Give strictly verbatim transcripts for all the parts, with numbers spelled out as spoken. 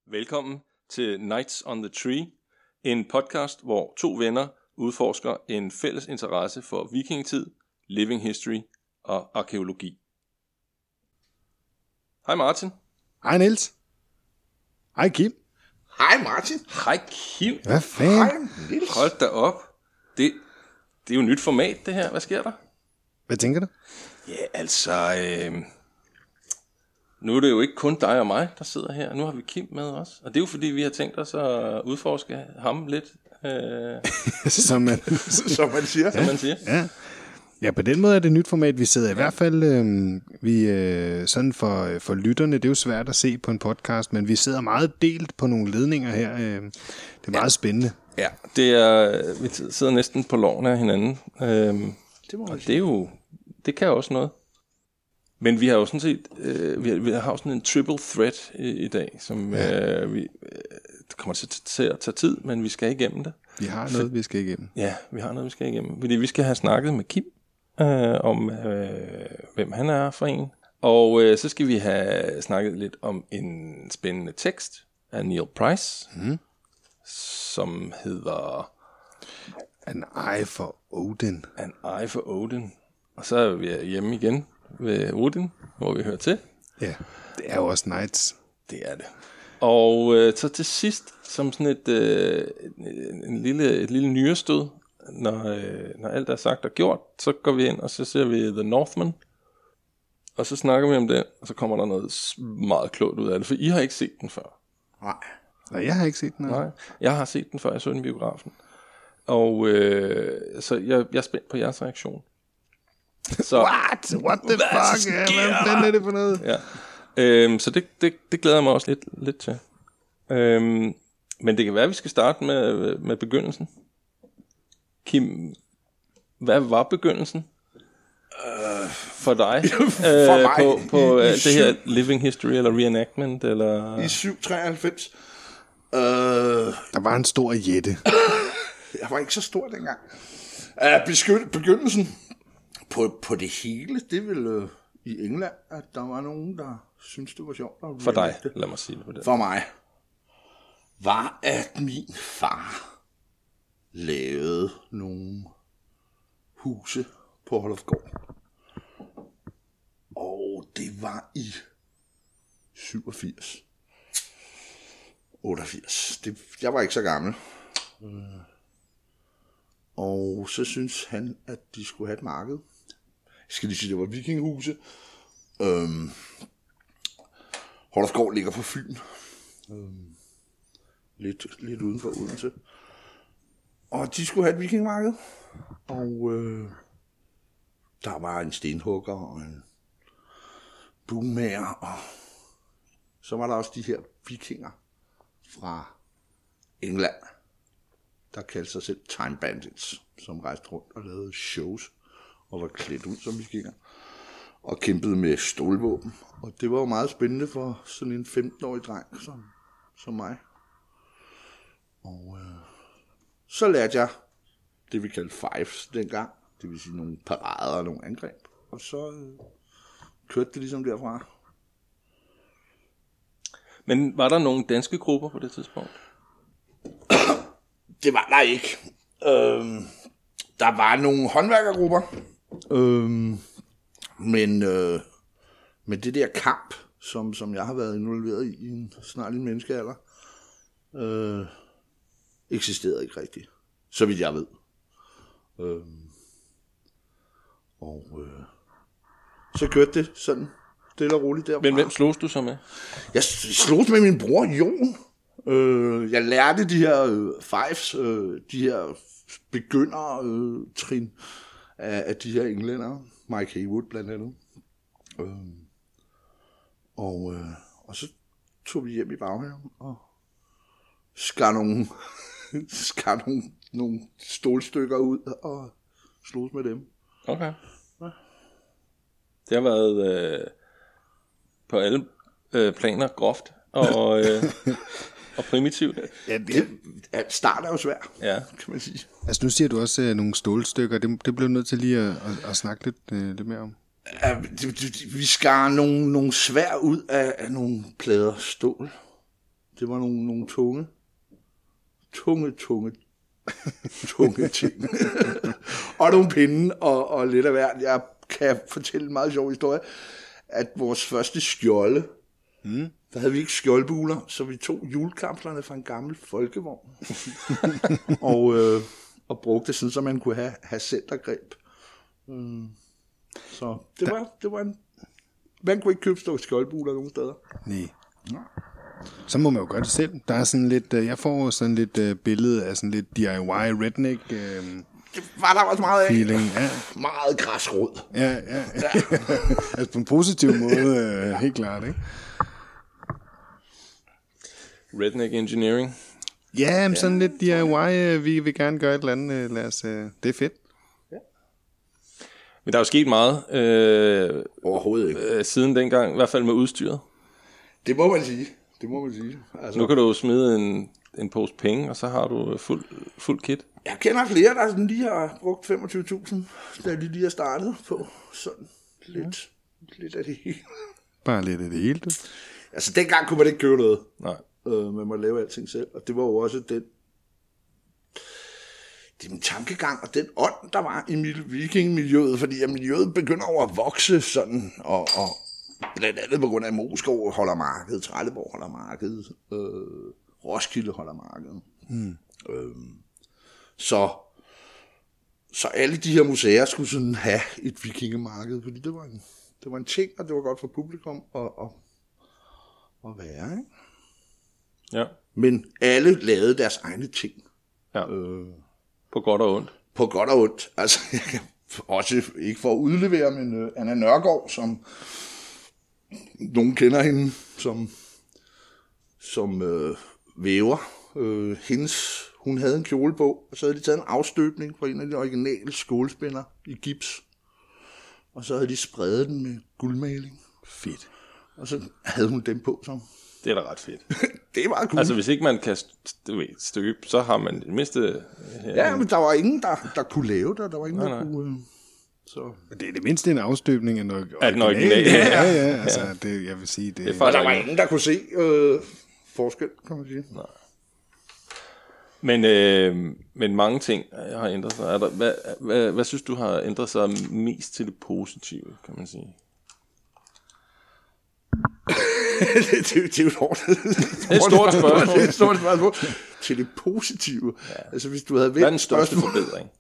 Velkommen til Nights on the Tree, en podcast, hvor to venner udforsker en fælles interesse for vikingetid, living history og arkæologi. Hej Martin. Hej Niels. Hej Kim. Hej Martin. Hej Kim. Hvad fanden? Hej Niels. Hold da op. Det, det er jo et nyt format, det her. Hvad sker der? Hvad tænker du? Ja, altså... Øh, nu er det jo ikke kun dig og mig, der sidder her. Nu har vi Kim med os. Og det er jo fordi, vi har tænkt os at udforske ham lidt. Øh, som, man, Som man siger. som man siger. ja. ja, på den måde er det et nyt format. Vi sidder i hvert fald øh, vi, øh, sådan for, for lytterne. Det er jo svært at se på en podcast, men vi sidder meget delt på nogle ledninger her. Øh, det er meget ja. spændende. Ja, det er, vi sidder næsten på loven af hinanden. Øhm, Det må man og sige. det er jo, det kan jo også noget. Men vi har jo sådan set, øh, vi, har, vi har jo sådan en triple threat i, i dag, som ja. øh, vi, øh, det kommer til, til at tage tid, men vi skal igennem det. Vi har noget, vi skal igennem. Ja, vi har noget, vi skal igennem. Fordi vi skal have snakket med Kim øh, om, øh, hvem han er for en. Og øh, så skal vi have snakket lidt om en spændende tekst af Neil Price, mm. som hedder An Eye for Odin. An Eye for Odin. Og så er vi hjemme igen ved Odin, hvor vi hører til. Ja, det er jo også Nights. Det er det. Og øh, så til sidst, som sådan et, øh, en, en lille, et lille nyrestød, når, øh, når alt er sagt og gjort, så går vi ind, og så ser vi The Northman. Og så snakker vi om det, og så kommer der noget meget klogt ud af det, for I har ikke set den før. Nej. Nej, jeg har ikke set den. Nej, jeg har set den før, jeg så den i biografen. Og øh, så jeg, jeg er spændt på jeres reaktion. Så, What? What the fuck? Ja, hvad fanden er det for noget? Ja. Øhm, så det, det, det glæder jeg mig også lidt, lidt til. Øhm, men det kan være, at vi skal starte med, med begyndelsen. Kim, hvad var begyndelsen uh, for dig? for øh, mig på, på i, i uh, det her living history eller reenactment? Eller? I syv treoghalvfems. Øh, Der var en stor jætte. jeg var ikke så stor dengang. Uh, beskyt, begyndelsen på, på det hele, det ville uh, i England, at der var nogen, der syntes, det var sjovt. For dig, lad mig sige det på det. For mig var, at min far lavede nogle huse på Hollufgård. Og det var i syvogfirs. otteogfirs. Det, jeg var ikke så gammel. Og så synes han, at de skulle have et marked. Jeg skal lige sige, det var vikinghuse. Øhm, Hollufgård ligger på Fyn. Øhm, lidt, lidt uden for Odense. Og de skulle have et vikingmarked. Og øh, der var en stenhugger og en bumager. Og så var der også de her vikinger fra England, der kaldte sig selv Time Bandits, som rejste rundt og lavede shows og var klædt ud som vikinger og kæmpede med stålvåben. Og det var jo meget spændende for sådan en femten-årig dreng som, som mig. Og øh, så lærte jeg det, vi kaldte fives dengang. Det vil sige nogle parader og nogle angreb. Og så øh, kørte det ligesom derfra. Men var der nogle danske grupper på det tidspunkt? Det var der ikke. Øhm, der var nogle håndværkergrupper. Øhm, men, øh, men det der kamp, som, som jeg har været involveret i, i en, snart en menneskealder, øh, eksisterede ikke rigtigt. Så vidt jeg ved. Øhm, og øh, så kørte det sådan stille og roligt derfra. Men hvem slogs du så med? Jeg slogs med min bror Jon. Øh, jeg lærte de her øh, fives, øh, de her begynder øh, trin af, af de her englændere, Mike Haywood blandt andet. Øh, og, øh, og så tog vi hjem i baghaven og skar nogle, skar nogle, nogle stålstykker ud og slogs med dem. Okay. Det har været øh, på alle øh, planer groft og, øh, og primitivt. Ja, det, Det, at start er jo svært, Ja. kan man sige. altså nu siger du også øh, nogle stålstykker. Det, det bliver nødt til lige at, at, at snakke lidt, øh, lidt mere om. Ja, det, det, vi skar nogle, nogle svær ud af, af nogle plader stål. det var nogle, nogle tunge, tunge, tunge, tunge ting. Og nogle pinde og, og lidt af hvert. Jeg kan fortælle en meget sjov historie, at vores første skjolde, mm. der havde vi ikke skjoldbuler, så vi tog hjulkapslerne fra en gammel folkevogn. og, øh, og brugte sådan, så man kunne have, have centergreb. Mm. Så det var, det var en... Man kunne ikke købe stå skjoldbuler nogen steder. Nej. Ja. Så må man jo gøre det selv. Der er sådan lidt, jeg får sådan lidt uh, billede af sådan lidt D I Y redneck uh, det var der også meget af. Feeling. Ja. Meget græsrod. Ja, ja. ja. Altså på en positiv måde, uh, helt klart, ikke? Redneck engineering. Ja, men sådan ja. lidt D I Y, uh, vi vil gerne gøre et eller andet. Uh, lad os, uh, det er fedt. Men der er jo sket meget øh, overhovedet ikke. Øh, siden dengang, i hvert fald med udstyret. Det må man sige. Det må man sige. Altså, nu kan du smide en, en pose penge, og så har du fuld, fuld kit. Jeg kender flere, der sådan lige har brugt femogtyve tusind, da de lige har startet på sådan lidt, ja. lidt af det hele. Bare lidt af det hele, du. Altså dengang kunne man ikke købe noget. Nej. Øh, man måtte lave alting selv, og det var jo også den den tankegang og den ånd, der var i vikingmiljøet, fordi at miljøet begynder over at vokse sådan, og, og blandt andet på grund af, at Moskov holder markedet, Trelleborg holder markedet, øh, Roskilde holder markedet. Hmm. Øh, så, så alle de her museer skulle sådan have et vikingemarked, fordi det var en, det var en ting, og det var godt for publikum at, at, at være, ikke? Ja. Men alle lavede deres egne ting. Ja. Øh, På godt og ondt. På godt og ondt. Altså, jeg kan også ikke for at udlevere, men uh, Anna Nørgaard, som nogen kender hende, som, som uh, væver. Uh, hendes, hun havde en kjolebog, og så havde de taget en afstøbning fra en af de originale skålspænder i gips. Og så havde de spredet den med guldmaling. Fedt. Og så havde hun dem på som... Det er da ret fedt. Det er meget cool. Altså, hvis ikke man kan støbe, så har man det mindste... Ja, men der var ingen, der, der kunne lave det. Der var ingen, nej, der nej. kunne... Så. Det er det mindste en afstøbning af noget original. Den original. Ja, ja, ja. Altså, det, jeg vil sige... Det, det og der var ingen, der kunne se øh, forskel, kan man sige. Nej. Men, øh, men mange ting har ændret sig. Er der, hvad, hvad, hvad synes du har ændret sig mest til det positive, kan man sige? det, det, det er jo et hårdt det er et stort spørgsmål. Det er et stort spørgsmål. Til det positive. Ja. Altså, hvis du havde hvad er den største spørgsmål? Forbedring?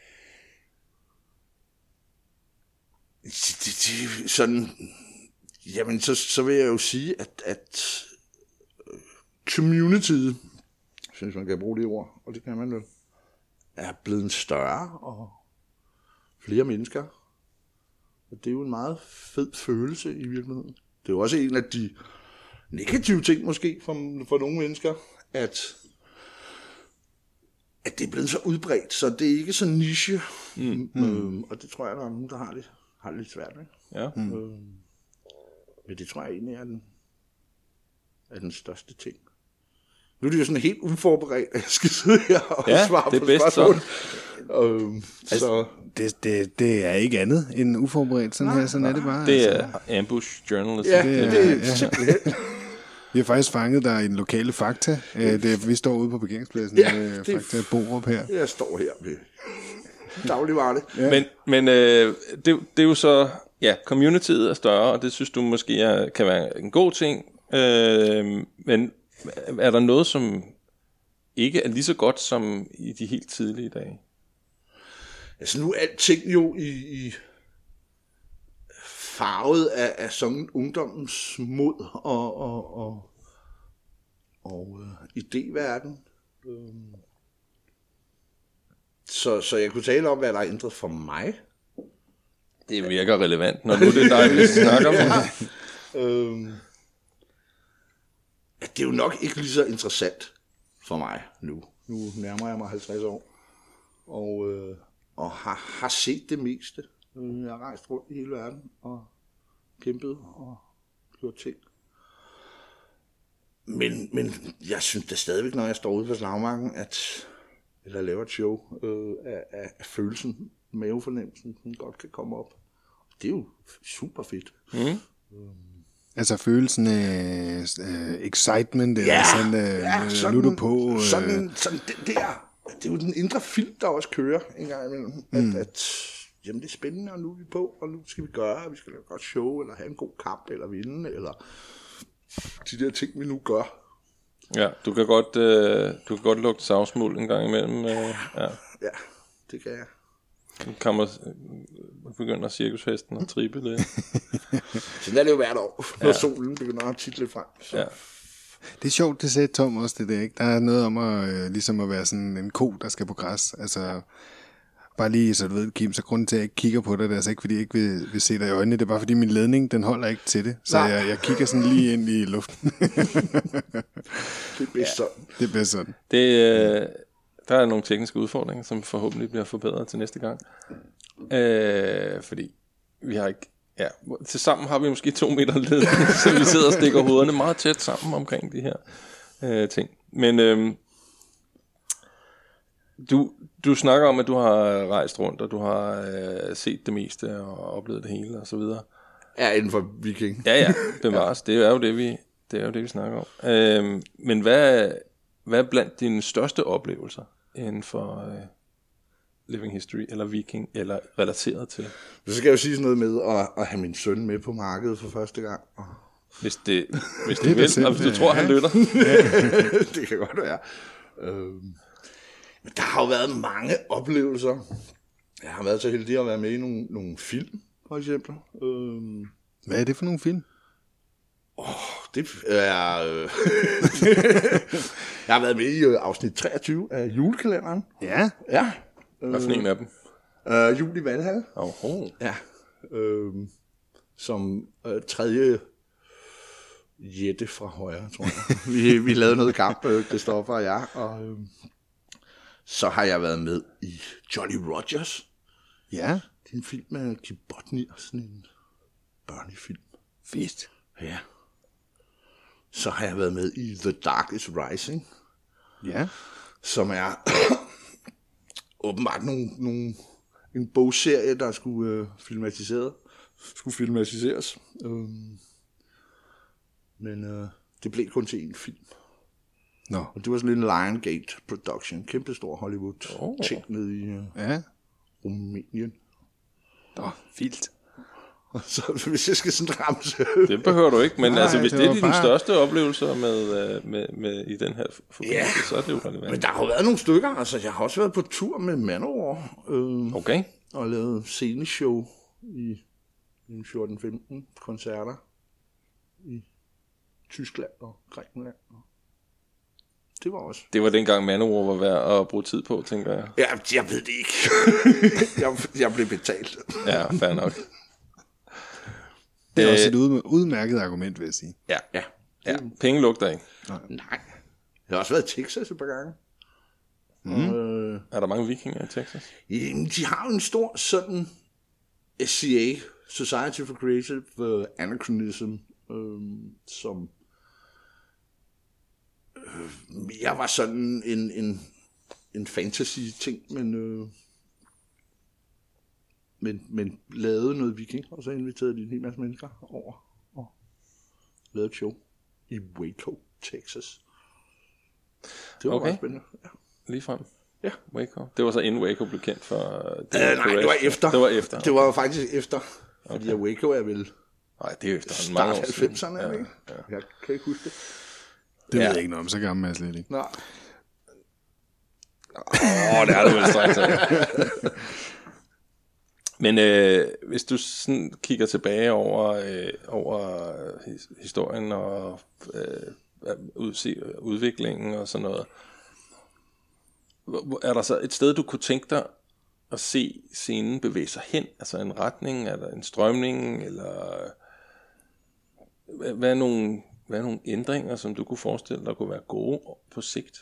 Det, det, det, sådan, jamen, så, så vil jeg jo sige, at, at communityet, synes man kan bruge det ord, og det kan man jo, er blevet større og flere mennesker. Og det er jo en meget fed følelse i virkeligheden. Det er jo også en af de negative ting måske for, for nogle mennesker, at, at det er blevet så udbredt, så det er ikke så niche. Mm. Øhm, og det tror jeg, der er nogen, der har det, har det lidt svært med. Ja. Mm. Øhm, men det tror jeg egentlig er den, er den største ting. Nu er det jo sådan helt uforberedt, at jeg skal sidde her og ja, svare det på bedst spørgsmål. Øhm, altså, så. Det, det, det er ikke andet end uforberedt, sådan nej, her, sådan nej. Er det bare. Det altså. er ambush journalism. Ja, det er, det er ja. simpelthen. Vi har faktisk fanget dig i en lokale Fakta. Det, vi står ude på parkeringspladsen. Ja, Fakta Borup her. Jeg står her ved dagligvare. Ja. Men, men øh, det, det er jo så, ja, communityet er større, og det synes du måske er, kan være en god ting. Øh, men er der noget, som ikke er lige så godt som i de helt tidlige dage? Altså nu er alting jo i, i farvet af, af sådan ungdommens mod og, og, og, og uh, idéverden. Um, så, så jeg kunne tale om, hvad der er ændret for mig. Det virker relevant, når nu det er dig, vi snakker om det. Ja. Um, det er jo nok ikke lige så interessant for mig nu. Nu nærmer jeg mig halvtreds år. Og... Øh, og har, har set det meste. Jeg har rejst rundt i hele verden og kæmpet og gjort ting. Men, men jeg synes da stadigvæk, når jeg står ude på slagmarken, at, eller laver et show, øh, af, af følelsen, mavefornemmelsen, den godt kan komme op. Det er jo super fedt. Mm. Altså følelsen af uh, excitement, Ja, eller sådan, uh, ja, sådan, nu er du på. Uh, sådan, sådan det der, det er jo den indre film, der også kører en gang imellem. At, mm. at jamen, det er spændende, og nu er vi på, og nu skal vi gøre, vi skal lave et godt show, eller have en god kamp, eller vinde, eller de der ting, vi nu gør. Ja, du kan godt, øh, du kan godt lugte savsmuld en gang imellem. Øh, ja. Ja, det kan jeg. Nu kommer begynder cirkushesten at trippe lidt. Sådan er det jo hvert år, når ja. solen begynder at title frem. Så. Ja. Det er sjovt, det sagde Tom også, det der, ikke? Der er noget om at, øh, ligesom at være sådan en ko, der skal på græs. Altså, bare lige, så du ved, Kim, så grunden til, at jeg ikke kigger på dig, det er altså ikke, fordi jeg ikke vil, vil se dig i øjnene. Det er bare, fordi min ledning, den holder ikke til det. Så jeg, jeg kigger sådan lige ind i luften. Det er bedst sådan. Det er bedst sådan. Det, øh, der er nogle tekniske udfordringer, som forhåbentlig bliver forbedret til næste gang. Øh, fordi vi har ikke... Ja, til sammen har vi måske to meter led, så vi sidder og stikker hovederne meget tæt sammen omkring de her øh, ting. Men øh, du, du snakker om, at du har rejst rundt, og du har øh, set det meste og oplevet det hele og så videre. Ja, inden for Viking. Ja, ja, bevares. Det er jo det, vi, det er jo det, vi snakker om. Øh, men hvad, hvad er blandt dine største oplevelser inden for... Øh, Living History, eller Viking, eller relateret til? Så skal jeg jo sige sådan noget med at, at have min søn med på markedet for første gang. Hvis det, hvis det, det vil, og hvis du tror, han lytter. Det kan godt være. Øhm, men der har jo været mange oplevelser. Jeg har været så heldig at være med i nogle, nogle film, for eksempel. Øhm, Hvad er det for nogle film? Åh, det er... Øh, jeg har været med i afsnit treogtyve af julekalenderen. Ja. Ja. Hvad for en af dem? Øh, Jul i Valhall. Oh. Ja. Øh, som øh, tredje jætte fra højre, tror jeg. vi, vi lavede noget kamp, øh, Christoffer og jeg. Og øh, så har jeg været med i Jolly Rogers. Ja. Det er en film med Kim Bodnia, sådan en børnefilm. Fedt. Ja. Så har jeg været med i The Dark is Rising. Ja. Som er... åbenbart nogle, nogle, en bogserie, der skulle øh, filmatiseret, skulle filmatiseres. Øhm, men øh, det blev kun til en film. Nå. Og det var sådan en Lionsgate production, kæmpe stor Hollywood oh. ting nede i øh, ja. Rumænien. Nå, vildt. Så hvis jeg skal sådan ramse... Det behøver du ikke, men Nej, altså, hvis det, det er dine bare... største oplevelser med, med, med, i den her forbindelse, ja, så er det jo relevant. Men der har jo været nogle stykker, altså jeg har også været på tur med Manowar. Øh, okay. Og lavet sceneshow i fjorten femten koncerter i Tyskland og Grækenland. Det var også... Det var dengang Manowar var værd at bruge tid på, tænker jeg. Ja, jeg ved det ikke. jeg, jeg blev betalt. Ja, fair nok. Det er også et udmærket argument, vil jeg sige. Ja, ja. ja. Penge lugter ikke. Nej. Nej. Jeg har også været i Texas et par gange. Mm. Øh, er der mange vikinger i Texas? Jamen, de har jo en stor sådan S C A, Society for Creative Anachronism, øh, som øh, jeg var sådan en, en, en fantasy-ting, men... Øh, Men, men lavede noget viking, og så inviterede de en hel masse mennesker over og lavede et show i Waco, Texas. Det var okay. meget spændende. Ja. Lige frem. Ja. Waco. Det var så inden Waco blev kendt for... Det var, øh, nej, det var efter. Det var efter. Okay. Det var faktisk efter, fordi okay. Waco er vel... Nej, det er efter start halvfemserne, ja, ikke? Ja. Jeg kan ikke huske det. Det ja. ved jeg ikke noget om, så gammel er jeg slet ikke. Nej. Åh, oh, det er det vel strengt. Men øh, hvis du sådan kigger tilbage over, øh, over historien og øh, udviklingen og sådan noget, er der så et sted, du kunne tænke dig at se scenen bevæge sig hen? Altså en retning, eller en strømning, eller hvad er nogle, hvad er nogle ændringer, som du kunne forestille dig kunne være gode på sigt?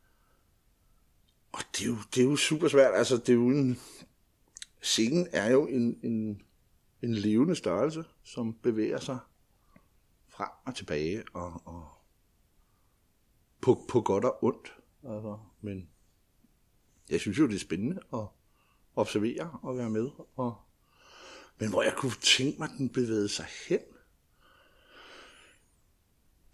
Og det er jo, det er jo super svært. Altså, det er jo en... Scenen er jo en, en, en levende størrelse, som bevæger sig frem og tilbage, og, og på, på godt og ondt. Altså, men jeg synes jo, det er spændende at observere og være med. Og, men hvor jeg kunne tænke mig, at den bevægede sig hen.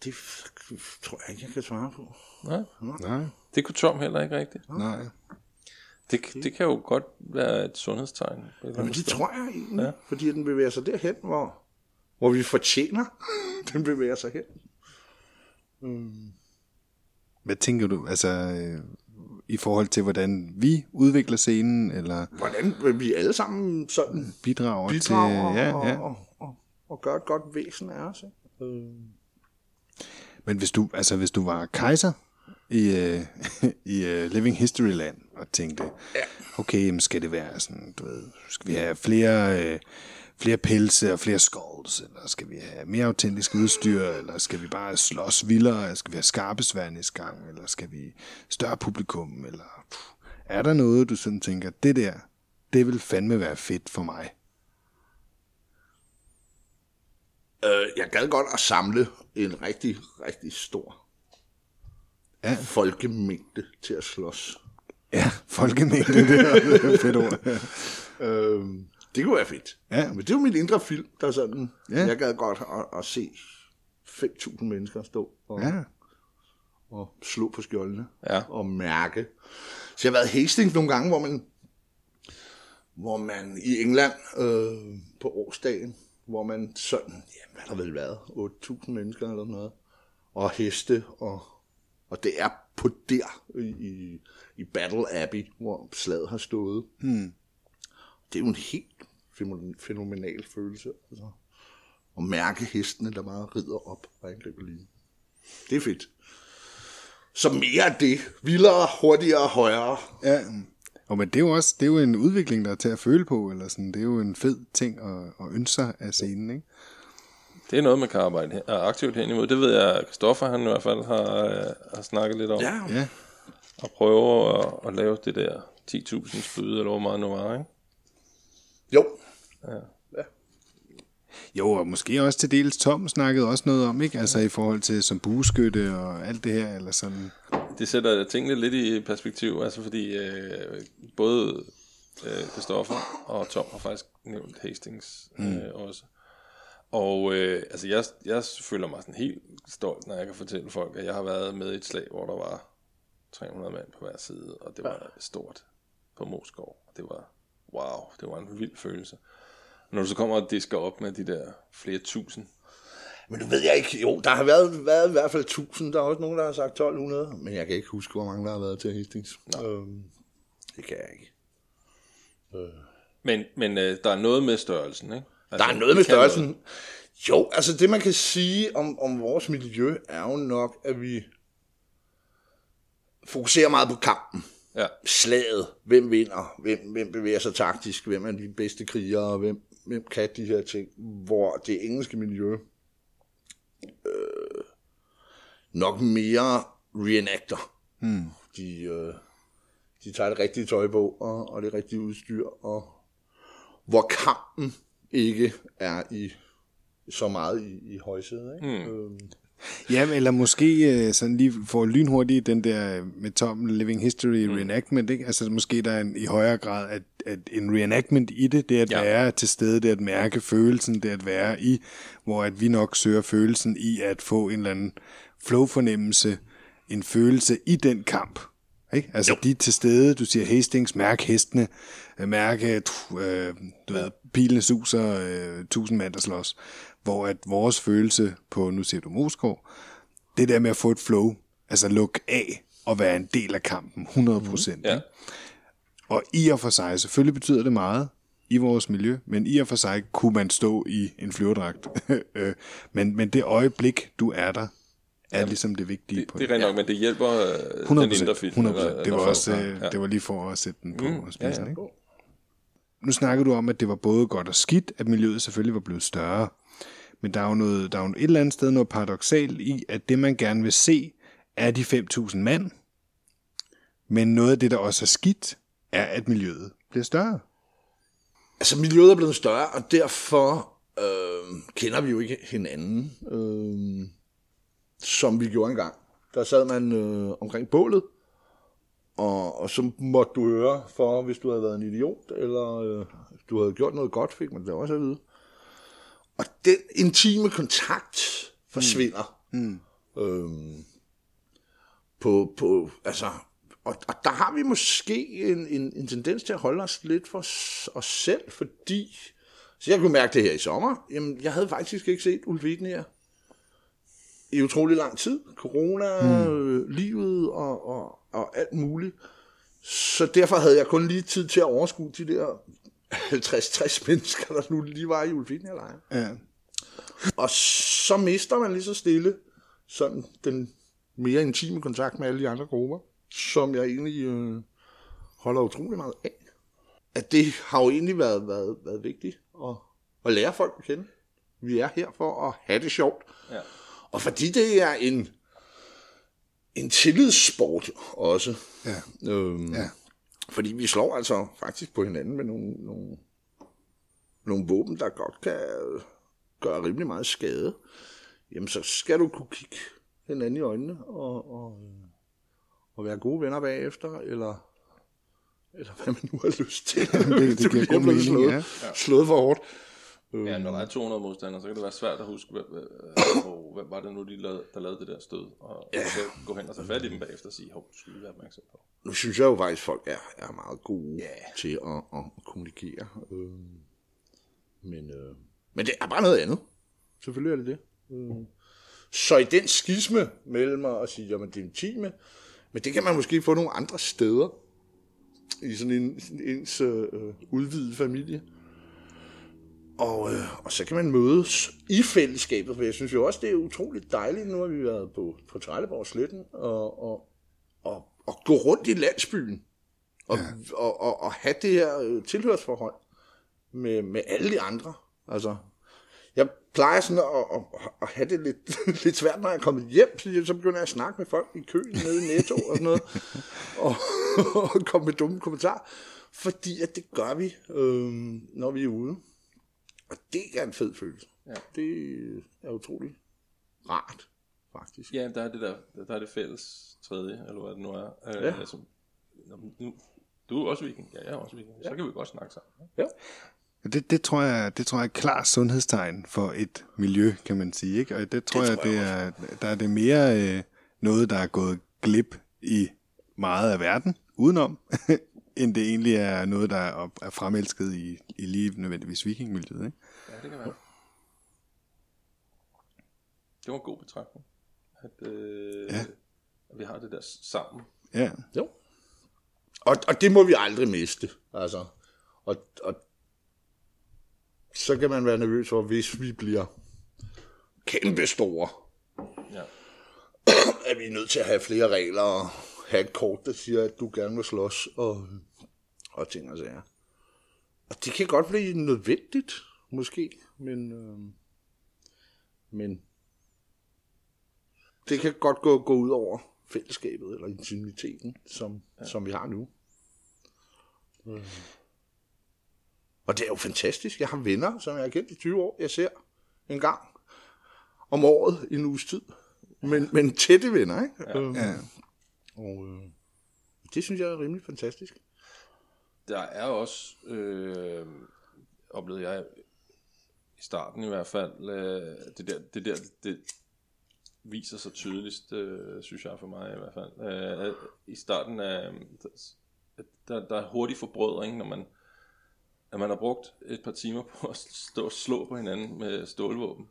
Det tror jeg ikke, jeg kan svare på. Nej. Nej. Det kunne Tom heller ikke rigtigt. Nej. Det, det kan jo godt være et sundhedstegn. Men det tror jeg egentlig, ja. Fordi den bevæger sig derhen, hvor, hvor vi fortjener. Den bevæger sig hen. Mm. Hvad tænker du, altså øh, i forhold til, hvordan vi udvikler scenen, eller hvordan vi alle sammen sådan bidrager, bidrager til, ja, og, ja. Og, og, og gør et godt væsen af os. Øh. Men hvis du, altså hvis du var kejser i, øh, i uh, Living History Land og tænkte, ja. okay, jamen skal det være sådan, du ved, skal vi have flere, øh, flere pelse og flere skulls, eller skal vi have mere autentisk udstyr, eller skal vi bare slås vildere, skal vi have skarpe sværd næste gang, eller skal vi større publikum, eller pff, er der noget, du sådan tænker, det der, det vil fandme være fedt for mig? Øh, jeg gad godt at samle en rigtig, rigtig stor ja. folkemængde til at slås. Ja, folkemængde, det er et fedt ord. øh, det kunne være fedt. Ja. Men det er jo mit indre film, der er sådan, ja. jeg gad godt at, at se fem tusind mennesker stå og, ja. og slå på skjoldene ja. og mærke. Så jeg har været Hastings nogle gange, hvor man, hvor man i England øh, på årsdagen, hvor man sådan, ja, hvad der vel været, otte tusind mennesker eller noget, og heste, og, og det er på der i, i, i Battle Abbey, hvor slaget har stået. Hmm. Det er jo en helt fænomenal følelse, altså. At mærke hestene, der bare rider op og angriber lige. Det er fedt. Så mere af det. Vildere, hurtigere, højere. Ja, og men det er jo også det er jo en udvikling, der er til at føle på, eller sådan. Det er jo en fed ting at, at ønske sig af scenen, ikke? Det er noget, man kan arbejde hen, aktivt hen imod. Det ved jeg, at Christoffer han i hvert fald har, har snakket lidt om. Ja. Ja. Og prøve at, at lave det der ti tusind spyd, eller hvor meget nu var, ikke? Jo. Ja. Ja. Jo, og måske også til dels Tom snakkede også noget om, ikke? Altså i forhold til som bueskytte og alt det her, eller sådan. Det sætter tingene lidt i perspektiv, altså fordi øh, både øh, Christoffer og Tom har faktisk nævnt Hastings øh, mm. også. Og øh, altså jeg, jeg føler mig sådan helt stolt, når jeg kan fortælle folk, at jeg har været med i et slag, hvor der var tre hundrede mand på hver side, og det var stort på Moskov. Det var, wow, det var en vild følelse. Når du så kommer og disker op med de der flere tusind. Men du ved jeg ikke, jo, der har været, været i hvert fald tusind, der er også nogen, der har sagt tolv hundrede, men jeg kan ikke huske, hvor mange der har været til Hastings. Øhm, det kan jeg ikke. Øh. Men, men øh, der er noget med størrelsen, ikke? Altså, der er noget med størrelsen. Noget. Jo, altså det man kan sige om, om vores miljø, er jo nok, at vi fokuserer meget på kampen. Ja. Slaget, hvem vinder, hvem, hvem bevæger sig taktisk, hvem er de bedste krigere, hvem, hvem kan de her ting, hvor det engelske miljø øh, nok mere reenactor. Hmm. De, øh, de tager det rigtige tøj på, og, og det rigtige udstyr, og hvor kampen ikke er i så meget i, i højsædet, ikke? Hmm. Øhm. Ja, eller måske sådan lige for lynhurtigt den der med Tom Living History mm. reenactment, ikke? Altså måske der er en, i højere grad at, at en reenactment i det, det er at ja. være til stede, det er at mærke følelsen, det er at være i, hvor at vi nok søger følelsen i at få en eller anden flow-fornemmelse, en følelse i den kamp. Ikke? Altså jo. De er til stede, du siger Hastings, mærk hestene, mærke, øh, du ved, pilene suser, øh, tusind mand der slås. Hvor at vores følelse på, nu siger du Moskov, det der med at få et flow, altså lukke af og være en del af kampen, hundrede procent. Mm, ja. Og i og for sig, selvfølgelig betyder det meget i vores miljø, men i og for sig kunne man stå i en flyverdragt. men, men det øjeblik, du er der, er ja, ligesom det vigtige det, på det. Det er rent nok, men det hjælper øh, den indre film. hundrede procent. Det var, også, ja. det var lige for at sætte den på mm, spidsen, ja, ja. Ikke? Nu snakker du om, at det var både godt og skidt, at miljøet selvfølgelig var blevet større. Men der er jo, noget, der er jo et eller andet sted noget paradoksalt i, at det man gerne vil se, er de fem tusind mand. Men noget af det, der også er skidt, er, at miljøet bliver større. Altså miljøet er blevet større, og derfor øh, kender vi jo ikke hinanden, øh, som vi gjorde engang. Der sad man øh, omkring bålet, og, og så måtte du høre for, hvis du havde været en idiot, eller øh, du havde gjort noget godt, fik man det også at vide. Og den intime kontakt forsvinder. Mm. Mm. Øhm, på, på, altså, og, og der har vi måske en, en, en tendens til at holde os lidt for os selv, fordi, så jeg kunne mærke det her i sommer, jamen, jeg havde faktisk ikke set Ulf Wigner i utrolig lang tid. Corona, mm. livet og, og, og alt muligt. Så derfor havde jeg kun lige tid til at overskue de der halvtreds til tres mennesker, der nu lige var i Ulf Wigner-lejren. Ja. Og så mister man lige så stille sådan den mere intime kontakt med alle de andre grupper, som jeg egentlig øh, holder utrolig meget af. At det har jo egentlig været, været, været vigtigt at, at lære folk at kende. Vi er her for at have det sjovt. Ja. Og fordi det er en, en tillidssport også. Ja. Øhm, ja. Fordi vi slår altså faktisk på hinanden med nogle, nogle, nogle våben, der godt kan gøre rimelig meget skade. Jamen så skal du kunne kigge hinanden i øjnene og, og, og være gode venner bagefter, eller, eller hvad man nu har lyst til. det, det giver god mening, slået, ja. slået for hårdt. Ja, når der er to hundrede modstandere, så kan det være svært at huske, hvad, hvad, hvad var det nu, de lavede, der lavede det der stød, og ja. Så gå hen og tage fat i dem bagefter og sige, hov, du skal vi være opmærksom på. Nu synes jeg jo faktisk, at folk er, er meget gode yeah. til at, at kommunikere. Øh, men, øh, men det er bare noget andet. Selvfølgelig er det det. Øh. Så i den skisme mellem at sige, jamen det er intime, men det kan man måske få nogle andre steder i sådan en ens øh, udvidede familie. Og, øh, og så kan man mødes i fællesskabet, for jeg synes jo også, det er utroligt dejligt. Nu har vi været på, på Trejleborg Sletten og, og, og, og gå rundt i landsbyen og, ja. og, og, og have det her øh, tilhørsforhold med, med alle de andre. Altså, jeg plejer sådan at, at, at have det lidt, lidt svært, når jeg er kommet hjem, så, så begynder jeg at snakke med folk i køen nede i Netto og sådan noget, og, og komme med dumme kommentarer, fordi at det gør vi, øh, når vi er ude. Og det er en fed følelse. Ja. Det er utroligt rart, faktisk. Ja, der er det der, der er det fælles tredje, eller hvad det nu er. Ja. Øh, altså, nu, du er også viking, ja, jeg er også viking, ja. Så kan vi godt snakke sammen. Ja. Det, det, tror jeg, det tror jeg er et klart sundhedstegn for et miljø, kan man sige. Ikke? Og det tror det jeg, tror jeg det er, der er det mere øh, noget, der er gået glip i meget af verden udenom, end det egentlig er noget, der er, er fremelsket i, i lige nødvendigvis vikingmiljøet. Ikke? Ja, det kan være. Det var en god betragtning, at, øh, ja. at vi har det der sammen. Ja. Jo. Og, og det må vi aldrig miste. Altså. Og, og så kan man være nervøs for, hvis vi bliver kæmpestore, ja. At vi er nødt til at have flere regler og have et kort, der siger, at du gerne vil slås og, og ting og sager. Og det kan godt blive nødvendigt, måske, men, øh, men det kan godt gå, gå ud over fællesskabet eller intimiteten, som, ja. som vi har nu. Øh. Og det er jo fantastisk. Jeg har venner, som jeg har kendt i tyve år. Jeg ser en gang om året i en uges tid. Men, men tætte venner, ikke? Ja. Øh. Ja. Og øh, det synes jeg er rimelig fantastisk. Der er også, øh, oplevede jeg i starten i hvert fald, øh, det der, det der, det viser sig tydeligst, øh, synes jeg for mig i hvert fald. Øh, I starten af, der, der er hurtig forbrødring, når man, når man har brugt et par timer på at stå, slå på hinanden med stålvåben.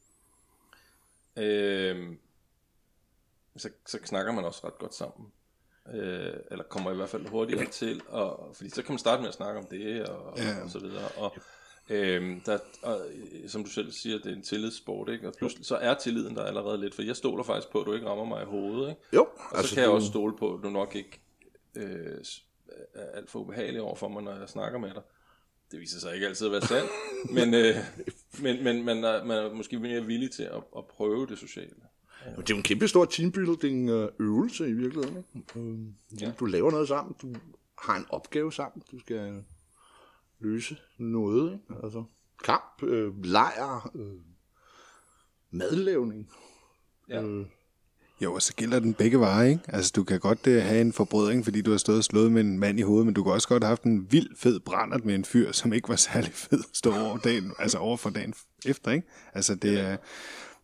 Øh, så, så snakker man også ret godt sammen. Øh, eller kommer i hvert fald hurtigere til, og, fordi så kan man starte med at snakke om det, og, ja. og så videre. Og, øh, der, og som du selv siger, det er en tillidssport, ikke? Og pludselig så er tilliden der allerede lidt, for jeg stoler faktisk på, at du ikke rammer mig i hovedet, ikke? Jo. Og så altså, kan jeg du... også stole på, at du nok ikke øh, er alt for ubehagelig over for mig, når jeg snakker med dig. Det viser sig ikke altid at være sandt, men, øh, men, men man, er, man er måske mere villig til at, at prøve det sociale. Ja. Det er jo en kæmpe stor teambuilding øvelse i virkeligheden. Ikke? Ja. Du laver noget sammen, du har en opgave sammen, du skal løse noget. Ikke? Altså kamp, øh, lejr, øh, madlavning. Ja. Øh. Jo, og så gælder den begge veje, ikke? Altså, du kan godt uh, have en forbrydning, fordi du har stået og slået med en mand i hovedet, men du kan også godt have haft en vild fed brændert med en fyr, som ikke var særlig fed at stå over dagen, altså over for dagen efter, ikke? Altså, det er,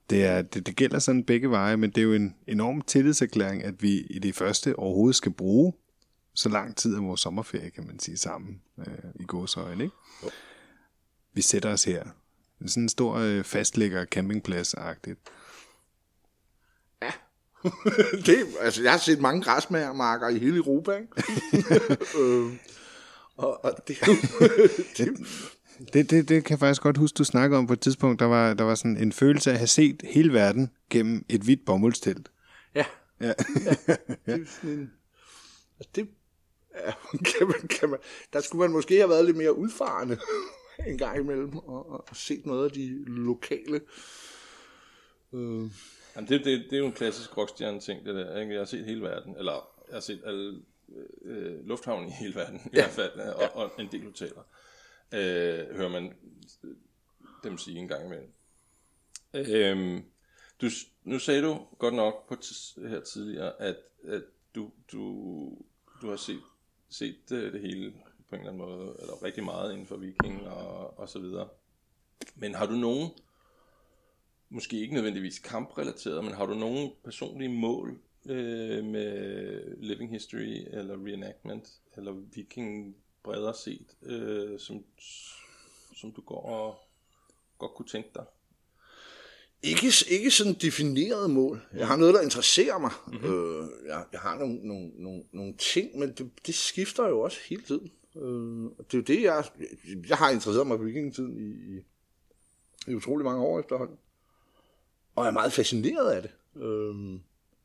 Det, er, det, det gælder sådan begge veje, men det er jo en enorm tillidserklæring, at vi i det første overhovedet skal bruge så lang tid af vores sommerferie, kan man sige, sammen øh, i gåseøjne, ikke? Jo. Vi sætter os her. Sådan en stor øh, fastlægger campingplads-agtigt. Ja. det, altså, jeg har set mange græsmarker i hele Europa, ikke? øh, og, og det, det, det, det, det kan jeg faktisk godt huske, du snakkede om på et tidspunkt. Der var, der var sådan en følelse af at have set hele verden gennem et hvidt bomuldstelt. Ja. Ja. ja. Det er sådan en... Altså, det... Ja, kan man, kan man, der skulle man måske have været lidt mere udfarende en gang imellem, og, og set noget af de lokale... Øh. Jamen, det, det, det er jo en klassisk rockstjerne-ting, det der. Ikke? Jeg har set hele verden, eller jeg har set alle øh, lufthavne i hele verden, i ja. hvert fald, og, ja. og en del hoteller. Øh, hører man dem sige en gang imellem. Øh, du, nu sagde du godt nok på t- her tidligere, at, at du, du, du har set, set det, det hele på en eller anden måde, eller rigtig meget inden for Viking og, og så videre. Men har du nogen, måske ikke nødvendigvis kamprelateret, men har du nogen personlige mål øh, med Living History eller Reenactment eller Viking bredere set, øh, som, som du går og godt kunne tænke dig? Ikke, ikke sådan defineret mål. Jeg har noget, der interesserer mig. Mm-hmm. Øh, jeg, jeg har nogle, nogle, nogle, nogle ting, men det, det skifter jo også hele tiden. Øh, det er jo det, jeg... Jeg har interesseret mig for vikingetiden i, i, i utrolig mange år efterhånden. Og jeg er meget fascineret af det. Øh,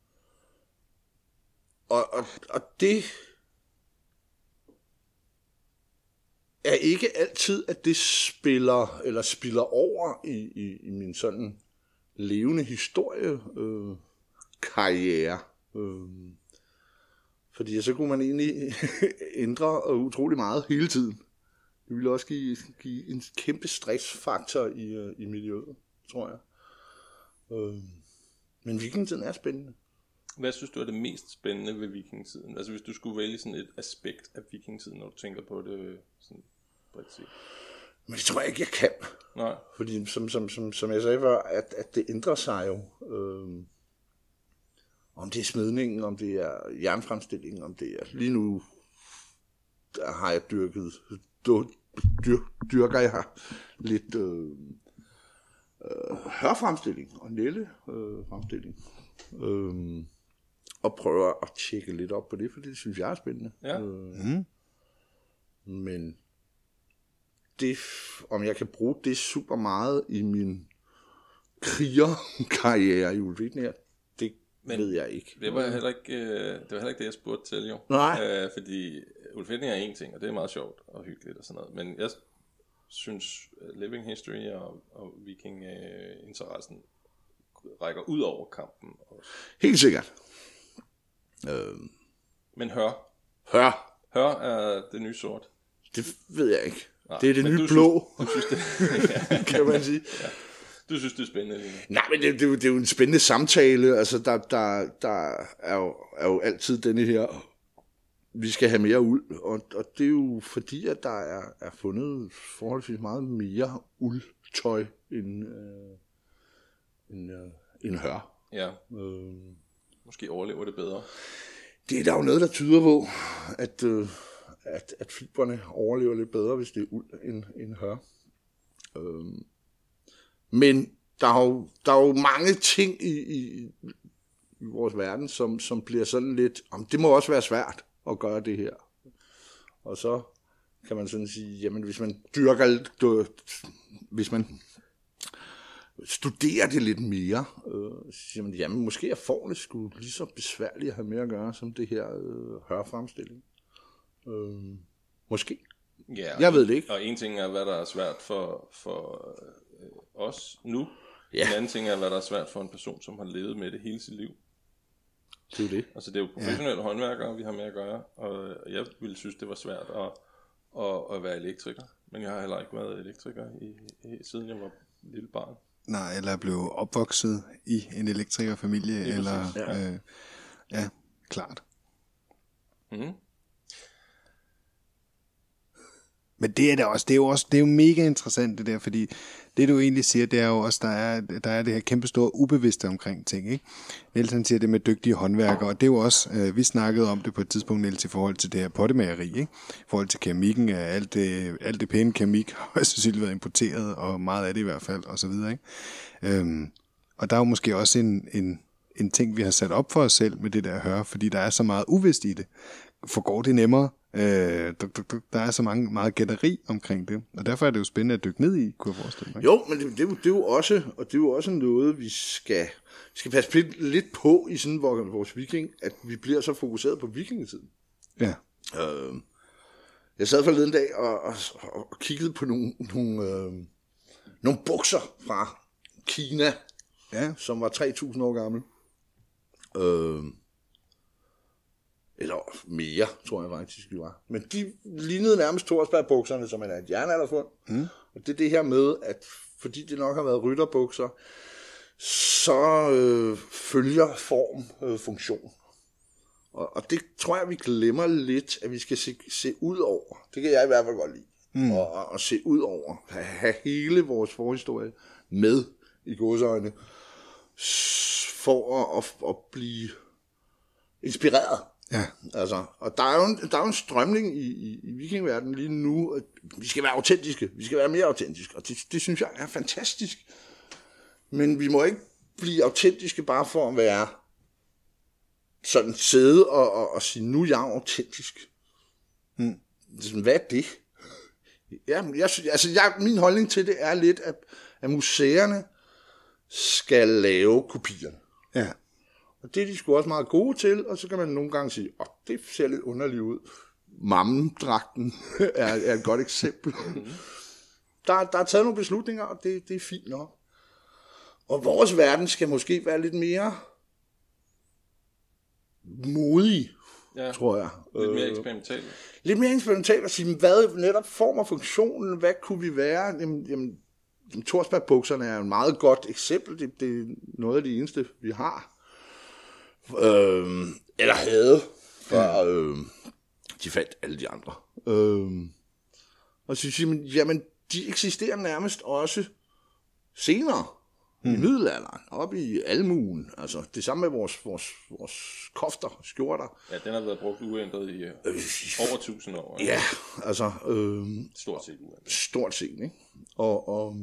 og, og, og det... er ikke altid, at det spiller eller spiller over i, i, i min sådan levende historie øh, karriere. Øh, fordi så kunne man egentlig ændre utrolig meget hele tiden. Det ville også give, give en kæmpe stressfaktor i, i miljøet, tror jeg. Øh, men vikingetiden er spændende. Hvad synes du er det mest spændende ved vikingetiden? Altså hvis du skulle vælge sådan et aspekt af vikingetiden, når du tænker på det sådan bredt set. Men det tror jeg ikke, jeg kan. Nej. Fordi som, som, som, som jeg sagde før, at, at det ændrer sig jo. Øh, om det er smedningen, om det er jernfremstillingen, om det er... Lige nu der har jeg dyrket... Dyr, dyrker jeg lidt øh, øh, hørfremstilling og nællefremstilling. Øh, øh, og prøver at tjekke lidt op på det, for det synes jeg er spændende. Ja. Øh, mm. Men det, om jeg kan bruge det super meget i min krigerkarriere i Ulfhednia, det men ved jeg ikke. Det var heller ikke, det var heller ikke det, jeg spurgte til, jo. Nej. Øh, fordi Ulfhednia er en ting, og det er meget sjovt og hyggeligt og sådan noget. Men jeg synes, Living History og, og Viking-interessen rækker ud over kampen også. Helt sikkert. Øh. Men hør. Hør. Hør er det nye sort. Det ved jeg ikke. Nej, det er det nye blå. Synes, du synes det, ja. Kan man sige. Ja. Du synes, det er spændende? Lige. Nej, men det, det, er jo, det er jo en spændende samtale. Altså, der, der, der er, jo, er jo altid denne her, vi skal have mere uld. Og, og det er jo fordi, at der er, er fundet forholdsvis meget mere uldtøj end, øh, end, øh, end hør. Ja. Øh. Måske overlever det bedre. Det er der jo noget, der tyder på, at... Øh, At, at fiberne overlever lidt bedre, hvis det er uld end, end hør. Øhm. Men der er, jo, der er jo mange ting i, i, i vores verden, som, som bliver sådan lidt, om det må også være svært at gøre det her. Og så kan man sådan sige, jamen hvis man dyrker, du, hvis man studerer det lidt mere, øh, så siger man, jamen måske er fårene sgu lige så besværlige at have med at gøre, som det her øh, hørfremstilling. Øh, måske. Ja, jeg ved det ikke. Og en ting er, hvad der er svært for, for øh, os nu. Ja. En anden ting er, hvad der er svært for en person, som har levet med det hele sit liv. Det er det. Altså det er jo professionelle ja. håndværkere, vi har med at gøre. Og jeg ville synes, det var svært at, at, at være elektriker. Men jeg har heller ikke været elektriker, i, i, siden jeg var lille barn. Nej, eller blev opvokset i en elektrikerfamilie. Lige eller ja. Øh, ja, klart. Mhm. Men det er det også. Det er jo også det er jo mega interessant det der, fordi det du egentlig siger, det er jo også, der er, der er det her kæmpe store ubevidste omkring ting, ikke? Niels han siger det med dygtige håndværkere, og det er jo også, øh, vi snakkede om det på et tidspunkt, Niels, i forhold til det her pottemageri, ikke? I forhold til keramikken, er alt det, alt det pæne keramik har selvfølgelig været importeret, og meget af det i hvert fald, og så videre, ikke? Øhm, og der er jo måske også en, en, en ting, vi har sat op for os selv med det der at høre, fordi der er så meget uvist i det. Forgår det nemmere? Øh, der er så mange, meget gætteri omkring det, og derfor er det jo spændende at dykke ned i, kunne jeg forestille mig. Jo, men det, det, det er jo også, og det er jo også noget, vi skal, vi skal passe lidt på i sådan vores, vores viking, at vi bliver så fokuseret på vikingetiden. Ja. Øh, jeg sad forleden dag og, og, og kiggede på nogle, nogle, øh, nogle bukser fra Kina, ja. som var tre tusind år gamle. Øh, Eller mere, tror jeg faktisk, de var. Men de lignede nærmest Thorsberg-bukserne, som er et jernalderfund. Mm. Og det er det her med, at fordi det nok har været rytterbukser, så øh, følger form øh, funktion. Og, og det tror jeg, vi glemmer lidt, at vi skal se, se ud over. Det kan jeg i hvert fald godt lide. Mm. Og, og, og se ud over. Have hele vores forhistorie med i godsøjne, for at, at, at blive inspireret. Ja. Altså, og der er jo en, der er jo en strømning i, i, i vikingverdenen lige nu, at vi skal være autentiske, vi skal være mere autentiske, og det, det synes jeg er fantastisk. Men vi må ikke blive autentiske bare for at være sådan sidde og, og, og sige, nu er jeg autentisk. Hmm. Hvad er det? Ja, jeg, altså jeg, min holdning til det er lidt, at, at museerne skal lave kopierne. Ja. Og det er de sgu også meget gode til, og så kan man nogle gange sige, åh, det ser lidt underligt ud. Mammendragten er, er et godt eksempel. Der, der er taget nogle beslutninger, og det, det er fint nok. Og vores verden skal måske være lidt mere modig, ja, tror jeg. Lidt mere eksperimental. Lidt mere eksperimental at sige, hvad netop form og funktionen, hvad kunne vi være? Jamen, jamen Thorsberg-bukserne er et meget godt eksempel. Det, det er noget af det eneste, vi har. Øh, eller havde, for øh, de fandt alle de andre. Øh, og så siger man, jamen, de eksisterer nærmest også senere, mm. i middelalderen, oppe i almuen. Altså, det samme med vores, vores, vores kofter, skjorter. Ja, den har været brugt uændret i øh, over tusind år. Ja, ja altså... Øh, stort set uændret. Stort set, ikke? Og, og,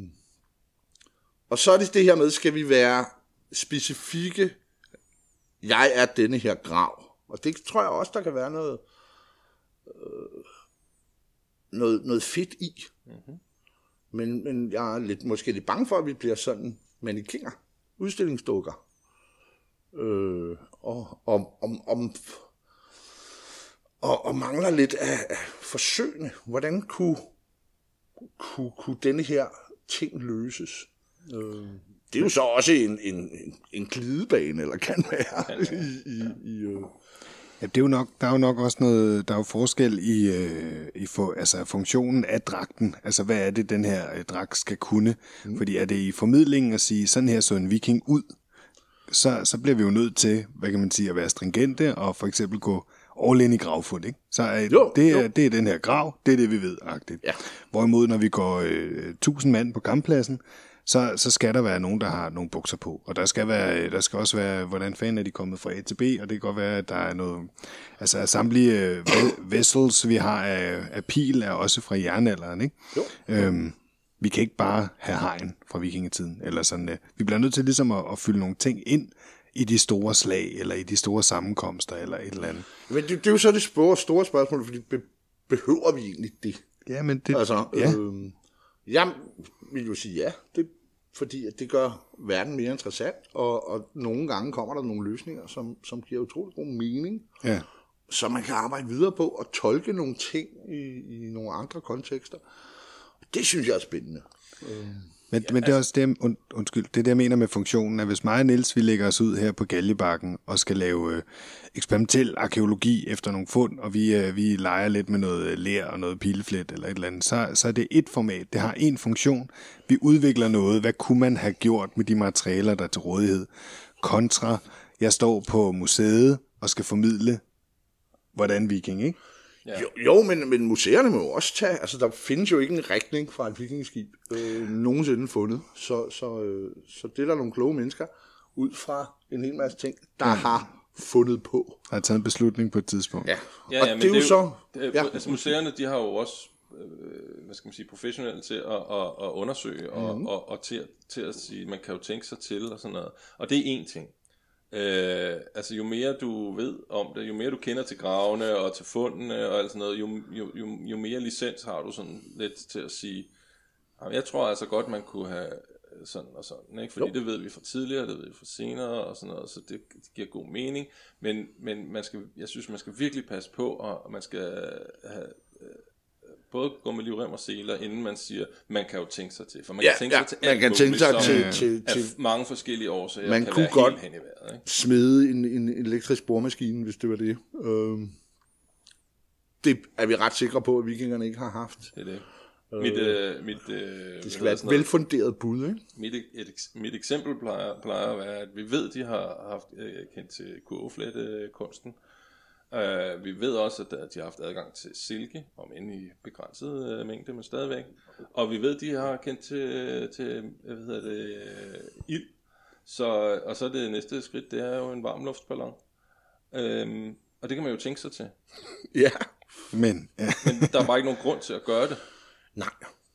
og så er det det her med, skal vi være specifikke. Jeg er denne her grav. Og det tror jeg også, der kan være noget, øh, noget, noget fedt i. Mm-hmm. Men, men jeg er lidt, måske lidt bange for, at vi bliver sådan mannequiner, udstillingsdukker. Øh, og, og, om, om, og, og mangler lidt af, af forsøgene. Hvordan kunne, kunne, kunne denne her ting løses? Øh. Det er jo så også en, en, en glidebane, eller kan være, i... i, i øh. Ja, det er jo nok, der er jo nok også noget, der er jo forskel i, øh, i for, altså funktionen af dragten. Altså, hvad er det, den her øh, dragt skal kunne? Mm. Fordi er det i formidlingen at sige, sådan her så en viking ud, så, så bliver vi jo nødt til, hvad kan man sige, at være stringente, og for eksempel gå all in i gravfund, ikke? Så er, jo, det, er, jo. det er den her grav, det er det, vi ved, agtigt. Ja. Hvorimod, når vi går øh, tusind mand på kamppladsen, Så, så skal der være nogen, der har nogle bukser på. Og der skal, være, der skal også være, hvordan fanden er de kommet fra A til B, og det kan godt være, at der er noget... Altså, samtlige vessels, vi har af, af pil, er også fra jernalderen, ikke? Jo. Øhm, vi kan ikke bare have hegn fra vikingetiden, eller sådan. Vi bliver nødt til ligesom at, at fylde nogle ting ind i de store slag, eller i de store sammenkomster, eller et eller andet. Men det, det er jo så det store, store spørgsmål, fordi be, behøver vi egentlig det? Ja, men det... Altså, ja. øh, jeg vil jo sige ja, det fordi at det gør verden mere interessant, og, og nogle gange kommer der nogle løsninger, som, som giver utrolig god mening, ja. Så man kan arbejde videre på og tolke nogle ting i, i nogle andre kontekster. Det synes jeg er spændende. Men, ja, men det er også det, und, undskyld, det der jeg mener med funktionen, at hvis mig og Niels, vi lægger os ud her på Galjebakken og skal lave øh, eksperimentel arkæologi efter nogle fund, og vi, øh, vi leger lidt med noget ler og noget pileflet eller et eller andet, så, så er det et format, det har en funktion. Vi udvikler noget, hvad kunne man have gjort med de materialer, der er til rådighed, kontra jeg står på museet og skal formidle, hvordan viking, ikke? Ja. Jo, jo men, men museerne må jo også tage, altså der findes jo ikke en rigning fra et vikingeskib øh, nogensinde fundet, så, så, øh, så det er der nogle kloge mennesker, ud fra en hel masse ting, der ja. har fundet på. Har taget en beslutning på et tidspunkt. Ja, ja, og ja, men det er jo så... Det, ja. Altså museerne, de har jo også, øh, hvad skal man sige, professionelle til at, at, at undersøge, mm-hmm. og, og, og til, til at sige, man kan jo tænke sig til, og sådan noget. Og det er én ting. Øh, altså jo mere du ved om det, jo mere du kender til gravene og til fundene og alt sådan noget, jo, jo, jo, jo mere licens har du sådan lidt til at sige, jeg tror altså godt, man kunne have sådan og sådan, ikke? Fordi jo. Det ved vi fra tidligere, det ved vi fra senere og sådan noget, så det, det giver god mening, men, men man skal, jeg synes, man skal virkelig passe på, og man skal have, både gå med livrem og seler, inden man siger, man kan jo tænke sig til, for man ja, kan tænke ja, sig til man alt kan muligt, tænke sig som til, til, til mange forskellige årsager man kan kunne være godt helt hen i vejret, ikke? smide en, en elektrisk boremaskine, hvis det var det. Øh, det er vi ret sikre på, at vikingerne ikke har haft. Det er det. Mit, øh, mit, øh, det skal være et velfunderet bud, ikke? Mit, et, et, mit eksempel plejer, plejer at være, at vi ved, at de har haft øh, kendt til kurveflettekunsten. Uh, vi ved også, at de har haft adgang til silke, om end i begrænset uh, mængde, men stadigvæk. Og vi ved, at de har kendt til, til hvad hedder det, uh, ild. Så, og så er det næste skridt, det er jo en varmluftsballon. Um, og det kan man jo tænke sig til. Ja. Men, ja. men der er bare ikke nogen grund til at gøre det. Nej.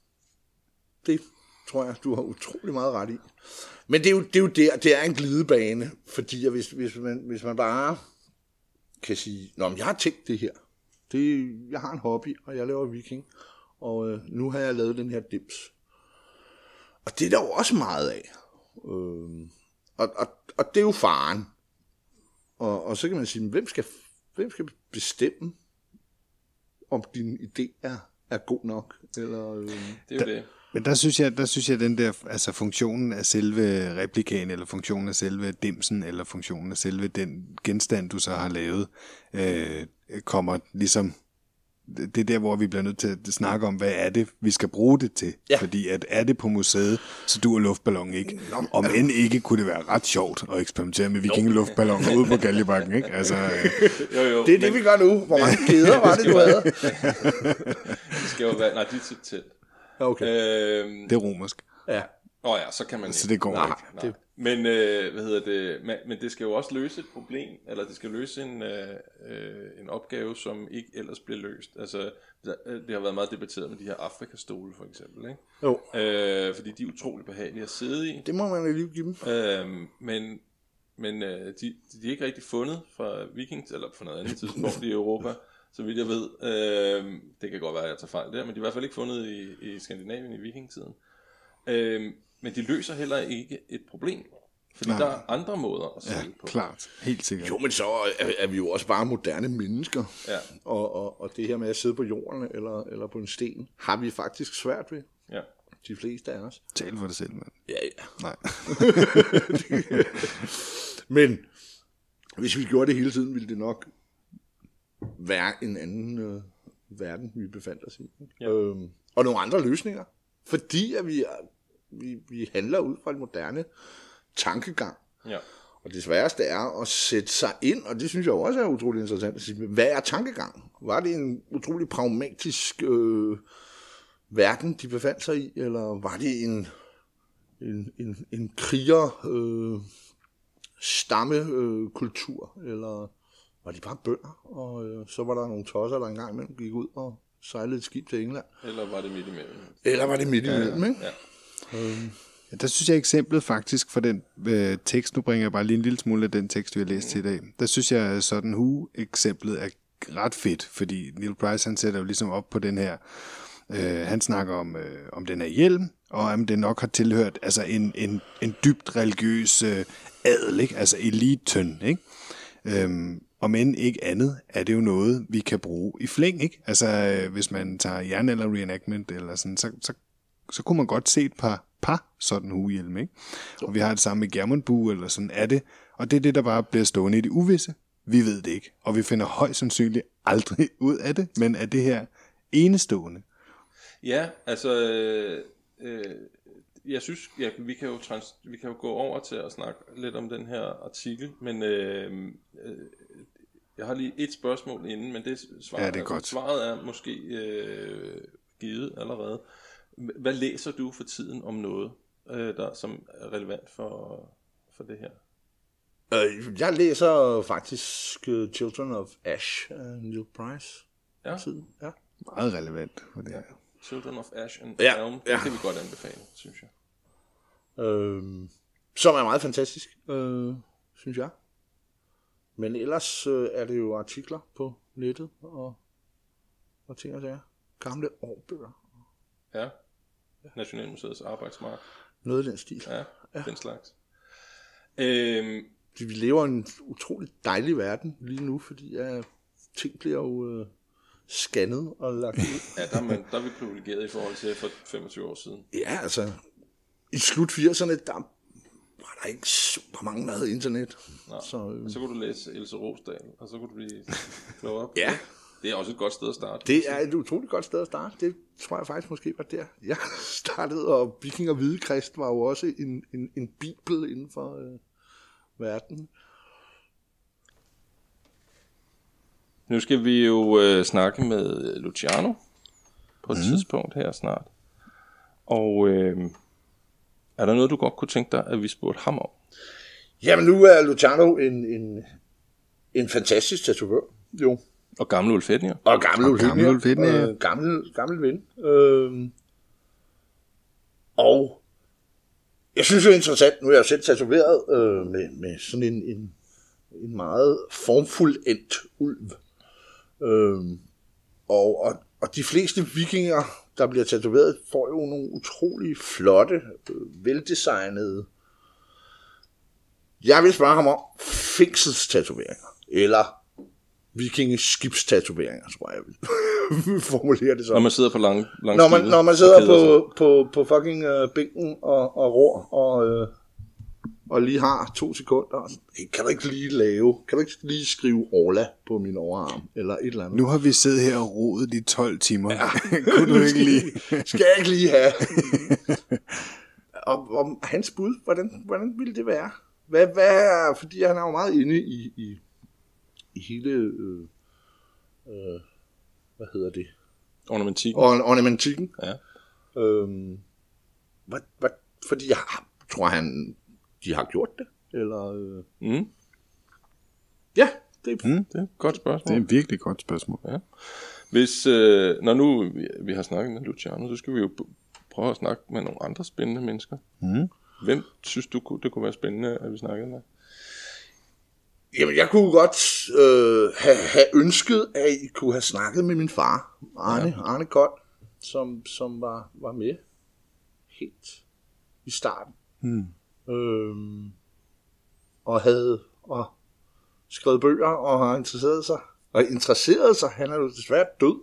Det tror jeg, du har utrolig meget ret i. Men det er jo, det er jo der, det er en glidebane, fordi hvis, hvis, man, hvis man bare kan sige, nå, men jeg har tænkt det her. Det, jeg har en hobby, og jeg laver viking, og øh, nu har jeg lavet den her dims. Og det er der jo også meget af. Øh, og, og, og det er jo faren. Og, og så kan man sige, hvem skal, hvem skal bestemme, om din idé er, er god nok? Eller, øh, det er jo det. Men der synes jeg, der synes jeg den der, altså funktionen af selve replikaen, eller funktionen af selve dimsen, eller funktionen af selve den genstand, du så har lavet, øh, kommer ligesom, det er der, hvor vi bliver nødt til at snakke om, hvad er det, vi skal bruge det til. Ja. Fordi at er det på museet, så duer luftballon ikke. Nå, Om end ikke, kunne det være ret sjovt at eksperimentere med vikingeluftballoner ude på Galjebakken, ikke? Altså, øh. jo, jo, det er men... det, vi gør nu. Hvor mange kæder var det, du havde? Det skal jo være, nej, de er tæt. Okay. Øhm, det er romersk. Ja. Åh oh ja, så kan man så det går nej, ikke. Nej. Det... Men øh, hvad hedder det? Men, men det skal jo også løse et problem, eller det skal løse en øh, øh, en opgave, som ikke ellers bliver løst. Altså det har været meget debatteret med de her Afrikastole for eksempel, ikke? Jo. Øh, fordi de er utrolig behagelige at sidde i. Det må man jo lige give dem. Øh, men men øh, de de er ikke rigtig fundet fra vikings eller på noget andet tidspunkt i Europa. Så vidt jeg ved, øh, det kan godt være, at jeg tager fejl der, men de er i hvert fald ikke fundet i, i Skandinavien i vikingetiden. Øh, men de løser heller ikke et problem, fordi Nej. der er andre måder at sælge ja, på. Klart, helt sikkert. Jo, men så er, er vi jo også bare moderne mennesker, ja. og, og, og det her med at sidde på jorden eller, eller på en sten, har vi faktisk svært ved. Ja. De fleste af os. Tal for dig selv, mand. Ja, ja. Nej. Men hvis vi gjorde det hele tiden, ville det nok være en anden øh, verden, vi befandt os i. Ja. Øhm, og nogle andre løsninger. Fordi at vi, vi, vi handler ud fra en moderne tankegang. Ja. Og det sværeste er at sætte sig ind, og det synes jeg også er utrolig interessant at sige, hvad er tankegang? Var det en utrolig pragmatisk øh, verden, de befandt sig i, eller var det en, en, en, en kriger øh, stammekultur, øh, eller var de bare bønder, og øh, så var der nogle tosser, der engang imellem gik ud og sejlede et skib til England. Eller var det midt imellem? Eller var det midt imellem, ja, ja. ikke? Ja. Øhm. Ja, der synes jeg eksemplet faktisk for den øh, tekst, nu bringer jeg bare lige en lille smule af den tekst, vi har læst mm. til i dag. Der synes jeg sådan Who-eksemplet er ret fedt, fordi Neil Price, han sætter jo ligesom op på den her, øh, han snakker om, øh, om den her hjelm, og om det nok har tilhørt altså en, en, en dybt religiøs øh, adel, ikke? Altså eliten, ikke? Øhm, om end ikke andet, er det jo noget, vi kan bruge i flæng, ikke? Altså, øh, hvis man tager jernalder reenactment, eller sådan, så, så, så kunne man godt se et par, par sådan huehjelme, ikke? Og vi har det samme med Germonbue, eller sådan er det. Og det er det, der bare bliver stående i det uvisse. Vi ved det ikke. Og vi finder højst sandsynligt aldrig ud af det, men er det her enestående? Ja, altså... Øh, øh, jeg synes, ja, vi, kan jo trans- vi kan jo gå over til at snakke lidt om den her artikel, men øh, øh, Jeg har lige et spørgsmål inden, men det, svaret, ja, det er godt. svaret er måske øh, givet allerede. Hvad læser du for tiden om noget, øh, der som er relevant for, for det her? Øh, jeg læser faktisk uh, Children of Ash af uh, Neil Price. Ja. Tiden. Ja. Meget relevant for det her. Children of Ash and Ja, Elm, det ja. kan vi godt anbefale, synes jeg. Øh, som er meget fantastisk, øh, synes jeg. Men ellers øh, er det jo artikler på nettet og, og ting og sager. Gamle årbøger. Ja, Nationalmuseets arbejdsmark. Noget af den stil. Ja, ja. Den slags. Øhm, Vi lever i en utrolig dejlig verden lige nu, fordi ja, ting bliver jo øh, scannet og lagt ud. ja, der er, man, der er vi privilegeret i forhold til for femogtyve år siden. Ja, altså, i slut firserne, der var der ikke super mange, der havde internet. Nå, så, øh, så kunne du læse Else Rosdal, og så kunne du blive klogere på ja. det. Det er også et godt sted at starte. Det er et utroligt godt sted at starte. Det tror jeg faktisk måske var der. Jeg startede, og Viking og Hvidekrist var jo også en, en, en bibel inden for øh, verden. Nu skal vi jo øh, snakke med Luciano på et mm. tidspunkt her snart. Og øh, er der noget, du godt kunne tænke dig, at vi spurgte ham om? Jamen nu er Luciano en, en, en fantastisk tatovør. Jo. Og gamle Ulf Ednier. Og gammel Ulf gammel Ulf Ednier. Øh, gammel, gammel ven. Øh, og jeg synes jo det er interessant, nu er jeg jo selv tatoveret øh, med, med sådan en, en, en meget formfuld endt ulv. Øh, og, og, og de fleste vikinger, der bliver tatoveret, får jo nogle utrolig flotte, øh, veldesignede, jeg vil spørge ham om, fængselstatoveringer, eller vikingeskibstatoveringer, tror jeg, jeg vil formulere det sådan. Når man sidder på lang, lang når man, skibet, når man sidder på, på, på, på fucking uh, bænken og, og ror, og, uh, og lige har to sekunder, og hey, kan du ikke lige lave, kan du ikke lige skrive Orla på min overarm, eller et eller andet. Nu har vi siddet her og rodet i tolv timer. Ja. Kunne du ikke lige? Skal jeg ikke lige have? og, og hans bud, hvordan, hvordan ville det være? Hvad, hvad, fordi han er jo meget inde i, i, i hele, øh, øh, hvad hedder det? Ornamentikken. Or, ornamentikken. Ja. Øhm, hvad, hvad, fordi jeg tror, han, de har gjort det, eller? Øh... Mm. Ja, det er, Mm. Det er et godt spørgsmål. Det er et virkelig godt spørgsmål. Ja. Hvis, øh, når nu vi, vi har snakket med Luciano, så skal vi jo prøve at snakke med nogle andre spændende mennesker. Mm. Hvem synes du, det kunne være spændende, at vi snakkede med? Jamen, jeg kunne godt øh, have, have ønsket, at I kunne have snakket med min far, Arne, ja. Arne Kold, som, som var, var med helt i starten. Mm. Øhm, og havde og skrevet bøger, og har interesseret sig. Og interesseret sig, han er jo desværre død.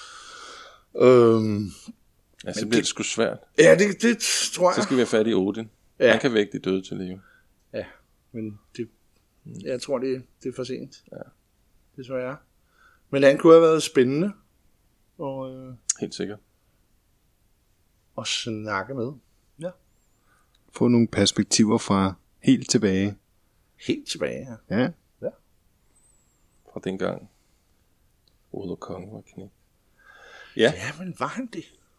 Øhm, Ja, så bliver det sgu svært. ja, det, det tror jeg. Så skal vi have fat i Odin. Ja. Han kan vække de døde til live. Ja, men det, jeg tror, det, det er for sent. Ja. Desværre. Men han kunne have været spændende og, øh, Helt sikkert. at snakke med. Ja. Få nogle perspektiver fra helt tilbage. Helt tilbage her. Ja. Fra dengang Oder Kong var knægt. Ja. Ja, men var han det?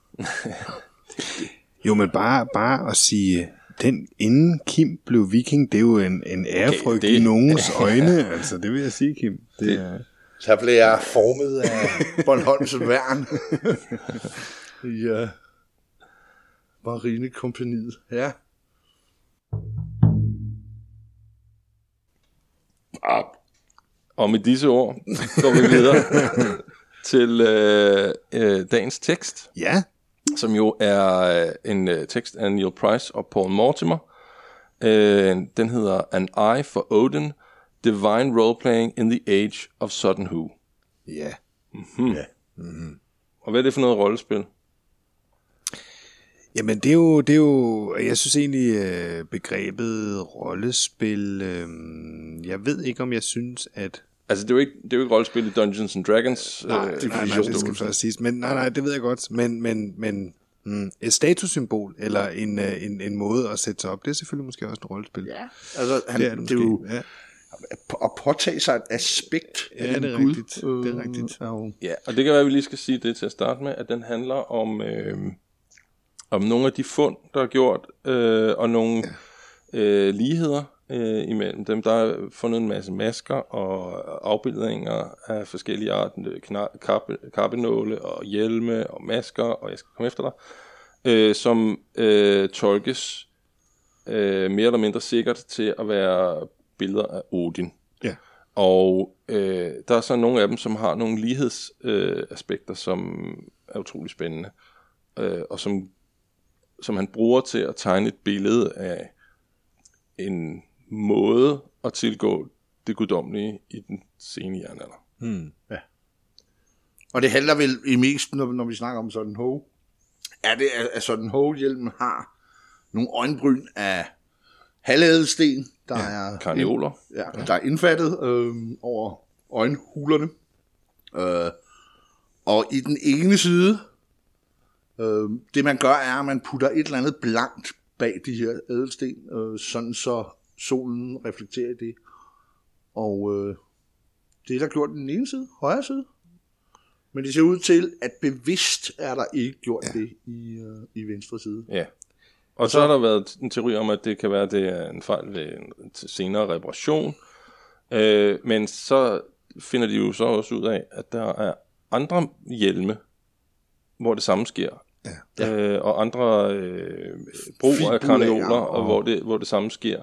Jo, men bare, bare at sige, den inden Kim blev viking, det er jo en, en ærefrygt det- i nogens øjne. Altså, det vil jeg sige, Kim. Det er... Så blev jeg formet af Bornholms værn i uh, Marinekompagniet. Ja. Og med disse ord går vi videre til øh, øh, dagens tekst, Ja, som jo er øh, en øh, tekst af Neil Price og Paul Mortimer. Øh, den hedder An Eye for Odin, Divine Roleplaying in the Age of Sudden Who. ja. Mm-hmm. Ja. Og hvad er det for noget rollespil? Jamen, det er jo, det er jo jeg synes egentlig, øh, begrebet rollespil, øh, jeg ved ikke, om jeg synes, at... Altså, det er jo ikke, det er jo ikke rollespil i Dungeons and Dragons. Nej, øh, nej, nej, det skal først siges. Men nej, nej, det ved jeg godt. Men, men, men mm, et statussymbol, eller en, øh, en, en måde at sætte sig op, det er selvfølgelig måske også et rollespil. Ja. Altså, han, Det er det det måske. er jo, Ja. at påtage sig et aspekt af Ja, en det er gud. rigtigt. Det er rigtigt. Øh, Ja, og det kan være, at vi lige skal sige det til at starte med, at den handler om, øh, om nogle af de fund, der er gjort, øh, og nogle øh, ligheder øh, imellem dem. Der er fundet en masse masker og afbildninger af forskellige arter, kappenåle og hjelme og masker, og jeg skal komme efter dig, øh, som øh, tolkes øh, mere eller mindre sikkert til at være billeder af Odin. Ja. Og øh, der er så nogle af dem, som har nogle lighedsaspekter, øh, aspekter, som er utrolig spændende, øh, og som, som han bruger til at tegne et billede af en måde at tilgå det guddommelige i den sene jernalder. Hmm. Ja. Og det handler vel i mest, når, når vi snakker om sådan en Ho, er det, at sådan en Ho-hjelmen har nogle øjenbryn af halvædelsten, der ja, er karneoler. Ja, der er indfattet øh, over øjenhulerne. Øh, og i den ene side, øh, det man gør, er, at man putter et eller andet blankt bag de her ædelsten, øh, sådan så solen reflekterer i det. Og øh, det er der gjort i den ene side, højre side. Men det ser ud til, at bevidst er der ikke gjort ja. det i, øh, i venstre side. Ja. Og så har der været en teori om, at det kan være, at det er en fejl ved en senere reparation. Øh, men så finder de jo så også ud af, at der er andre hjelme, hvor det samme sker. Ja. Øh, og andre øh, brug af karneoler, og, og hvor, det, hvor det samme sker.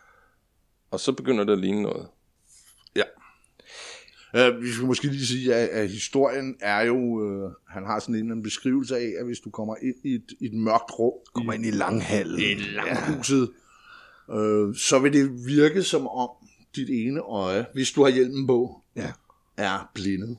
Og så begynder det at ligne noget. Ja. Uh, vi skal måske lige sige, at, at historien er jo, uh, han har sådan en, en beskrivelse af, at hvis du kommer ind i et, i et mørkt rum, kommer ind i langhallen, i langhuset, ja. uh, så vil det virke som om dit ene øje, hvis du har hjelmen på, ja. er blindet.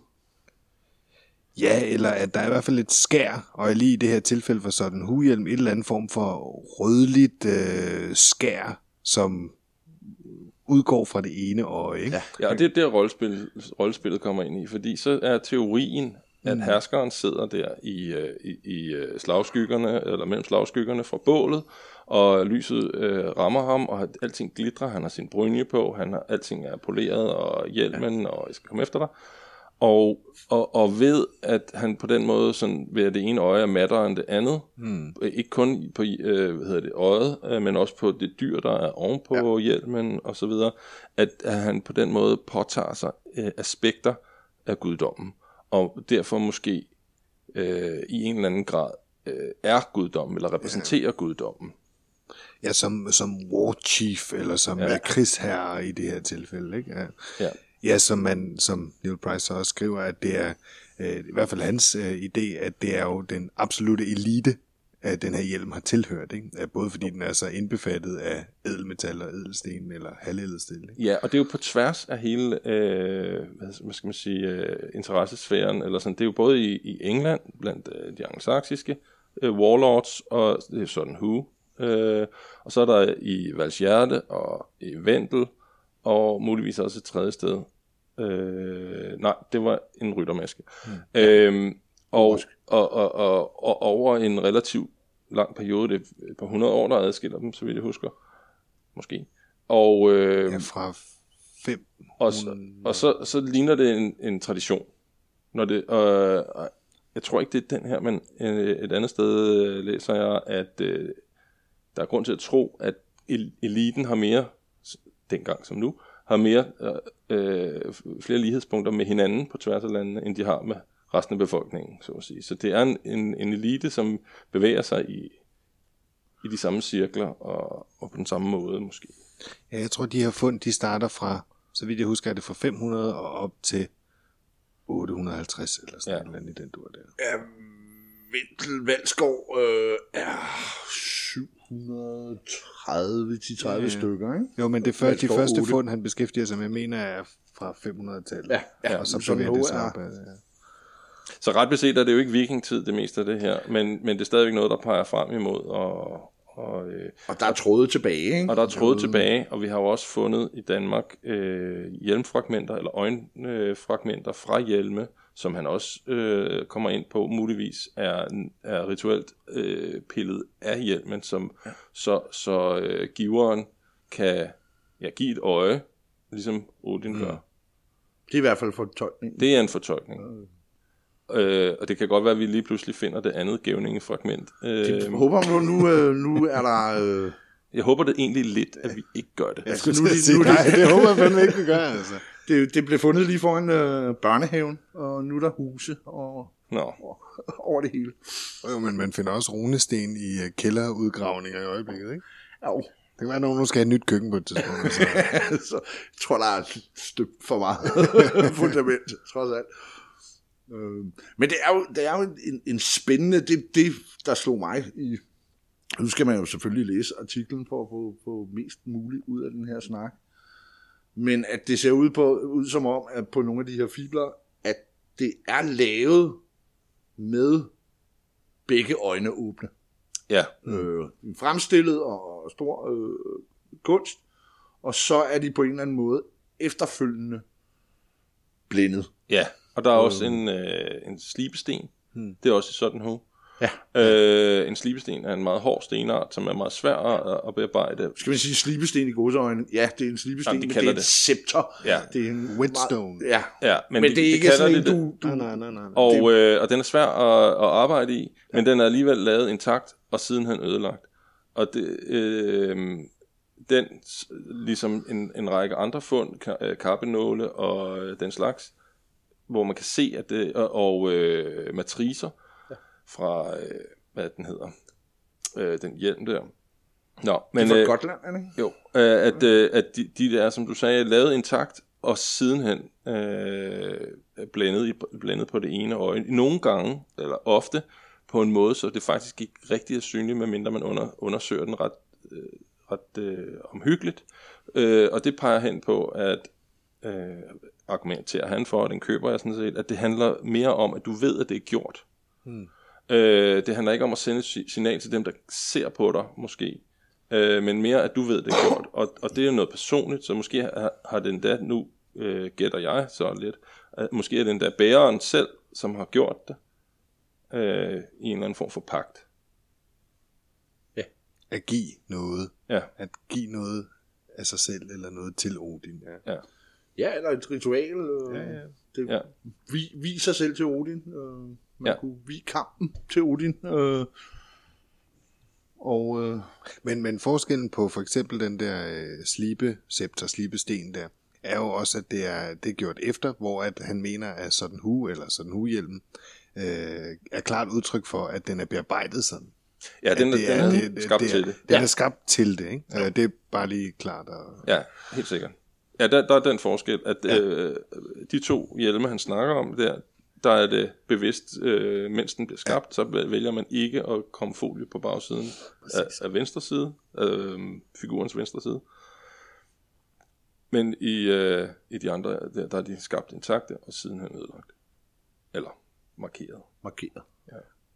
Ja, eller at der er i hvert fald et skær, og lige i det her tilfælde for sådan en huhjelm, et eller andet form for rødligt øh, skær, som udgår fra det ene øje. Ikke? Ja, og det er der rollespil, rollespillet kommer ind i, fordi så er teorien, at mm. herskeren sidder der i, i, i slagskyggerne, eller mellem slagskyggerne fra bålet, og lyset øh, rammer ham, og alting glitrer, han har sin brynje på, han har, alting er poleret, og hjelmen, ja. Og jeg skal komme efter dig. Og, og, og ved, at han på den måde, sådan, ved at det ene øje er mattere end det andet, mm. ikke kun på øh, hvad hedder det, øjet, øh, men også på det dyr, der er ovenpå ja. hjelmen og så videre, at, at han på den måde påtager sig øh, aspekter af guddommen, og derfor måske øh, i en eller anden grad øh, er guddommen, eller repræsenterer ja. guddommen. Ja, som, som war chief, eller som ja. krigsherre i det her tilfælde, ikke? Ja. Ja. Ja, som, man, som Neil Price også skriver, at det er øh, i hvert fald hans øh, idé, at det er jo den absolute elite, at den her hjelm har tilhørt, ikke? Både fordi den er så indbefattet af ædelmetaller, ædelsten eller halvædelsten. Ikke? Ja, og det er jo på tværs af hele, øh, hvad skal man sige, øh, interessesfæren, eller sådan. Det er jo både i, i England, blandt øh, de anglosaksiske øh, warlords, og det er sådan Who, øh, og så er der i Valshjerte og i Vendel, og muligvis også et tredje sted. Øh, nej, det var en ryttermaske. Hmm. Øhm, og, og, og, og, og over en relativt lang periode, det er et par hundrede år, der adskiller dem, så vidt jeg husker. Måske. Og, øh, ja, fra fem. Og, så, og så, så ligner det en, en tradition. Når det, øh, jeg tror ikke, det er den her, men et andet sted læser jeg, at øh, der er grund til at tro, at eliten har mere dengang som nu, har mere øh, flere lighedspunkter med hinanden på tværs af landene, end de har med resten af befolkningen, så at sige. Så det er en, en, en elite, som bevæger sig i, i de samme cirkler, og, og på den samme måde måske. Ja, jeg tror, de her fund, de starter fra, så vidt jeg husker, er det fra fem hundrede og op til otte hundrede og halvtreds, eller sådan ja. noget i den dur der. Ja, Vendel Valskov øh, er syv hundrede og tredive til tredive ja. stykker, ikke? Jo, men det før, de første otte. Fund, han beskæftiger sig med, mener er fra fem hundrede-tallet. Ja, ja, og så bevæger det sig op. Ja. Så ret beset er det jo ikke vikingtid, det meste af det her, men, men det er stadigvæk noget, der peger frem imod. Og, og, øh, og der er tråde tilbage, ikke? Og der er tråde tilbage, og vi har jo også fundet i Danmark øh, hjelmfragmenter, eller øjenfragmenter fra hjelme, som han også øh, kommer ind på, muligvis er, er rituelt øh, pillet af hjelmen, som, ja. så, så øh, giveren kan ja, give et øje ligesom Odin gør. Det er i hvert fald fortolkning. Det er en fortolkning. Mm. Øh, og det kan godt være, at vi lige pludselig finder det andet gævningefragment. Øh, Jeg håber nu, nu, øh, nu er der... Øh... Jeg håber det egentlig lidt, at vi ikke gør det. Jeg skulle nu, sige, nu, nej, det håber jeg fandme ikke, vi gør, altså. Det, det blev fundet lige foran øh, børnehaven, og nu er der huse og, Nå. og, over det hele. Jo, men man finder også runesten i uh, kælderudgravninger i øjeblikket, ikke? Jo. Det kan være, at nogen skal have et nyt køkken på et tidspunkt. Altså. Så jeg tror, der er et stykke for meget fundament, trods alt. Øh, men det er jo, det er jo en, en spændende... Det, det, der slog mig i... Nu skal man jo selvfølgelig læse artiklen for at få, få mest muligt ud af den her snak. Men at det ser ud, på, ud som om, at på nogle af de her fibler, at det er lavet med begge øjne åbne. Ja. Øh, fremstillet og stor øh, kunst, og så er de på en eller anden måde efterfølgende blændet. Ja, og der er også en, øh, en slibesten. Hmm. Det er også i sådan her. Ja. Øh, en slibesten er en meget hård stenart, som er meget svær at, at bearbejde. Skal man sige slibesten i godseøjne? Ja, det er en slibesten, Jamen, de men det er det. et scepter. Ja. Det er en Whetstone. Meget, ja. Ja, men, Men de, det er de ikke kalder sådan en, det du... du Nej, nej, nej, nej. Og, øh, og den er svær at, at arbejde i, ja. Men den er alligevel lavet intakt, og sidenhen ødelagt. Og det, øh, den, ligesom en, en række andre fund, kappenåle og øh, den slags, hvor man kan se, at det, og, og øh, matricer ja. Fra, øh, hvad den hedder, øh, den hjelm der. Nå, men, det er øh, fra Gotland, er det ikke? Jo, øh, at, øh, at de, de der, som du sagde, lavet intakt, og sidenhen øh, blændet, blændet på det ene øje. Nogle gange, eller ofte, på en måde, så det faktisk ikke rigtig er synligt, medmindre man under, undersøger den ret, øh, ret øh, omhyggeligt. Øh, og det peger hen på, at øh, argumenterer han for, og den køber jeg sådan set, at det handler mere om, at du ved, at det er gjort. Hmm. Øh, det handler ikke om at sende et signal til dem, der ser på dig, måske. Øh, men mere, at du ved, det er gjort. Og, og det er jo noget personligt, så måske har, har den der, nu øh, gætter jeg så lidt, at måske er den der bæreren selv, som har gjort det, øh, i en eller anden form for pagt. Ja. At give noget. Ja. At give noget af sig selv, eller noget til Odin. Ja. Ja. Ja, eller et ritual. Øh, ja, ja. Det ja. Vi, viser selv til Odin. Øh, man ja. kunne vige kampen til Odin. Øh, og, øh, men, men forskellen på for eksempel den der øh, slibe-scepter, slibesten der, er jo også, at det er, det er gjort efter, hvor at han mener, at sådan hu eller sådan hu-hjelmen øh, er klart udtryk for, at den er bearbejdet sådan. Ja, den, det den er, er, det, det, skabt det er, til det. Den ja. er skabt til det, ikke? Ja. Det er bare lige klart. Og... Ja, helt sikkert. Ja, der, der er den forskel, at ja. øh, de to hjelme, han snakker om der, der er det bevidst, øh, mens den bliver skabt, ja. Så vælger man ikke at komme folie på bagsiden af, af venstre side, øh, figurens venstre side. Men i, øh, i de andre, der, der er de skabt intakte, og sidenhen ødelagt. Eller markeret. Markeret. Ja.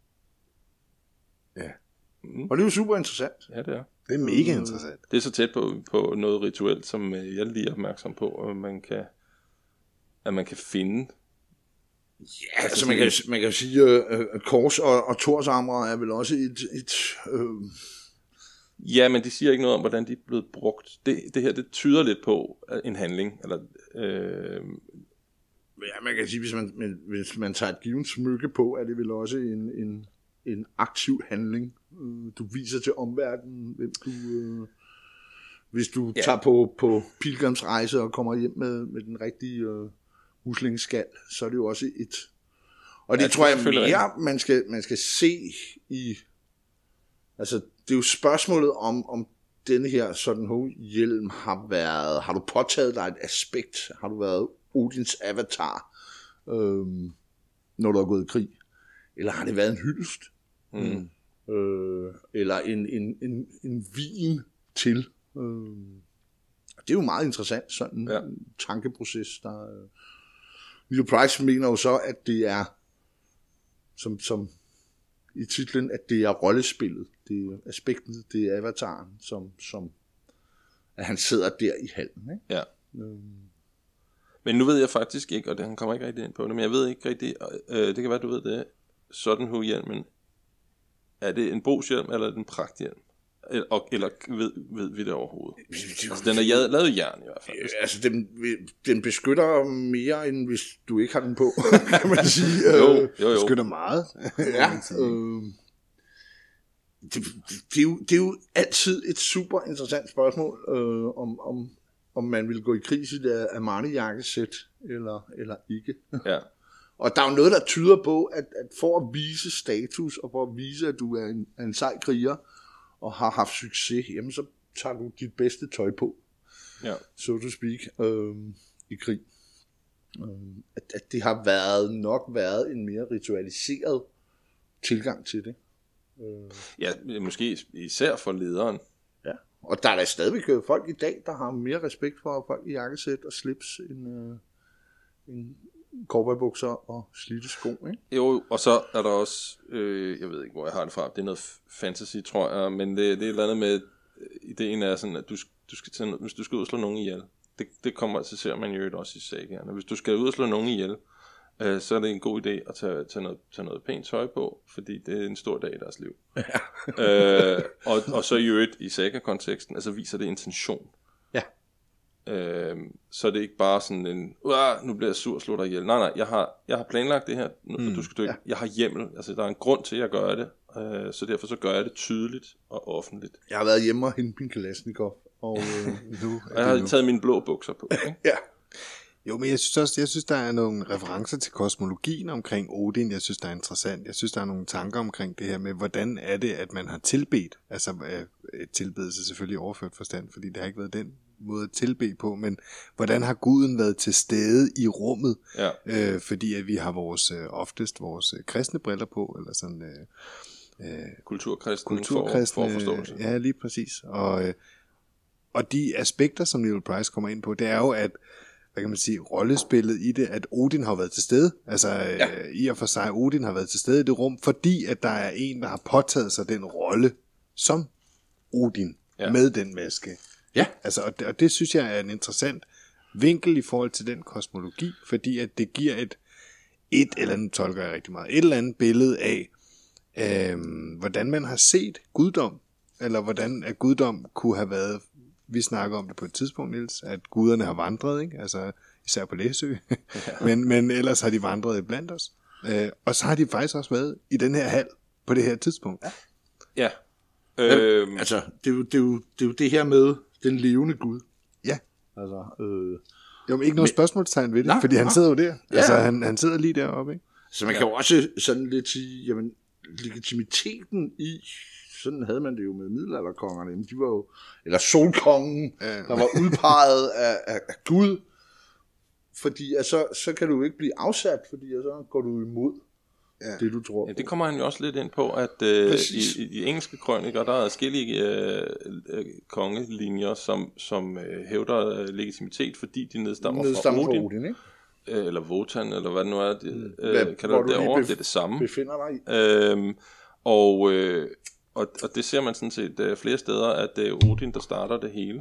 Ja. Mm. Og det er jo super interessant. Ja, det er. Det er mega interessant. Det er så tæt på, på noget rituelt, som jeg lige er opmærksom på, at man kan, at man kan finde. Ja, altså man kan, man kan sige, at uh, kors og, og torsarmere er vel også et... et uh... Ja, men de siger ikke noget om, hvordan de er blevet brugt. Det, det her, det tyder lidt på en handling. Eller, øh... Ja, man kan sige, hvis man, hvis man tager et givet smykke på, er det vel også en, en, en aktiv handling. Du viser til omverdenen, hvem du... Uh... Hvis du ja. tager på, på pilgrimsrejse og kommer hjem med, med den rigtige... Uh... huslingsskal, så er det jo også et... Og det ja, tror jeg mere, man skal, man skal se i... Altså, det er jo spørgsmålet om, om denne her sådan hjelm har været... Har du påtaget dig et aspekt? Har du været Odins avatar, øhm, når du har gået i krig? Eller har det været en hyldest? Mm. Øh, eller en, en, en, en vin til? Øh, det er jo meget interessant, sådan en ja. tankeproces, der... Neil Price mener jo så, at det er, som, som i titlen, at det er rollespillet, det er aspektet, det er avataren, som, som at han sidder der i hallen. Ikke? Ja. Øhm. Men nu ved jeg faktisk ikke, og det, han kommer ikke rigtig ind på det, men jeg ved ikke rigtig, øh, det kan være, du ved det, sådan hu-hjelmen, er det en brugshjelm, eller er det en pragthjelm? Eller, eller ved, ved vi det overhovedet? Altså, den er lavet i jern i hvert fald. Altså, den, den beskytter mere, end hvis du ikke har den på, kan man sige. Jo, jo, jo. Beskytter meget. Ja, øh, det, det, det, er jo, det er jo altid et super interessant spørgsmål, øh, om, om, om man vil gå i krig i det Armani-jakkesæt, eller, eller ikke. Ja. Og der er jo noget, der tyder på, at, at for at vise status, og for at vise, at du er en, en sej kriger, og har haft succes, jamen så tager du dit bedste tøj på, ja. so to speak, øh, i krig. Øh, at, at det har været nok været en mere ritualiseret tilgang til det. Øh. Ja, måske især for lederen. Ja, og der er da stadigvæk folk i dag, der har mere respekt for folk i jakkesæt og slips, end, øh, end cowboybukser og slidte sko, ikke? Jo, og så er der også, øh, jeg ved ikke, hvor jeg har det fra, det er noget fantasy, tror jeg, men det, det er et eller andet med, ideen er sådan, at du, du skal tage, hvis du skal ud og slå nogen ihjel, det, det kommer, så ser man jo også i sagaerne, hvis du skal ud og slå nogen ihjel, øh, så er det en god idé at tage, tage, noget, tage noget pænt tøj på, fordi det er en stor dag i deres liv. Ja. øh, og, og så i øvrigt, i saga-konteksten, altså viser det intention. Ja. Øh, så er det ikke bare sådan en, nu bliver jeg sur og slår dig ihjel. Nej, nej, jeg har, jeg har planlagt det her, mm, du skal dø. Ja. Jeg har hjemmel, altså der er en grund til, at jeg gør det, øh, så derfor så gør jeg det tydeligt og offentligt. Jeg har været hjemme og hentet min Kalashnikov, og øh, nu og jeg har nu. taget mine blå bukser på. Ikke? Ja. Jo, men jeg synes også, jeg synes, der er nogle referencer til kosmologien omkring Odin, jeg synes, der er interessant. Jeg synes, der er nogle tanker omkring det her med, hvordan er det, at man har tilbedt, altså et tilbedelse selvfølgelig overført forstand, fordi det har ikke været den måde at tilbede på, men hvordan har guden været til stede i rummet, ja. øh, fordi at vi har vores, øh, oftest vores øh, kristne briller på, eller sådan øh, øh, kulturkristne, kulturkristne for, for forståelse. Ja, lige præcis. Og, øh, og de aspekter, som Neil Price kommer ind på, det er jo, at hvad kan man sige, rollespillet i det, at Odin har været til stede, altså ja. øh, i og for sig, Odin har været til stede i det rum, fordi at der er en, der har påtaget sig den rolle som Odin, ja. Med den maske. Ja. Altså, og, det, og det synes jeg er en interessant vinkel i forhold til den kosmologi, fordi at det giver et, et eller andet, tolker jeg rigtig meget, et eller andet billede af, øh, hvordan man har set guddom, eller hvordan at guddom kunne have været. Vi snakker om det på et tidspunkt, Niels, at guderne har vandret, ikke? Altså især på Læsø, ja. men, men ellers har de vandret blandt os. Øh, og så har de faktisk også været i den her hal på det her tidspunkt. Ja. Ja. Øhm. Ja, altså, det er, jo, det, er jo, det er jo det her med den levende Gud. Ja. Altså, øh, jo, men ikke noget men, spørgsmålstegn ved det, nej, fordi nej. Han sidder jo der. Ja. Altså, han, han sidder lige deroppe, ikke? Så man ja. Kan jo også sådan lidt sige, jamen, legitimiteten i, sådan havde man det jo med middelalderkongerne, de var jo, eller solkongen, ja. Der var udpeget af, af, af Gud, fordi altså, så kan du ikke blive afsat, fordi så går du imod ja. Det, du tror ja, det kommer han jo også lidt ind på, at øh, i, i de engelske krøniker, der er forskellige øh, øh, kongelinjer, som, som øh, hævder øh, legitimitet, fordi de nedstammer, nedstammer fra Odin, Odin ikke? Øh, eller Wotan, eller hvad det nu er, det, øh, hvad, kan du derovre, det er det samme. Befinder dig i. Øhm, og, øh, og, og det ser man sådan set øh, flere steder, at det er Odin, der starter det hele.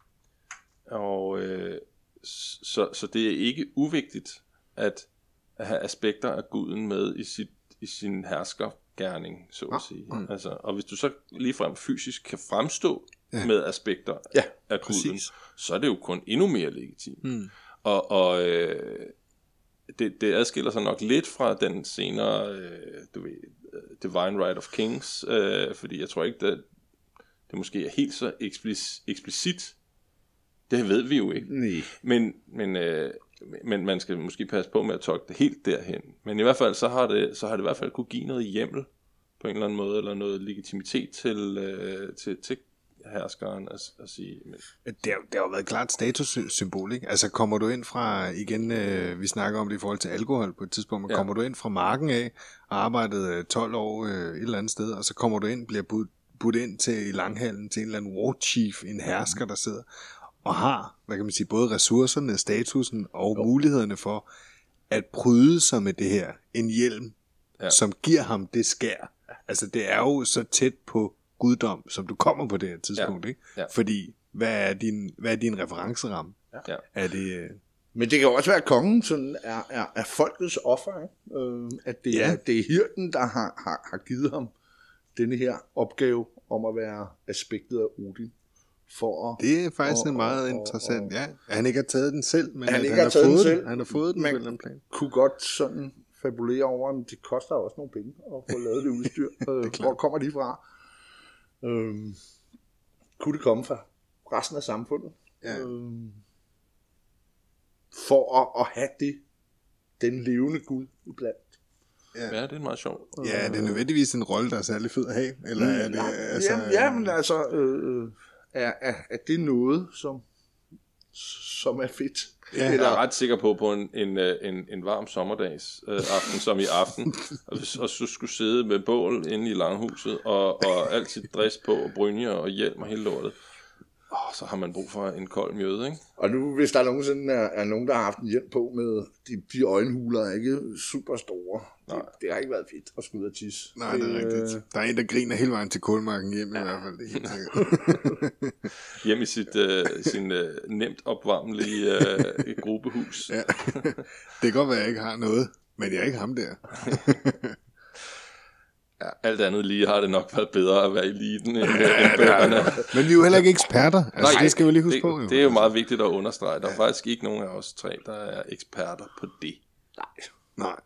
Og øh, så, så det er ikke uvigtigt, at at have aspekter af guden med i, sit, i sin herskergerning, så at sige. Mm. Altså, og hvis du så ligefrem fysisk kan fremstå ja. Med aspekter ja, af guden, præcis. Så er det jo kun endnu mere legitimt. Mm. Og, og øh, det, det adskiller sig nok lidt fra den senere øh, du ved, Divine Right of Kings, øh, fordi jeg tror ikke, det, det måske er helt så eksplicit, eksplicit. Det ved vi jo ikke. Nej. Men, men øh, Men man skal måske passe på med at tolke det helt derhen. Men i hvert fald, så har det, så har det i hvert fald kunne give noget hjemmel på en eller anden måde, eller noget legitimitet til, øh, til, til herskeren at, at sige. Men det, har, det har jo været et klart statussymbol, ikke? Altså kommer du ind fra, igen, øh, vi snakker om det i forhold til alkohol på et tidspunkt, men ja. Kommer du ind fra marken af, og arbejdet tolv år øh, et eller andet sted, og så kommer du ind, bliver budt, budt ind til i langhallen, til en eller anden war chief, en hersker, der sidder og har, hvad kan man sige, både ressourcerne, statusen og jo. Mulighederne for at pryde sig med det her, en hjelm, ja. Som giver ham det skær. Altså det er jo så tæt på guddom, som du kommer på det her tidspunkt, ja. Ikke? Ja. Fordi, hvad er din, hvad er din referenceramme? Ja. Er det... Øh... Men det kan jo også være, at kongen sådan er, er, er folkets offer, ikke? Øh, at det, ja. er, det er hirden, der har, har, har givet ham denne her opgave, om at være aspektet af Odin. For at, det er faktisk og, en meget og, interessant, og, ja. At han ikke har taget den selv, men han at ikke han har har taget den fået selv. den. Han har fået den på en eller anden plan. Kunne godt sådan fabulere over, men det koster også nogle penge at få lavet det udstyr. det Hvor kommer de fra? Øhm, kunne det komme fra resten af samfundet? Ja. Øhm, for at, at have det, den levende Gud iblandt. Ja, det er meget sjovt. Ja, det er nødvendigvis en rolle, der er særlig fed at have. Eller er det, altså, Jamen, ja, men altså, øh, er, er, er det noget, som, som er fedt? Ja, jeg er ret sikker på, på en, en, en, en varm sommerdags øh, aften, som i aften, og, og så skulle sidde med bål inde i langhuset, og, og altid dress på, og brynjer og hjelm og hele lortet. Oh, så har man brug for en kold mjøde, ikke? Og nu, hvis der er nogensinde er, er nogen, der har haft en hjelm på med, de, de øjenhuler er ikke super store. Det, det har ikke været fedt at skulle ud og tisse. Nej, det er øh... rigtigt. Der er en, der griner hele vejen til Kulmarken hjem, ja. I hvert fald. Det er helt sikkert. Hjem i sit øh, sin, øh, nemt opvarmelige øh, gruppehus. Ja. Det kan godt være, at jeg ikke har noget, men jeg er ikke ham der. Ja, alt andet lige har det nok været bedre at være i eliten end, end bøgerne. Men vi er jo heller ikke eksperter. Altså, Nej, det skal vi lige huske det, på. Jo. Det er jo meget vigtigt at understrege. Der er faktisk ikke nogen af os tre, der er eksperter på det. Nej. Nej.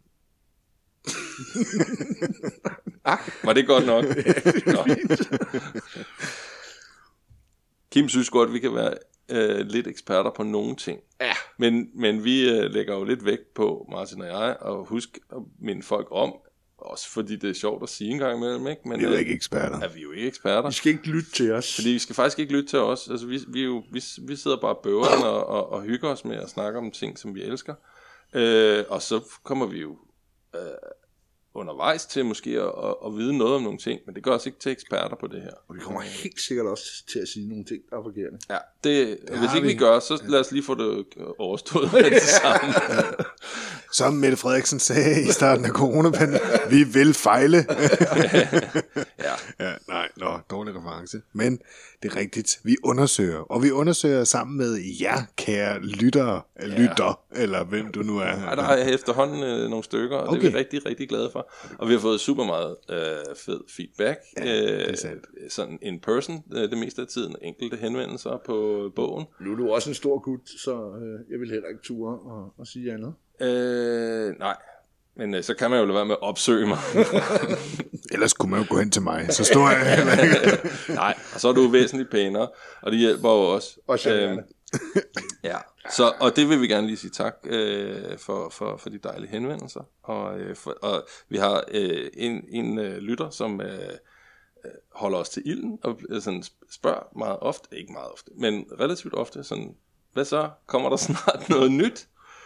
Var det godt nok? Nå. Kim synes godt, vi kan være øh, lidt eksperter på nogle ting. Ja. Men, men vi øh, lægger jo lidt vægt på, Martin og jeg, at huske at minde folk om, også fordi det er sjovt at sige en gang imellem, ikke? Men, vi er jo ikke eksperter. Er vi jo ikke eksperter. Vi skal ikke lytte til os. Fordi vi skal faktisk ikke lytte til os. Altså, vi, vi, er jo, vi, vi sidder bare og bøver og, og, og hygger os med at snakke om ting, som vi elsker. Øh, og så kommer vi jo øh, undervejs til måske at, at, at vide noget om nogle ting, men det gør os ikke til eksperter på det her. Og vi kommer helt sikkert også til at sige nogle ting, der er forkerte. Ja, det, ja hvis ikke vi, vi gør, så lad os lige få det overstået med det samme. Som Mette Frederiksen sagde i starten af coronapandemien, vi vil fejle. ja. ja. Nej, nå, dårlig reference. Men det er rigtigt, vi undersøger. Og vi undersøger sammen med jer, kære lyttere, ja. lytter, eller hvem du nu er. Ja, der har jeg efterhånden øh, nogle stykker, og okay. Det er vi rigtig, rigtig glade for. Og vi har fået super meget øh, fed feedback. Ja, øh, sådan in person, øh, det meste af tiden. Enkelte henvendelser på bogen. Nu er du også en stor gut, så øh, jeg vil heller ikke ture og, og sige andet. Øh, nej, men øh, så kan man jo lade være med at opsøge mig. Ellers kunne man jo gå hen til mig, så står jeg heller ikke. Nej, og så er du væsentligt pænere, og det hjælper jo også. Og øhm, ja, så, og det vil vi gerne lige sige tak øh, for, for, for de dejlige henvendelser. Og, øh, for, og vi har øh, en, en øh, lytter, som øh, holder os til ilden, og øh, sådan spørger meget ofte, ikke meget ofte, men relativt ofte, sådan, hvad så, kommer der snart noget nyt?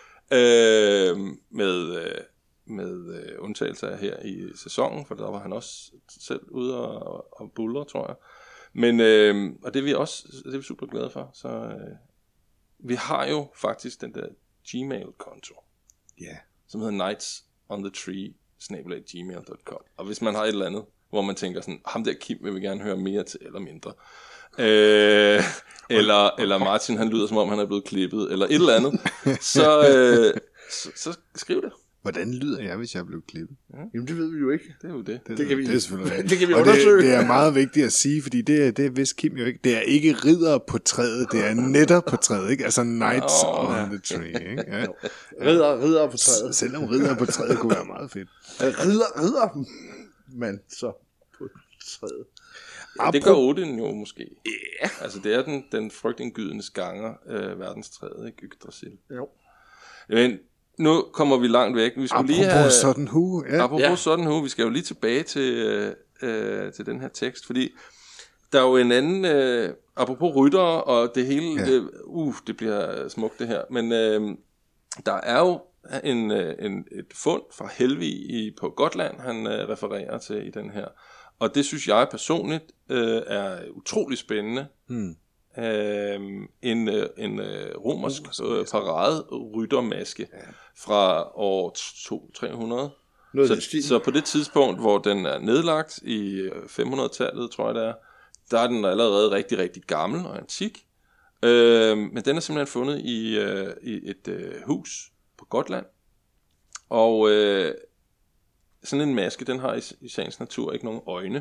Øh, med øh, med øh, undtagelser af her i sæsonen, for der var han også selv ude og, og buldre, tror jeg. Men øh, og det er vi også, det er vi super glade for. Så øh, vi har jo faktisk den der Gmail-konto, yeah. som hedder nights on the tree snabel-a gmail dot com. Og hvis man har et eller andet, hvor man tænker sådan, ham der Kim vil vi gerne høre mere til eller mindre. Øh, eller, eller Martin, han lyder som om han er blevet klippet, eller et eller andet, så, øh, så, så skriv det. Hvordan lyder jeg, hvis jeg blev klippet? Ja. Jamen det ved vi jo ikke. Det er jo det. Det, det, kan, vi, det, er selvfølgelig det kan vi og undersøge. Det, det er meget vigtigt at sige, fordi det, det vidste Kim jo ikke. Det er ikke ridder på træet, det er netter på træet, ikke? Altså knights oh, on ja. the tree, ikke? Ja. Ridder, ridder på træet. Selvom ridder på træet kunne være meget fedt. Ridder, ridder, men så på træet. Ja, det gør Odin jo måske. Yeah. Altså det er den, den frygtindgydende skanger, øh, verdenstræet, ikke? Yggdrasil. Jo. Men nu kommer vi langt væk. Vi skulle apropos lige have, sådan hu. Ja. Apropos ja. sådan hu. Vi skal jo lige tilbage til, øh, til den her tekst, fordi der er jo en anden, øh, apropos ryttere, og det hele, ja. øh, uh, det bliver smukt det her, men øh, der er jo en, en, et fund fra Helvig i, på Gotland, han øh, refererer til i den her. Og det synes jeg personligt øh, er utrolig spændende. Hmm. Øh, en, en øh, romersk øh, parade-ryttermaske ja. Fra år to tre hundrede. Så, så på det tidspunkt, hvor den er nedlagt i fem hundrede-tallet, tror jeg det er, der er den allerede rigtig, rigtig gammel og antik. Øh, men den er simpelthen fundet i, øh, i et øh, hus på Gotland. Og øh, sådan en maske, den har i, i sagens natur ikke nogen øjne.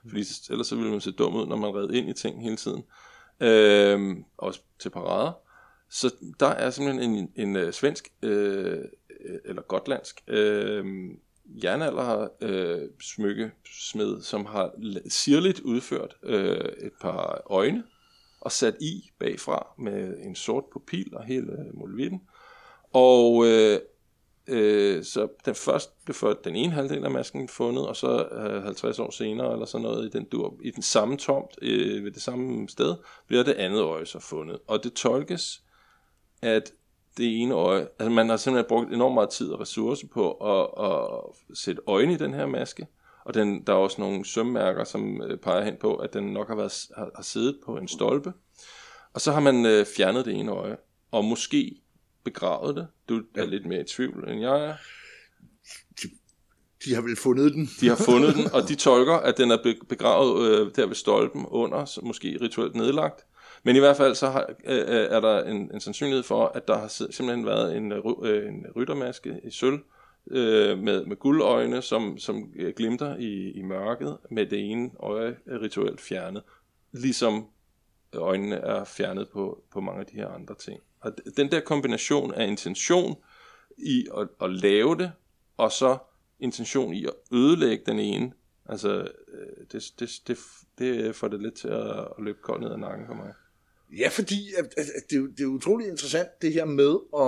Fordi ellers så ville man se dum ud, når man red ind i ting hele tiden. Øh, også til parader. Så der er simpelthen en, en, en svensk, øh, eller gotlandsk, øh, jernalder øh, smykkesmed, som har sirligt udført øh, et par øjne, og sat i bagfra med en sort pupil og hele øh, molevitten. Og øh, øh, så den først blev ført den ene halvdel af masken fundet, og så øh, halvtreds år senere, eller sådan noget, i den, dur, i den samme tomt, øh, ved det samme sted, bliver det andet øje så fundet. Og det tolkes, at det ene øje, altså man har simpelthen brugt enormt meget tid og ressourcer på at, at sætte øjne i den her maske, og den, der er også nogle sømmærker, som øh, peger hen på, at den nok har, været, har, har siddet på en stolpe, og så har man øh, fjernet det ene øje, og måske begravet det. Du er ja. lidt mere i tvivl, end jeg er. De, de har vel fundet den. De har fundet den, og de tolker, at den er begravet øh, der ved stolpen under, så måske rituelt nedlagt. Men i hvert fald så har, øh, er der en, en sandsynlighed for, at der har simpelthen været en, øh, en ryttermaske i sølv øh, med, med guldøjne, som, som glimter i, i mørket, med det ene øje rituelt fjernet. Ligesom øjnene er fjernet på, på mange af de her andre ting. Og den der kombination af intention i at, at lave det, og så intention i at ødelægge den ene, altså det, det, det, det får det lidt til at, at løbe koldt ned ad nakken for mig. Ja, fordi at, at, at det, det er utroligt interessant, det her med at,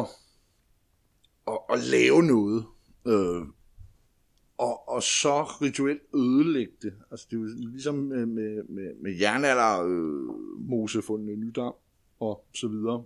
at, at lave noget, øh, og, og så rituelt ødelægge det. Altså det er jo ligesom med, med, med, med jernalder, øh, mosefundne Nydam og så videre.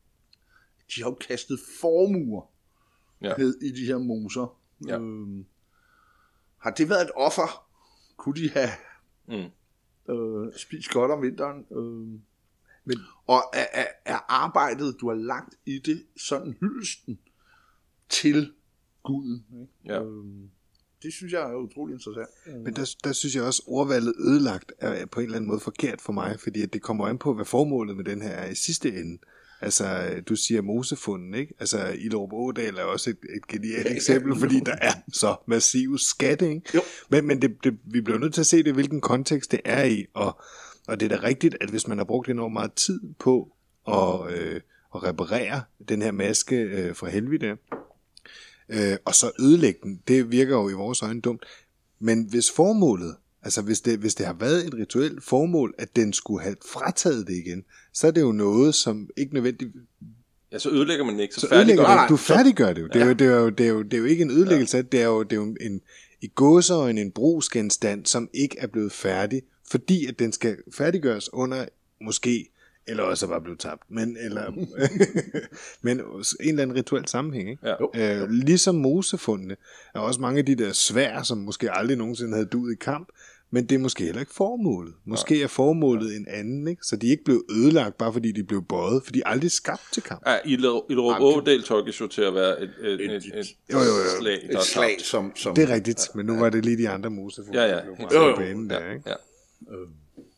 De har jo kastet formuer ja. ned i de her moser. Ja. Øh, har det været et offer? Kunne de have mm. øh, spist godt om vinteren? Øh, men, og er, er, er arbejdet, du har lagt i det, sådan hyldesten til guden? Ikke? Ja. Øh, det synes jeg er utrolig interessant. Men der, der synes jeg også, ordvalget ødelagt er på en eller anden måde forkert for mig, fordi det kommer an på, hvad formålet med den her er i sidste ende. Altså, du siger mosefunden, ikke? Altså, Illerup Ådal er også et, et genialt ja, eksempel, ja, fordi der er så massive skatte, ikke? Jo. Men, men det, det, vi bliver nødt til at se det, hvilken kontekst det er i, og, og det er da rigtigt, at hvis man har brugt enormt meget tid på at, øh, at reparere den her maske øh, fra helvede, øh, og så ødelægge den, det virker jo i vores øjne dumt. Men hvis formålet, altså hvis det, hvis det har været et rituelt formål, at den skulle have frataget det igen, så er det jo noget, som ikke nødvendigt... Ja, så ødelægger man det ikke, så, så færdiggør det. Du færdiggør det jo. Det er, ja. jo, det, er jo, det, er jo, det er jo ikke en ødelæggelse, ja. det er jo, det er jo en, i gåseøjne en brugsgenstand, som ikke er blevet færdig, fordi at den skal færdiggøres under måske, eller også bare blevet tabt, men, eller, men en eller anden rituel sammenhæng. Ikke? Ja. Øh, ligesom mosefundene er også mange af de der svær, som måske aldrig nogensinde havde duet i kamp, men det er måske heller ikke formålet. Måske er formålet en anden, ikke? Så de er ikke blevet ødelagt, bare fordi de blev bøjet, for de er aldrig skabt til kamp. Ja, Illerup Ådal tolkes jo til at være et, et, et, et, et, jo, jo, jo. slag, et slag som, som... Det er rigtigt, men nu var det lige de andre mosefugle, ja, ja. der blev jo, jo. På banen der, ikke? Ja. Øh.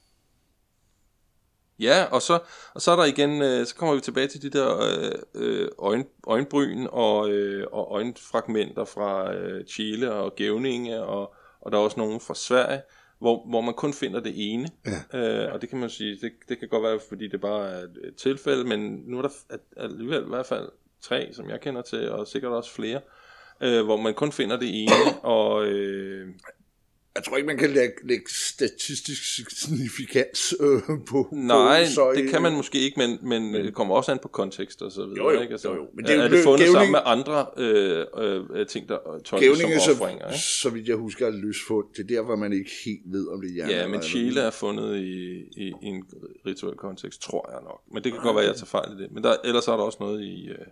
Ja, og så, og så er der igen, øh, så kommer vi tilbage til de der øh, øjen, øjenbryn og, øh, og øjenfragmenter fra øh, Chile og Gævninge, og, og der er også nogle fra Sverige, hvor, hvor man kun finder det ene. Ja. Øh, og det kan man sige, det, det kan godt være, fordi det bare er et tilfælde, men nu er der alligevel i hvert fald tre, som jeg kender til, og sikkert også flere, øh, hvor man kun finder det ene, og... Øh, Jeg tror ikke, man kan lægge, lægge statistisk signifikans øh, på... Nej, på, så, det kan man måske ikke, men, men det kommer også an på kontekst og så videre. Jo, jo, ikke? Altså, jo, jo. Men det er, er jo det fundet gævning, sammen med andre øh, øh, ting, der tolkes som offringer? Så, så vidt jeg husker, er løsfund. Det er der, hvor man ikke helt ved, om det er jern. Ja, men Chile er fundet i, i, i en rituel kontekst, tror jeg nok. Men det kan okay. godt være, at jeg tager fejl i det. Men der, ellers er der også noget i øh,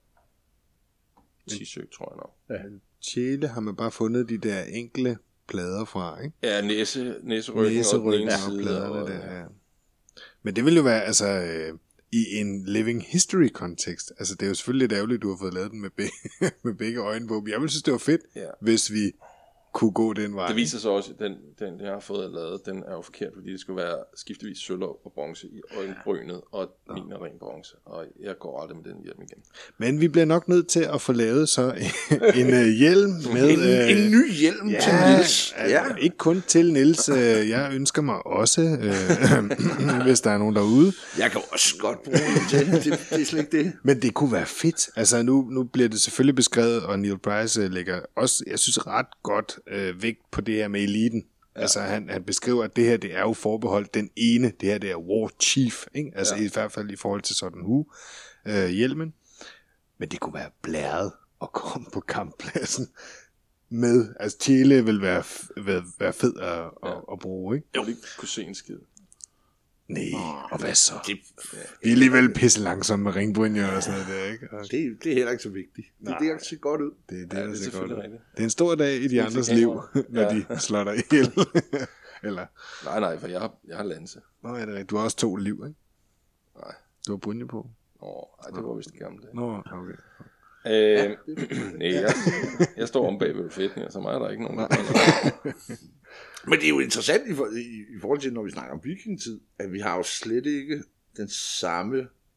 Tisø, tror jeg nok. Ja. Chile har man bare fundet de der enkle plader fra, ikke? Ja, næse, næseryggen, næseryggen og, og pladerne og, der, ja. Men det vil jo være, altså, øh, i en living history kontekst, altså det er jo selvfølgelig lidt ærgerligt, at du har fået lavet den med, be- med begge øjne på. Jeg vil synes, det var fedt, ja. hvis vi kunne gå den vej. Det viser sig også, at den, den jeg har fået lavet, den er jo forkert, fordi det skulle være skiftevis sølv og bronze i øjenbrynet, og min er ren bronze, og jeg går aldrig med den hjelm igen. Men vi bliver nok nødt til at få lavet så en uh, hjelm med... En, uh, en ny hjelm ja, til Niels. Ja. Ikke kun til Niels. Uh, jeg ønsker mig også, uh, hvis der er nogen derude. Jeg kan også godt bruge den til det. Det, det er slet ikke det. Men det kunne være fedt. Altså nu, nu bliver det selvfølgelig beskrevet, og Neil Price uh, lægger også, jeg synes, ret godt uh, vægt på det her med eliten. Ja. Altså han, han beskriver, at det her, det er jo forbeholdt den ene. Det her, det er War Chief. Ikke? Altså ja. I hvert fald i forhold til sådan hu uh, hjelmen. Men det kunne være blæret at komme på kamppladsen med. Altså Chile vil være, være, være fed at, ja. at, at bruge, ikke? Jeg vil ikke kunne se en skid. Nej, oh, og hvad så? Det, Vi er alligevel pisse langsomme med ringbrynjer og sådan noget der, ikke? Og det, det er heller ikke så vigtigt. Det, det er ikke så godt ud. det, det, Ja, er, det er det, godt selvfølgelig ud. rigtigt. Det er en stor dag i de er andres til liv, kamera. når Ja. de slår dig ihjel. Eller, Nej, nej, for jeg har, jeg har lanse. nå er det rigtigt. Du har også to liv, ikke? Nej. Du har brynje på. Åh, ej, det var vist det gamle. Nå, okay. Øh, nej, jeg, jeg står om bagved fætning, så mig er der ikke nogen. Der Men det er jo interessant i, for, i, i forhold til, når vi snakker om vikingetid, at vi har jo slet ikke den samme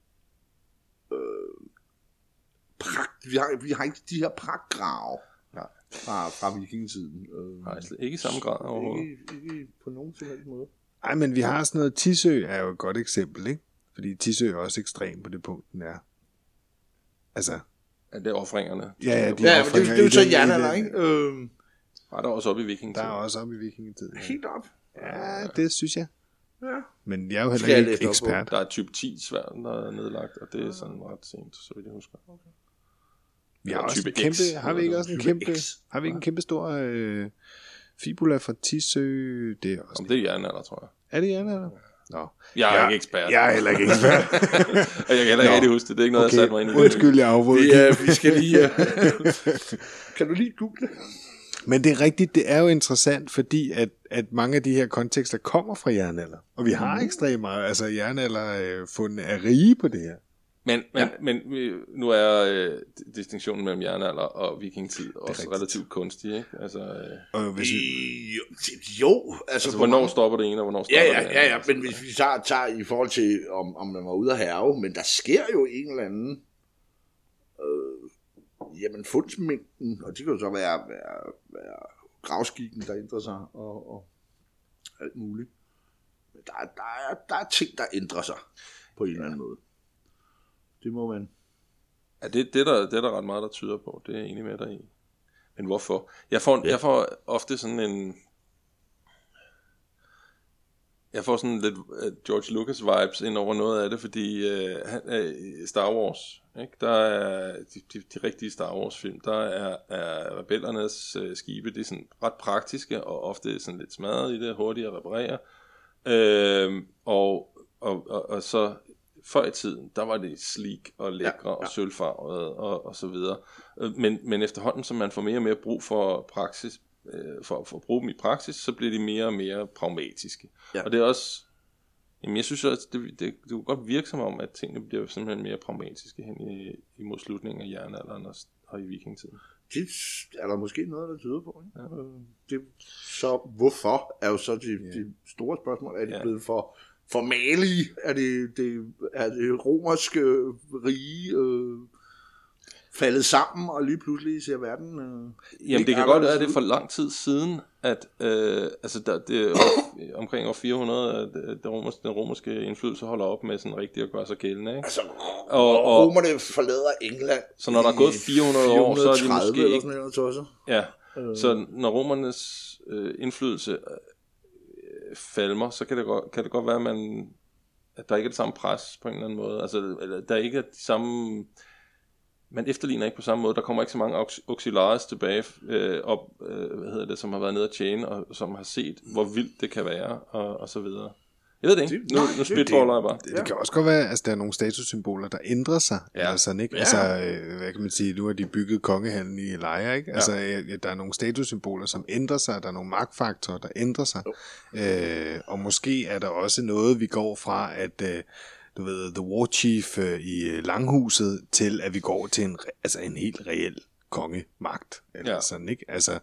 øh, pragt, vi, har, vi har ikke de her pragtgrave Nej. fra, fra vikingetiden. Øh, Nej, slet ikke i samme grad overhovedet. ikke, ikke på nogen som helst måde. Ej, men vi har sådan noget, Tissø er jo et godt eksempel, ikke? Fordi Tissø er også ekstrem på det punkt, den er. Altså, Ja, det er offringerne. ja, ja, de Ja, men det, er jo- offringer det er jo i så den- i jernalder, den- ikke? Øh, Var der også oppe i Der vikingetiden. er også oppe i vikingetiden. helt op. Ja, det synes jeg. Ja. Men jeg er jo Skal jeg heller læse ikke op på? ekspert. Der er type ti sværd, der er nedlagt, og det er sådan ret sent, så vidt jeg husker. Okay. Vi har også Type en kæmpe, X, har vi ikke eller også en type kæmpe, X. har vi ikke en kæmpe stor øh, fibula fra Tissø? Det er også. Om det er jernalder, tror jeg. Er det jernalder? Nå. Jeg er Ja, ikke ekspert. Jeg er heller ikke ekspert. Og jeg kan heller ikke Nå. rigtig huske det. Det er ikke noget, Okay, jeg satte mig ind i. undskyld, jeg afbrød. Vi, øh, vi skal lige... Øh, kan du lige google? Men det er rigtigt, det er jo interessant, fordi at, at mange af de her kontekster kommer fra jernalder. Og vi har ekstremt meget, altså jernalder øh, fundet er rige på det her. Men, men, ja. men øh, nu er øh, distinktionen mellem jernalder og vikingetid også rigtigt. relativt kunstig, ikke? Altså, øh, Og hvis vi, Jo, jo altså, altså på hvornår mange- stopper det ene, og hvornår stopper Ja, det ja, andet? ja, ja, men hvis vi tager, tager i forhold til, om, om man var ude at herve, men der sker jo en eller anden, øh, jamen fundsmængden, og det kan jo så være, være, være gravskikken, der ændrer sig, og, og alt muligt. Men der, er- der, er, der er ting, der ændrer sig på en eller anden måde. Det må man. Ja, det, det, er der, det er der ret meget, der tyder på. Det er jeg enig med dig i. Men hvorfor? Jeg får, ja. jeg får ofte sådan en... Jeg får sådan lidt uh, George Lucas vibes ind over noget af det, fordi uh, han, uh, Star Wars, ikke? Der er de, de, de rigtige Star Wars film, der er, er rebellernes uh, skibe, det er sådan ret praktiske, og ofte sådan lidt smadret i det, hurtigt at reparere. Uh, og, og, og, og så før i tiden, der var det sleek og lækre ja, ja. og sølvfarvet og, og så videre. Men, men efterhånden, som man får mere og mere brug for praksis, for, for at bruge dem i praksis, så bliver de mere og mere pragmatiske. Ja. Og det er også, jamen jeg synes også, det, det, det kunne godt virke som om, at tingene bliver simpelthen mere pragmatiske hen i, imod slutningen af jernalderen og, og i vikingetiden. Det er der måske noget, der tyder på. Ikke? Ja. Det, så hvorfor er jo så de, ja. de store spørgsmål. Er det ja. blevet for, for malige? Er det, det, er det romerske rige øh, faldet sammen, og lige pludselig ser verden... Øh, Jamen det kan godt være, at det er for lang tid siden, at øh, altså der, det er omkring år fire hundrede, at det romerske, den romerske indflydelse holder op med sådan rigtig at gøre sig gældende. Ikke? Altså, og, og romerne forlader England. Så når der er gået fire hundrede år, så er de måske ikke... Eller sådan noget, ja, øh. Så når romernes øh, indflydelse øh, falmer, så kan det, godt, kan det godt være, at, man, at der ikke er det samme pres på en eller anden måde. Altså, eller, der ikke er de samme... Man efterligner ikke på samme måde. Der kommer ikke så mange auxiliares tilbage, øh, op, øh, hvad hedder det, som har været nede at tjene, og som har set, hvor vildt det kan være, og, og så videre. Jeg ved det ikke. Nu, nu spitballer jeg bare. Det, det kan også godt være, at altså, der er nogle statussymboler, der ændrer sig. Ja. Eller sådan, ikke? Ja. Altså, øh, hvad kan man sige, nu har de bygget kongehallen i Lejre, ikke? Altså, ja. øh, der er nogle statussymboler, som ændrer sig. Der er nogle magtfaktorer, der ændrer sig. Øh, og måske er der også noget, vi går fra, at... Øh, du ved, The War Chief øh, i Langhuset, til at vi går til en, altså en helt reel kongemagt, eller ja. sådan, ikke? Altså,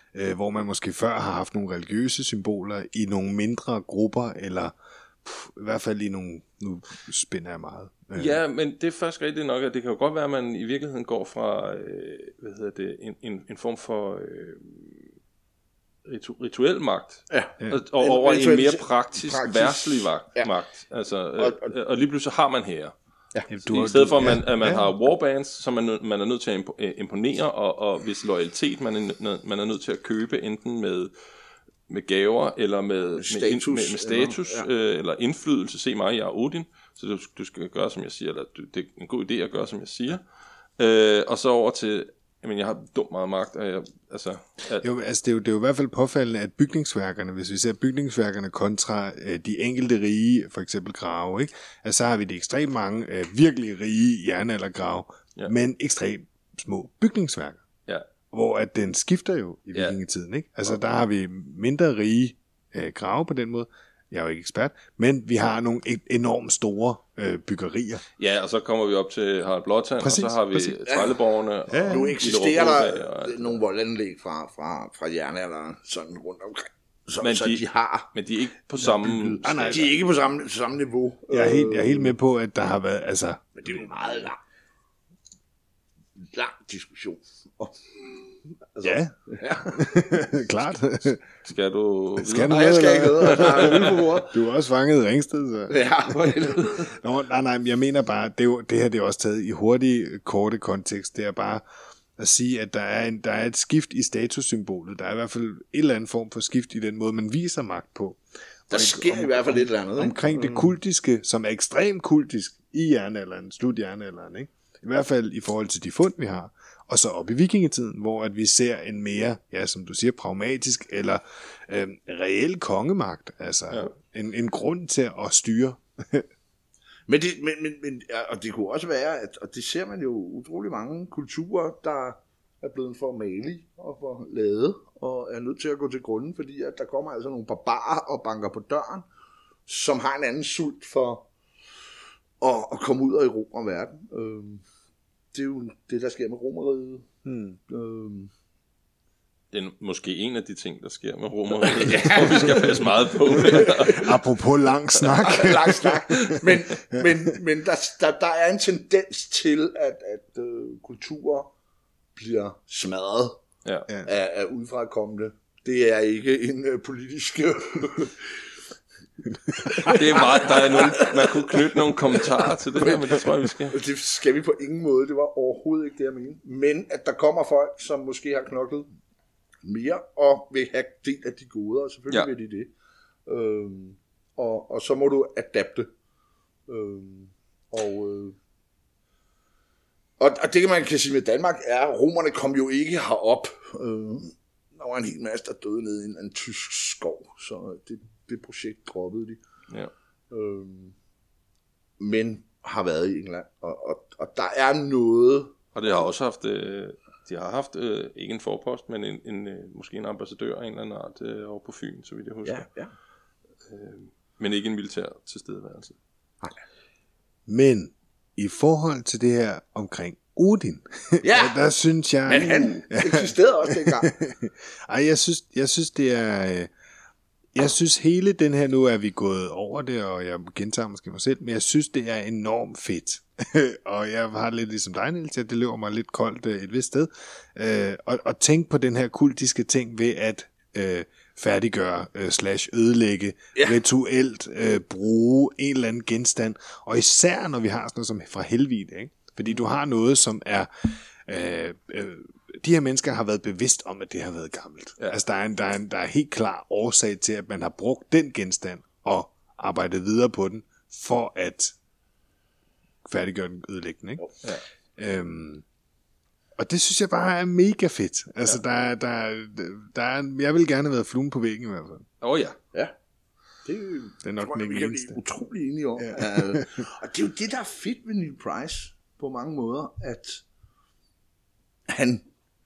øh, hvor man måske før har haft nogle religiøse symboler i nogle mindre grupper, eller pff, i hvert fald i nogle, nu spænder jeg meget. Øh. Ja, men det er faktisk rigtigt nok, at det kan jo godt være, at man i virkeligheden går fra, øh, hvad hedder det, en, en, en form for øh, ritu, rituel magt, Ja. og, og over en mere praktisk, praktisk værtslig magt. Ja. magt. Altså, øh, Og- og, og lige pludselig har man her. Ja. Du, I stedet for, at man, ja, at man ja. har warbands, som man, nød- man er nødt til at impo- øh, imponere, og, og hvis loyalitet man er, nød- man er nødt til at købe, enten med, med gaver, eller med, med, Status, med, med status, eller- eller, øh, eller indflydelse. Se mig, jeg er Odin, så du, du skal gøre, som jeg siger, eller du, det er en god idé at gøre, som jeg siger. Øh, og så over til, jamen jeg har dumt meget magt, og jeg, altså... At, Jo, altså det er jo, det er jo i hvert fald påfaldende, at bygningsværkerne, hvis vi ser bygningsværkerne kontra øh, de enkelte rige, for eksempel grave, ikke? Altså så har vi de ekstremt mange øh, virkelig rige jernaldergrave, Ja. men ekstremt små bygningsværker, ja, hvor at den skifter jo i Ja. vikingetiden, ikke? Altså der har vi mindre rige øh, grave på den måde. Jeg er jo ikke ekspert, men vi har nogle e- enormt store øh, byggerier. ja, og så kommer vi op til Harald Blåtand, Præcis, og så har vi præcis. Trælleborgene, Ja, og Nu ja. eksisterer Lillerup-Rødberg og alt der det. nogle voldanlæg fra, fra, fra jernalderen sådan rundt omkring. Så, Men så de- de har... Men de er ikke på samme... Ah, nej, de er ikke på samme, samme niveau. Jeg er, helt, jeg er helt med på, at der har været, altså... Men det er jo en meget lang, lang diskussion. Og, altså, Ja, ja. klart. Skal du... Skal du Nej, jeg skal eller ikke hvad? noget. Der er øl på bordet. Du er også fanget i Ringsted, så... Ja, for helvede. Nå, nej, nej, men jeg mener bare, det, er jo, det her det er også taget i hurtig, korte kontekst. Det er bare at sige, at der er, en, der er et skift i statussymbolet. Der er i hvert fald en eller anden form for skift i den måde, man viser magt på. Der sker i hvert fald et eller andet. Ikke? Omkring det kultiske, som er ekstremt kultisk i jernalderen, slut jernalderen, ikke? I hvert fald i forhold til de fund, vi har. Og så op i vikingetiden, hvor at vi ser en mere, ja, som du siger, pragmatisk eller øh, reel kongemagt. Altså Ja. en, en grund til at styre. Men det, men, men, men, ja, og det kunne også være, at, og det ser man jo utrolig mange kulturer, der er blevet for malige og for lade, og er nødt til at gå til grunden, fordi at der kommer altså nogle barbarer og banker på døren, som har en anden sult for at, at komme ud og erobre verden. Øhm, det er jo det, der sker med Romerriget. Hmm. Øhm, Det er måske en af de ting, der sker med romeriet. Jeg tror, vi skal passe meget på. Apropos lang snak. lang snak. Men, men, men der, der, der er en tendens til, at, at øh, kulturer bliver smadret Ja. af, af udefrakommende. Det er ikke en øh, politisk... Det er meget, der er nogle, man kunne knytte nogle kommentarer til det her, men det tror jeg, vi skal. det skal vi på ingen måde. Det var overhovedet ikke det, jeg mente. Men at der kommer folk, som måske har knoklet mere, og vil have del af de goder, og selvfølgelig Ja. ja. vil de det. Øhm, og, og så må du adapte. Øhm, og, øh, og, og det kan man kan sige med Danmark, er, at romerne kom jo ikke herop. Øh, der var en hel masse, der døde nede i en, en tysk skov, så det, det projekt droppede de. Ja. Øhm, men har været i England, og, og, og der er noget... Og det har også haft, øh, de har haft øh, ikke en forpost, men en, en, øh, måske en ambassadør af en eller anden art øh, over på Fyn, så vidt jeg husker. Ja, ja. Øh, men ikke en militær tilstedeværelse. Men i forhold til det her omkring Odin, Ja. der, der synes jeg... Men han eksisterede også dengang. Ej, jeg synes, jeg synes det er... øh, Jeg synes hele den her, nu er vi gået over det, og jeg gentager måske mig selv, men jeg synes det er enormt fedt. Og jeg har lidt ligesom dig, Niels, at det løber mig lidt koldt øh, et vist sted. Øh, og, og tænk på den her kultiske ting ved at øh, færdiggøre, øh, slash ødelægge, Ja. rituelt øh, bruge en eller anden genstand. Og især når vi har sådan noget som fra helvede, ikke? Fordi du har noget, som er... Øh, øh, de her mennesker har været bevidst om, at det har været gammelt. Ja. Altså, der er, en, der, er en, der er helt klar årsag til, at man har brugt den genstand og arbejdet videre på den, for at færdiggøre den, ødelægge den, ikke? Ja. Øhm, og det synes jeg bare er mega fedt. Altså, ja. der, der, der er, jeg vil gerne have været fluen på væggen i hvert fald. Åh oh, ja. Ja. Det er, jo, Det er nok tror den jeg, vi ikke kan eneste. blive utrolig enige om. Ja. Ja. Og det er jo det, der er fedt ved Neil Price på mange måder, at han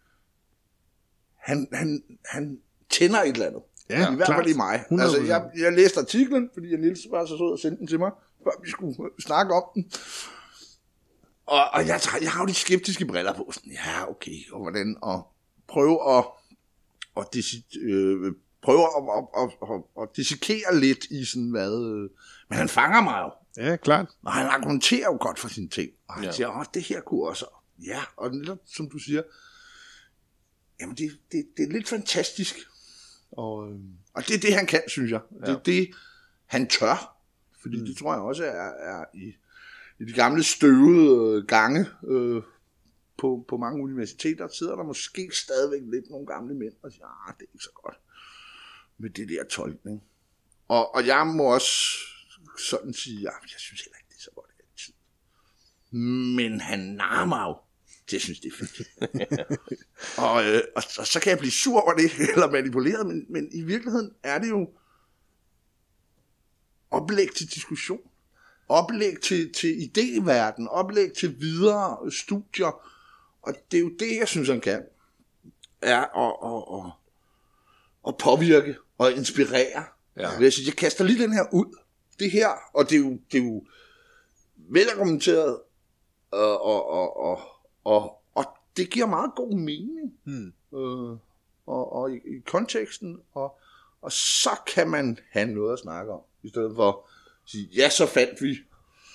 han, han, han tænder et eller andet. Ja, I hvert klart. fald i mig. hundrede procent. Altså, jeg, jeg læste artiklen, fordi jeg Niels var så sød og sendte den til mig, før vi skulle snakke om den. Og, og jeg, tager, jeg har jo de skeptiske briller på. Sådan, ja, okay, og hvordan at prøve at og desi- øh, prøver at, at, at, at, at dissekere lidt i sådan hvad... Øh, men han fanger mig jo. Ja, klart. Og han argumenterer jo godt for sine ting. Og han Ja. siger, åh, det her kunne også... Ja, og netop, som du siger, jamen det, det, det er lidt fantastisk. Og, øh, og det er det, han kan, synes jeg. Ja. Det er det, han tør. Fordi mm. det tror jeg også er, er i, i de gamle støvede gange øh, på, på mange universiteter, sidder der måske stadigvæk lidt nogle gamle mænd og siger, ah, det er ikke så godt med det der tolkning. Og, og jeg må også sådan sige, ja, jeg synes heller ikke, det er så godt altid. Men han narrer mig jo. Det synes det er fedt. og, øh, og, og så kan jeg blive sur over det, eller manipuleret, men, men i virkeligheden er det jo oplæg til diskussion, oplæg til, til idéverden, oplæg til videre studier, og det er jo det, jeg synes, han kan, er at, at, at, at påvirke og inspirere. Ja. Jeg, synes, jeg kaster lige den her ud, det her, og det er jo, det er jo velargumenteret, og, og, og, og, og, og det giver meget god mening, hmm. øh, og, og i, i konteksten, og, og så kan man have noget at snakke om, i stedet for at sige, ja, så fandt vi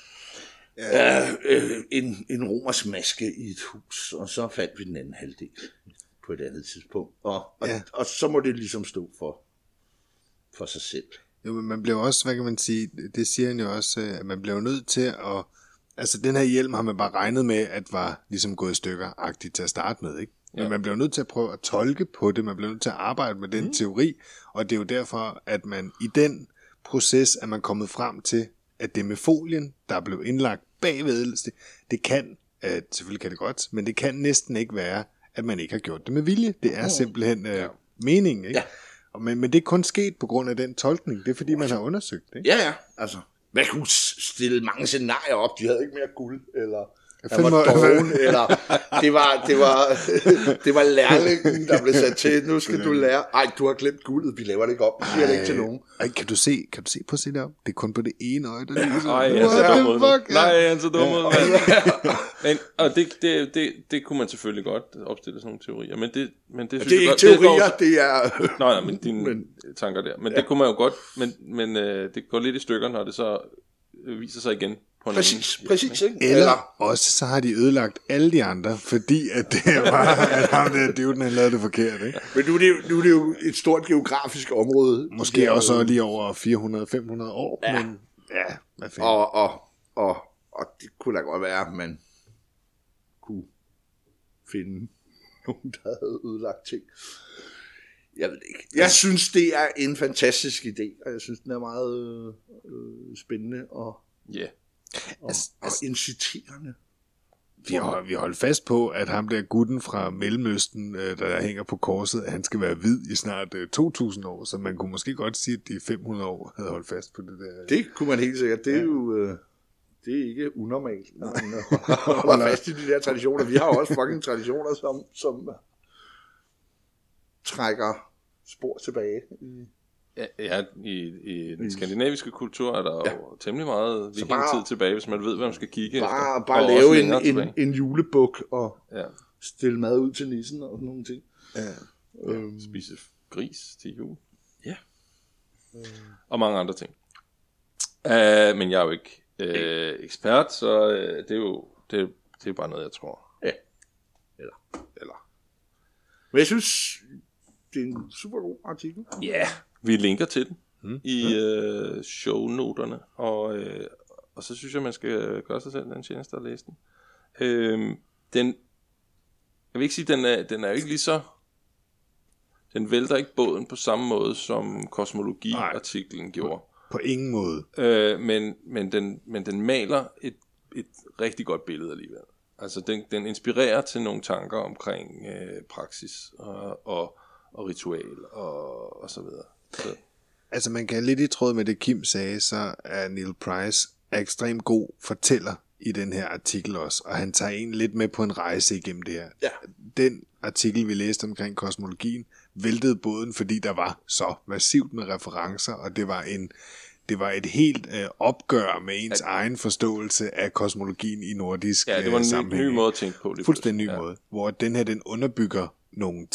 ja, øh, en, en romersk maske i et hus, og så fandt vi den anden halvdel på et andet tidspunkt, og, og, ja. og, og så må det ligesom stå for, for sig selv. Jo, men man bliver også, hvad kan man sige, det siger han jo også, at man bliver nødt til at, altså den her hjelm har man bare regnet med, at var ligesom gået i stykker-agtigt til at starte med, ikke? Men ja. Man bliver nødt til at prøve at tolke på det, man bliver nødt til at arbejde med den mm. teori, og det er jo derfor, at man i den proces er man kommet frem til, at det med folien, der blev indlagt bagved, det, det kan, at, selvfølgelig kan det godt, men det kan næsten ikke være, at man ikke har gjort det med vilje. Det er mm. simpelthen øh, ja. meningen, ikke? Ja. Men, men det er kun sket på grund af den tolkning. Det er fordi, man har undersøgt det, ikke? Ja, ja. Altså, man kunne stille mange scenarier op. De havde ikke mere guld, eller han var doven, eller det var, det var, det var lærlingen, der blev sat til. Nu skal du lære. Ej, du har glemt guldet. Vi laver det ikke op. Vi siger det ikke til nogen. Ej, kan du se, kan du se på sit op? Det er kun på det ene øje, der ligger sådan. Ej, jeg er så dum ud. Nej, jeg er så dum ud. Men, og det, det, det, det kunne man selvfølgelig godt opstille sådan nogle teorier. Men det, men det, det er ikke godt, teorier, det, det er... Nej, nej, men dine men, tanker der. Men ja. det kunne man jo godt, men, men øh, det går lidt i stykker, når det så øh, viser sig igen. Præcis, præcis, ikke? Eller, Eller også så har de ødelagt alle de andre, fordi at det var, at ham der dude, han lavede det forkert, ikke? Men nu er det jo, nu er det jo et stort geografisk område. Måske der, også lige over fire hundrede til fem hundrede år, ja. men ja, hvad fanden. Og, og, og, og det kunne da godt være, at man kunne finde nogen, der havde ødelagt ting. Jeg ved det ikke. Jeg synes, det er en fantastisk idé, og jeg synes, den er meget øh, spændende og... Ja. Yeah. Og, altså, og inciterende. Vi har, vi har holdt fast på, at ham der gutten fra Mellemøsten, øh, der hænger på korset, at han skal være hvid i snart øh, to tusind år, så man kunne måske godt sige, at de fem hundrede år havde holdt fast på det der. Det kunne man helt sikkert. Det er ja. jo øh, det er ikke unormalt, når man holder fast i de der traditioner. Vi har jo også fucking traditioner, som, som trækker spor tilbage i... Ja, i, i den skandinaviske kultur er der ja. jo temmelig meget vikingtid tilbage, hvis man ved, hvad man skal kigge bare, efter. Bare lave en, en, en julebuk og ja. stille mad ud til nissen og sådan nogle ting. Ja. Øhm. Spise gris til jul. Ja. Mm. Og mange andre ting. Uh, men jeg er jo ikke uh, ekspert, så uh, det er jo det, det er bare noget, jeg tror. Ja. Eller. Eller. Men jeg synes, det er en super god artikel. Ja. Yeah. Vi linker til den mm. i øh, shownoterne, og, øh, og så synes jeg, man skal gøre sig selv den tjeneste at læse den. Øh, den, jeg vil ikke sige, den er, den er jo ikke lige så, den vælter ikke båden på samme måde, som kosmologi-artiklen gjorde. På ingen måde. Øh, men, men, den, men den maler et, et rigtig godt billede alligevel. Altså, den, den inspirerer til nogle tanker omkring øh, praksis og, og, og ritual og, og så videre. Så. Altså man kan lidt i tråd med det Kim sagde, så er Neil Price ekstremt god fortæller i den her artikel også, og han tager en lidt med på en rejse igennem det her. Ja. Den artikel vi læste omkring kosmologien væltede båden, fordi der var så massivt med referencer, og det var en det var et helt øh, opgør med ens ja. egen forståelse af kosmologien i nordisk sammenhæng. Ja, det var en ny, ny måde at tænke på. Fuldstændig ny ja. måde, hvor den her den underbygger nogle ting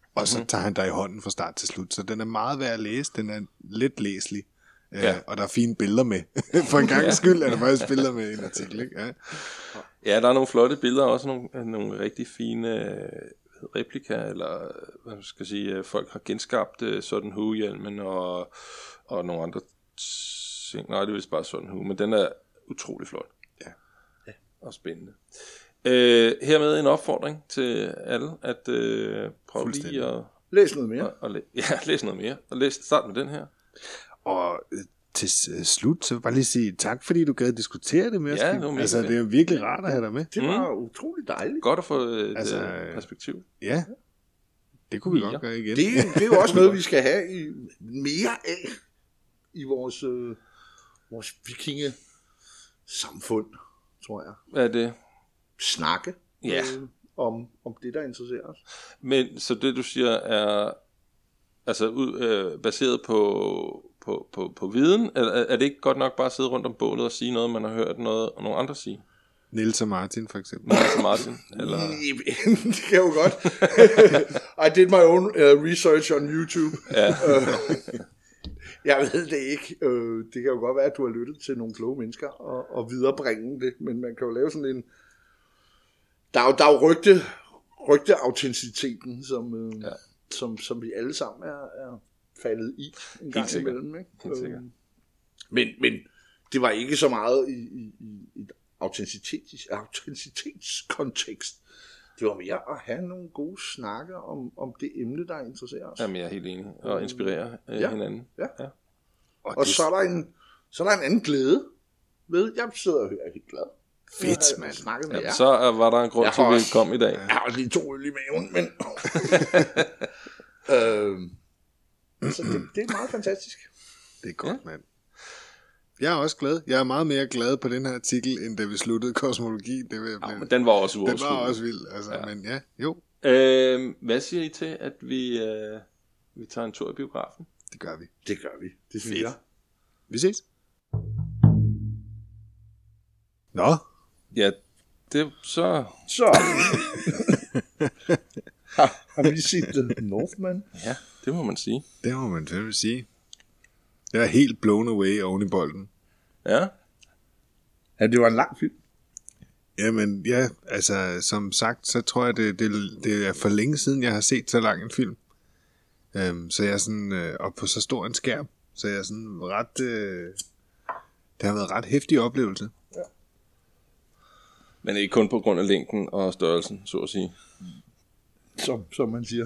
og så tager han dig i hånden fra start til slut. Så den er meget værd at læse, den er lidt læselig, ja. øh, og der er fine billeder med. For en gang skyld er der faktisk billeder med i en artikel, ikke? Ja. Ja, der er nogle flotte billeder, også nogle, nogle rigtig fine replika, eller hvad man skal sige, folk har genskabt sådan Who-hjelmen, og, og nogle andre ting. Nej, det er vist bare sådan Who, men den er utrolig flot. Ja. Ja. Og spændende. Øh, hermed en opfordring til alle, at øh, prøve lige at... Læs noget mere. Og, og læ- ja, læs noget mere. Og læs, start med den her. Og øh, til øh, slut, så vil jeg bare lige sige tak, fordi du gad at diskutere det med os. Ja, det var mega altså, fedt. det er virkelig rart at have dig med. Det var mm. utroligt dejligt. Godt at få et Altså, øh, perspektiv. Ja, det kunne vi Ja. godt gøre igen. Det, det er jo også noget, vi skal have i, mere af i vores, øh, vores vikinge-samfund, tror jeg. Hvad er det? Snakke Ja. øh, om, om det, der interesserer os. Men så det du siger er altså ud, øh, baseret på, på, på, på viden, eller er det ikke godt nok bare at sidde rundt om bålet og sige noget, man har hørt noget og nogle andre sige? Niels og Martin for eksempel. Martin Martin, eller... Det kan jo godt. I did my own uh, research on YouTube. Ja. Jeg ved det ikke. Øh, det kan jo godt være, at du har lyttet til nogle kloge mennesker og, og viderebringe det, men man kan jo lave sådan en... Der er jo, der er jo rygte, rygteautenticiteten, som, øh, Ja. som, som vi alle sammen er, er faldet i en gang sikkert. imellem. Ikke? Helt sikkert. Øh, men, men det var ikke så meget i, i, i et autenticitets, autenticitetskontekst. Det var mere at have nogle gode snakker om, om det emne, der interesserer os. Jamen, jeg er helt enig. Og inspirere øh, Ja. hinanden. Ja. Ja. Og, Og det så er der en, så er der en anden glæde ved, jeg sidder og hører helt glad. fedt, Jeg har mand. snakket med Ja, jer. så er, var der en grund Jeg til, har at vi også- kom i dag. Jeg har også lige to øl i maven, men... øhm, så det, det er meget fantastisk. Det er godt, mand. Jeg er også glad. Jeg er meget mere glad på den her artikel, end da vi sluttede kosmologi. Det vil jeg Ja, blive... men den var også den var uoverskuelig. også vild. Altså, ja. Men ja, jo, Øh, hvad siger I til, at vi, øh, vi tager en tur i biografen? det gør vi. Det gør vi. Det synes Fedt. jeg. Vi ses. Nå, Ja, det så... Så har, har vi set The Northman? Ja, det må man sige. det må man selvfølgelig sige. Jeg er helt blown away oven i bolden. Ja, Ja, det var en lang film. Jamen, ja, altså, som sagt, så tror jeg, det, det, det er for længe siden, jeg har set så lang en film. Øhm, så jeg er sådan, øh, op på så stor en skærm, så jeg er sådan ret, øh, det har været en ret hæftig oplevelse. men ikke kun på grund af længden og størrelsen, så at sige, Som, som man siger.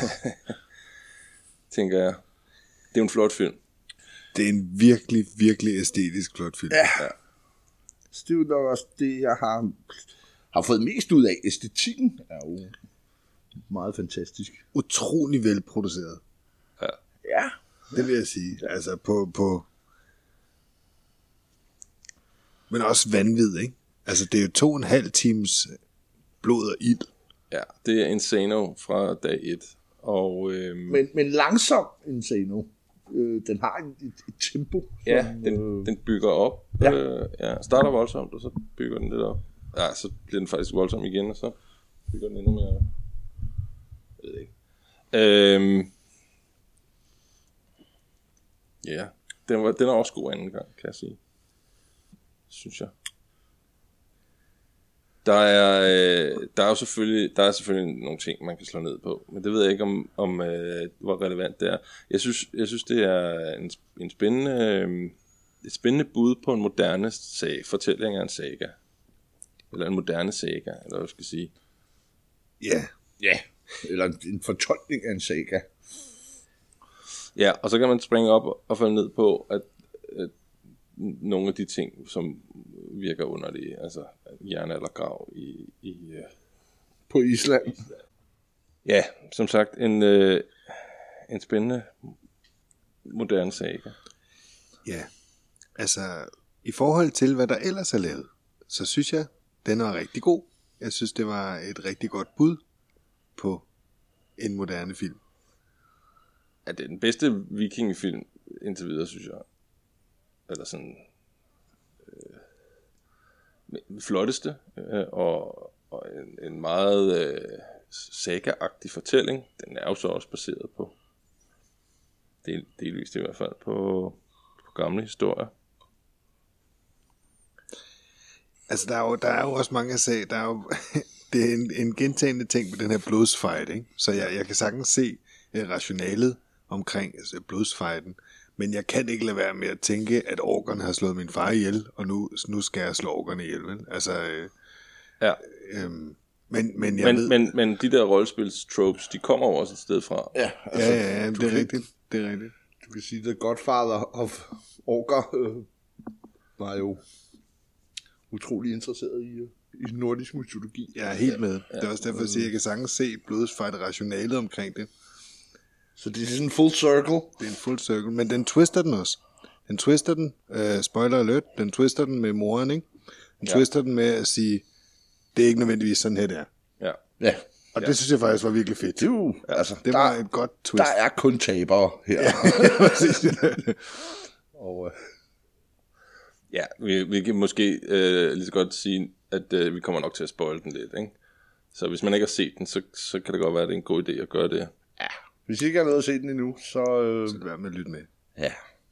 tænker jeg. Det er jo en flot film. Det er en virkelig, virkelig æstetisk flot film. Ja. Så det er jo nok også det, jeg har, har fået mest ud af. Æstetikken er jo meget fantastisk. Utrolig velproduceret. Ja. Det vil jeg sige. Altså på, på... Men også vanvid, ikke? Altså det er jo to og en halv times blod og ild. Ja, det er Insano fra dag et. Og øhm, Men, men langsom Insano. Øh, den har et, et, et tempo. ja, som, den, øh, den bygger op. Ja. Øh, ja, starter voldsomt, og så bygger den lidt op. Ja, så bliver den faktisk voldsom igen, og så bygger den endnu mere. Jeg ved ikke. Øhm, ja, den, var, den er også god anden gang, kan jeg sige. Synes jeg. Der er, øh, der er jo selvfølgelig, der er selvfølgelig nogle ting, man kan slå ned på, men det ved jeg ikke, om, om øh, hvor relevant det er. Jeg synes, jeg synes det er en, en spændende, øh, et spændende bud på en moderne sag, fortælling af en saga. Eller en moderne saga, eller hvad jeg skal sige. Ja. Ja. Eller en, en fortolkning af en saga. Ja, og så kan man springe op og falde ned på, at, at nogle af de ting, som virker underlige, altså jernaldergrav i, i uh... På Island. ja, som sagt, en, uh, en spændende moderne saga. Ja, altså i forhold til, hvad der ellers er lavet, så synes jeg, den var rigtig god. Jeg synes, det var et rigtig godt bud på en moderne film. Ja, det er den bedste vikingefilm indtil videre, synes jeg. Eller sådan øh, flotteste, øh, og, og en, en meget øh, saga-agtig fortælling. Den er jo så også baseret på, del, delvist i hvert fald, på, på gamle historier. Altså, der er jo, der er jo også mange at sige, der er jo, det er en, en gentagende ting med den her blodsfight, ikke? Så jeg, jeg kan sagtens se uh, rationalet omkring altså, blodsfighten, men jeg kan ikke lade være med at tænke, at orkerne har slået min far ihjel, og nu, nu skal jeg slå orkerne ihjel, vel? Altså, øh, ja. øh, men, men jeg men, ved... Men, men de der rollespils-tropes, de kommer jo også et sted fra. Ja, altså, ja, ja, ja det er kan, rigtigt. Det er rigtigt. Du kan sige, at Godfather of Orker øh, var jo utrolig interesseret i, i nordisk mytologi. Jeg er helt med. Ja. Det er også derfor, at jeg, at jeg kan sagtens se blodsfight rationalet omkring det. Så det er sådan en full circle. Det er en full circle, men den twister den også. Den twister den, uh, spoiler alert, den twister den med moren, ikke? Den ja. twister den med at sige, det er ikke nødvendigvis sådan her, det er. Ja. Ja. Og ja. det synes jeg faktisk var virkelig fedt. Jo, altså, det der, var et godt twist. Der er kun tabere her. Ja, og, øh. Ja, vi, vi kan måske øh, lige så godt sige, at øh, vi kommer nok til at spoile den lidt, ikke? Så hvis man ikke har set den, så, så kan det godt være, at det er en god idé at gøre det. Ja, hvis I ikke har noget at se den endnu, så... Øh... Så det være med at lytte med. Ja.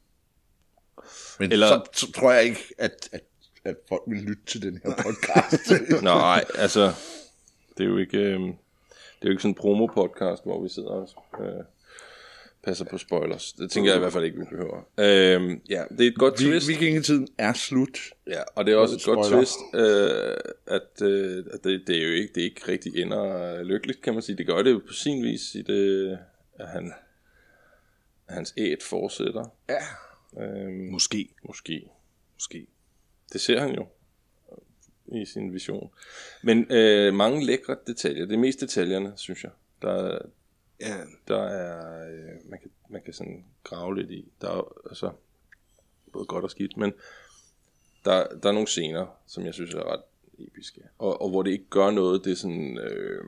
Men Eller... så, så tror jeg ikke, at, at, at folk vil lytte til den her podcast. Nej, altså, det er jo ikke, øh, det er jo ikke sådan en promo-podcast, hvor vi sidder og øh, passer på spoilers. Det tænker jeg i hvert fald ikke, vi behøver. Øh, ja, det er et godt vi, twist. Vikingetiden er slut. Ja, og det er også et godt twist, øh, at, øh, at det, det er jo ikke, det er ikke rigtig ender lykkeligt, kan man sige. Det gør det jo på sin vis i det, at han, at hans æt fortsætter. Ja. Øhm, måske. Måske. Måske. Det ser han jo i sin vision. Men øh, mange lækre detaljer. Det er mest detaljerne, synes jeg. Der, ja. der er, øh, man kan, man kan sådan grave lidt i. Der er altså både godt og skidt, men der, der er nogle scener, som jeg synes er ret episke. Og, og hvor det ikke gør noget, det er sådan... Øh,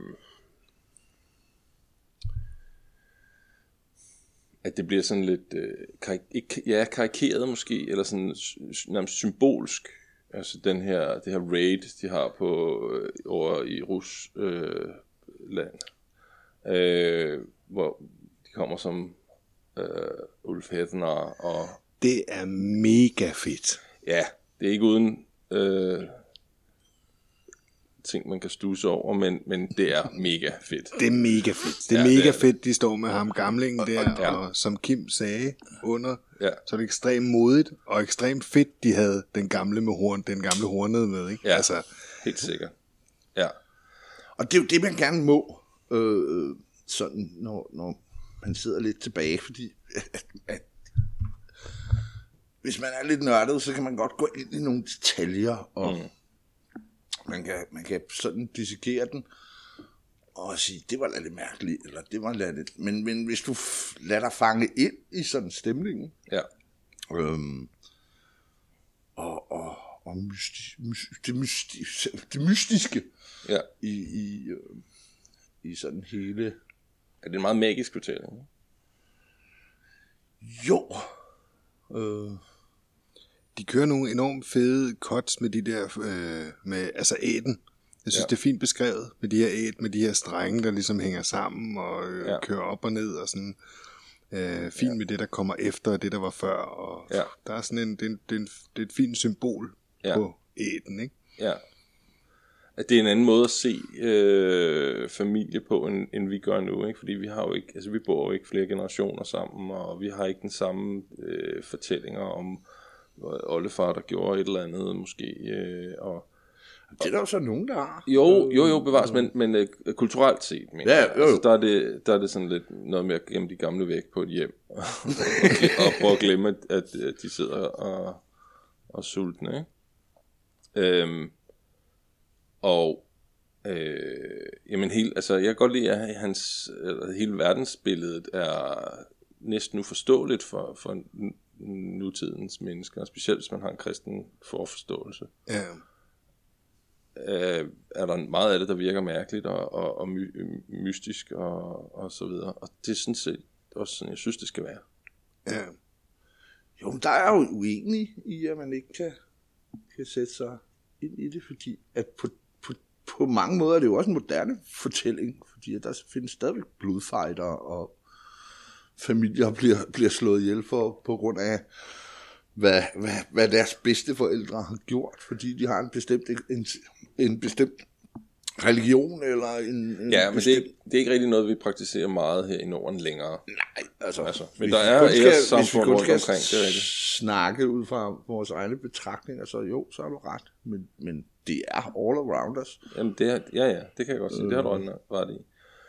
at det bliver sådan lidt øh, karik- ikke, ja, karikeret måske, eller sådan nærmest symbolsk. Altså den her, det her raid, de har på øh, over i Rus øh, land, øh, hvor de kommer som øh, Ulfhednar og... Det er mega fedt. Ja, det er ikke uden øh, ting, man kan studse over, men, men det er mega fedt. Det er mega fedt. Det er ja, mega det er fedt, de står med ham gamlingen der, og, ja. og som Kim sagde under, ja. så er det ekstremt modigt, og ekstremt fedt, de havde den gamle med horn, den gamle hornede med, ikke? Ja, altså, helt sikkert. Ja. Og det er jo det, man gerne må, øh, sådan, når, når man sidder lidt tilbage, fordi at, at, hvis man er lidt nørdet, så kan man godt gå ind i nogle detaljer, og mm. man, kan, man kan sådan dissekere den, og sige, det var lidt mærkeligt, eller det var lidt, men, men hvis du f- lader dig fange ind i sådan stemningen, ja. øhm, og, og, og mysti, mysti, det, mysti, det mystiske ja. i, i, øh, i sådan hele... Er det en meget magisk fortælling? Jo. Øh. De kører nogle enormt fede cuts med de der, øh, med, altså æten. Jeg synes, ja. det er fint beskrevet med de her æt, med de her strenge, der ligesom hænger sammen og øh, ja. kører op og ned og sådan. Øh, fint ja. med det, der kommer efter det, der var før. Og ja. Der er sådan en, det er, en, det er, en, det er et fint symbol ja. på æten, ikke? Ja. At det er en anden måde at se øh, familie på, end, end vi gør nu, ikke? Fordi vi har jo ikke, altså vi bor jo ikke flere generationer sammen, og vi har ikke den samme øh, fortællinger om oldefar, der gjorde et eller andet, måske, øh, og det er der jo så nogen, der har. Jo, jo, jo, bevares, men, men uh, kulturelt set, men, ja, jo, jo. Altså, der, er det, der er det sådan lidt noget med at gemme de gamle væk på et hjem, og, og prøve at glemme, at, at de sidder og, og sultne, ikke? Øhm, og øh, jamen helt, altså jeg kan godt lide, at hans, eller hele verdensbilledet er næsten uforståeligt for, for nutidens mennesker, specielt hvis man har en kristen forforståelse. Ja. Øh, er der meget af det, der virker mærkeligt og, og, og my, mystisk og, og så videre. Og det er sådan set også sådan, jeg synes, det skal være. Ja. Jo, der er jo uenig i, at man ikke kan, kan sætte sig ind i det, fordi at på, på, på mange måder er det jo også en moderne fortælling, fordi der findes stadigvæk blodfighter, og familier bliver, bliver slået ihjel for, på grund af, hvad, hvad, hvad deres bedsteforældre har gjort, fordi de har en bestemt, en, en bestemt religion, eller en, en Ja, men bestemt... det, er, det er ikke rigtig noget, vi praktiserer meget her i Norden længere. Nej, altså... altså men der er æressamfund rundt omkring, det er rigtigt. Snakke ud fra vores egne betragtninger, så jo, så har du ret. Men, men det er all around us. Jamen, det er, ja, ja, det kan jeg godt sige. Øh. Det har du ret i.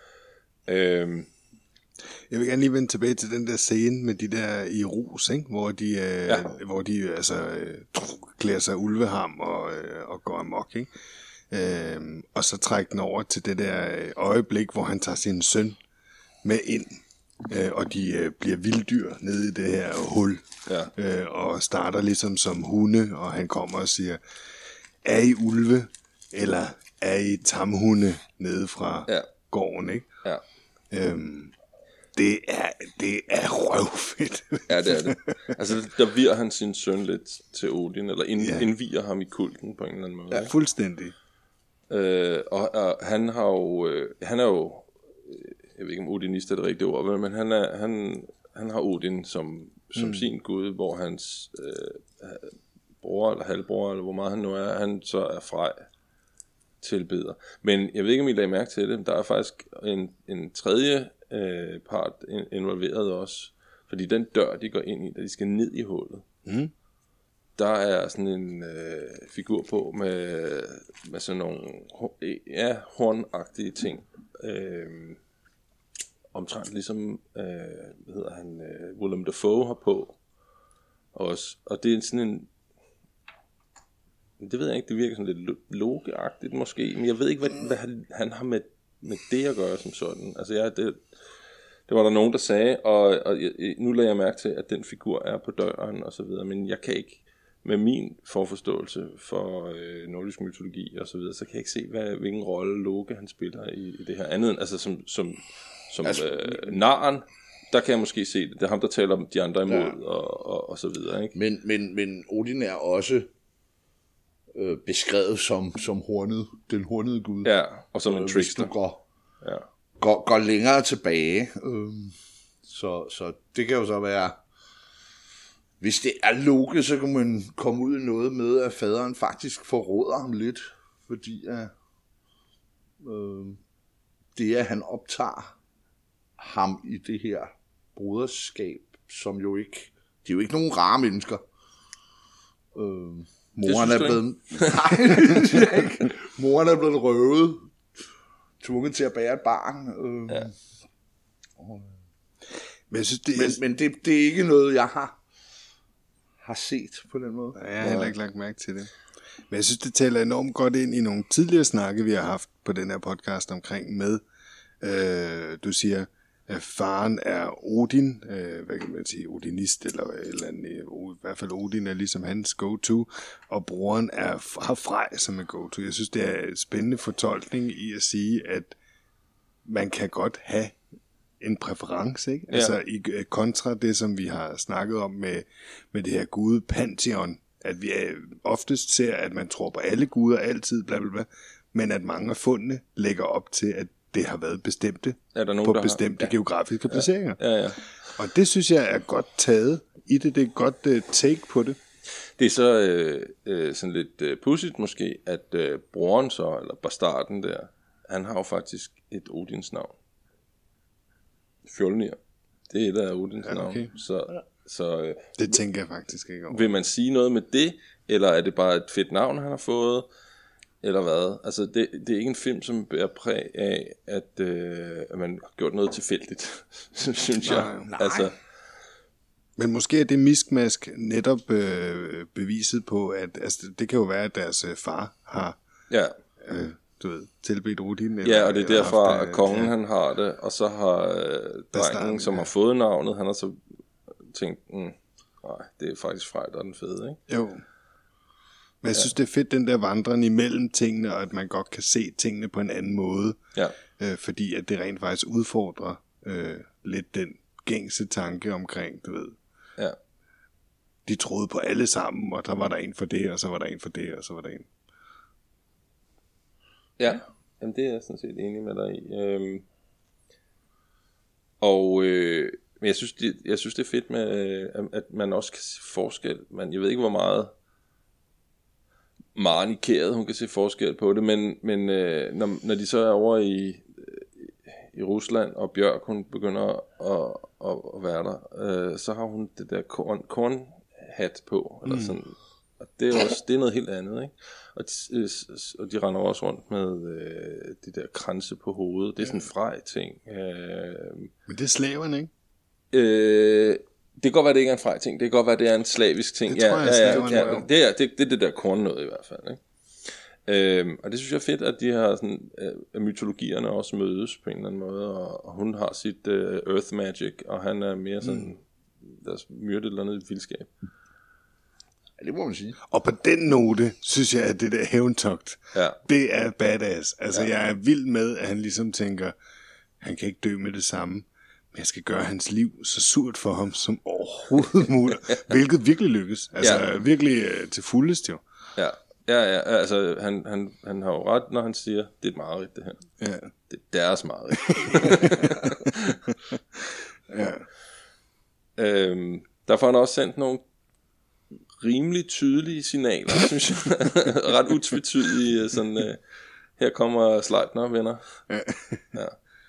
Øhm. Jeg vil gerne lige vende tilbage til den der scene med de der i rus, ikke? Hvor de, øh, ja. hvor de altså, øh, klæder sig ulveham og, øh, og går amok, ikke? Øhm, og så trækker den over til det der øjeblik, hvor han tager sin søn med ind, øh, og de øh, bliver vilddyr nede i det her hul, ja. øh, og starter ligesom som hunde, og han kommer og siger, er I ulve, eller er I tamhunde nede fra ja. gården, ikke? Ja. Øhm, det er, det er røvfedt. Ja, det er det. Altså, der virer han sin søn lidt til Odin, eller ind, ja. indviger ham i kulten på en eller anden måde. Ja, fuldstændig. Øh, og, og han har jo, øh, han er jo, jeg ved ikke om Odinist er det rigtige ord, men han, er, han, han har Odin som, som mm. sin gud, hvor hans øh, bror eller halvbror, eller hvor meget han nu er, han så er Frej tilbeder. Men jeg ved ikke, om I lagde mærke til det, der er faktisk en, en tredje øh, part involveret også, fordi den dør, de går ind i, da de skal ned i hullet, mm. der er sådan en øh, figur på med, med sådan nogle ja, hornagtige ting. Øh, omtrent ligesom, øh, hvad hedder han, øh, Willem Dafoe har på også. Og det er sådan en, det ved jeg ikke, det virker sådan lidt logeagtigt måske, men jeg ved ikke, hvad, hvad han, han har med, med det at gøre som sådan. Altså ja, det, det var der nogen, der sagde, og, og nu lader jeg mærke til, at den figur er på døren og så videre, men jeg kan ikke, med min forforståelse for øh, nordisk mytologi og så videre, så kan jeg ikke se, hvad, hvilken rolle Loke han spiller i, i det her andet end, altså som, som, som altså, øh, naren, der kan jeg måske se det. Det er ham, der taler om de andre imod, ja. og, og, og så videre, ikke? Men, men, men Odin er også øh, beskrevet som, som hornet, den hornede gud. Ja, og som øh, en trickster. Hvis du går, ja. går, går længere tilbage. Øh, så, så det kan jo så være, hvis det er Loke, så kan man komme ud i noget med, at faderen faktisk forråder ham lidt, fordi at, øh, det, at han optager ham i det her broderskab, som jo ikke, de er jo ikke nogen rare mennesker. Øh, moren er blevet, nej, det er ikke. Moren er blevet røvet, tvunget til at bære et barn. Øh, ja. og, men jeg synes, det, men, men det, det er ikke noget, jeg har har set på den måde. Ja, jeg har heller ikke lagt mærke til det. Men jeg synes, det taler enormt godt ind i nogle tidligere snakke, vi har haft på den her podcast omkring med, øh, du siger, at faren er Odin, øh, hvad kan man sige, Odinist, eller, eller en, i hvert fald Odin er ligesom hans go-to, og broren er, har Frej som en go-to. Jeg synes, det er en spændende fortolkning i at sige, at man kan godt have en præference, ikke? Ja. Altså i kontra det, som vi har snakket om med, med det her gude Pantheon, at vi oftest ser, at man tror på alle guder altid, bla bla bla, men at mange af fundene lægger op til, at det har været bestemte er der nogen, på der bestemte har... ja. geografiske placeringer. Ja. Ja, ja. Og det synes jeg er godt taget i det, det er godt uh, take på det. Det er så øh, øh, sådan lidt øh, pudsigt måske, at øh, broren så, eller bastarden der, han har jo faktisk et Odins navn. Fjolnir. Det er et af Odins ja, okay. navn. Så, så, øh, det tænker jeg faktisk ikke over. Vil man sige noget med det, eller er det bare et fedt navn, han har fået, eller hvad? Altså, det, det er ikke en film, som bærer præg af, at, øh, at man har gjort noget tilfældigt, synes nej, jeg. Nej. Altså, men måske er det miskmask netop øh, beviset på, at altså, det kan jo være, at deres øh, far har... Ja. Øh, du ved, tilbedt Odin. Ja, og det er derfor, at kongen ja. han har det, og så har øh, drengen, som ja. har fået navnet, han har så tænkt, mm, nej, det er faktisk Frej, der er den fede, ikke? Jo. Men jeg ja. synes, det er fedt, den der vandren imellem tingene, og at man godt kan se tingene på en anden måde, ja. øh, fordi at det rent faktisk udfordrer øh, lidt den gængse tanke omkring, du ved. Ja. De troede på alle sammen, og der var der en for det, og så var der en for det, og så var der en. Ja, jamen det er jeg sådan set enig med dig i. Øhm, og øh, men jeg synes, det, jeg synes, det er fedt med, øh, at man også kan se forskel. Man, jeg ved ikke, hvor meget marnikeret hun kan se forskel på det, men, men øh, når, når de så er over i, i Rusland, og Bjørk, hun begynder at, at, at være der, øh, så har hun det der korn, kornhat på, eller sådan. Og det er også det er noget helt andet, ikke? Og de, og de render også rundt med øh, de der kranse på hovedet. Det er sådan en frej ting. Øh, Men det er slaverne, ikke? øh, det kan godt være, det ikke er en frej ting. Det kan godt være, det er en slavisk ting. Det tror jeg, ja, ja, slaverne ja, var ja, jo. det, er, det, det er det der korn noget i hvert fald, ikke? Øh, og det synes jeg er fedt, at de har sådan, at mytologierne også mødes på en eller anden måde. Og, og hun har sit uh, earth magic, og han er mere sådan, mm. der er myrdet eller andet i vildskab. Ja, det må man sige. Og på den note, synes jeg, at det der hævntogt, Ja. det er badass. Altså, Ja. jeg er vild med, at han ligesom tænker, han kan ikke dø med det samme, men jeg skal gøre hans liv så surt for ham som overhovedet muligt. Hvilket virkelig lykkes. Altså, Ja. virkelig uh, til fuldest jo. Ja, ja, ja, altså han, han, han har jo ret, når han siger, det er et mareridt det her. Ja. Det er deres mareridt. Ja. øhm, der får han også sendt nogle rimelig tydelige signaler, synes jeg. Ret utvetydige, sådan, øh, her kommer Sleipner, venner. Ja. Ja.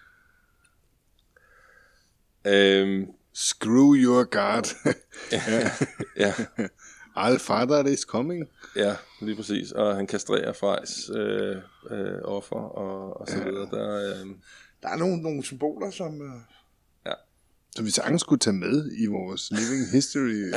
Øhm, Screw your guard. ja. ja, All father is coming. ja, lige præcis. Og han kastrerer Frejs øh, øh, offer og, og så videre. Der, øh, Der er nogle, nogle symboler, som... Øh... Så vi sagtens skulle tage med i vores living history.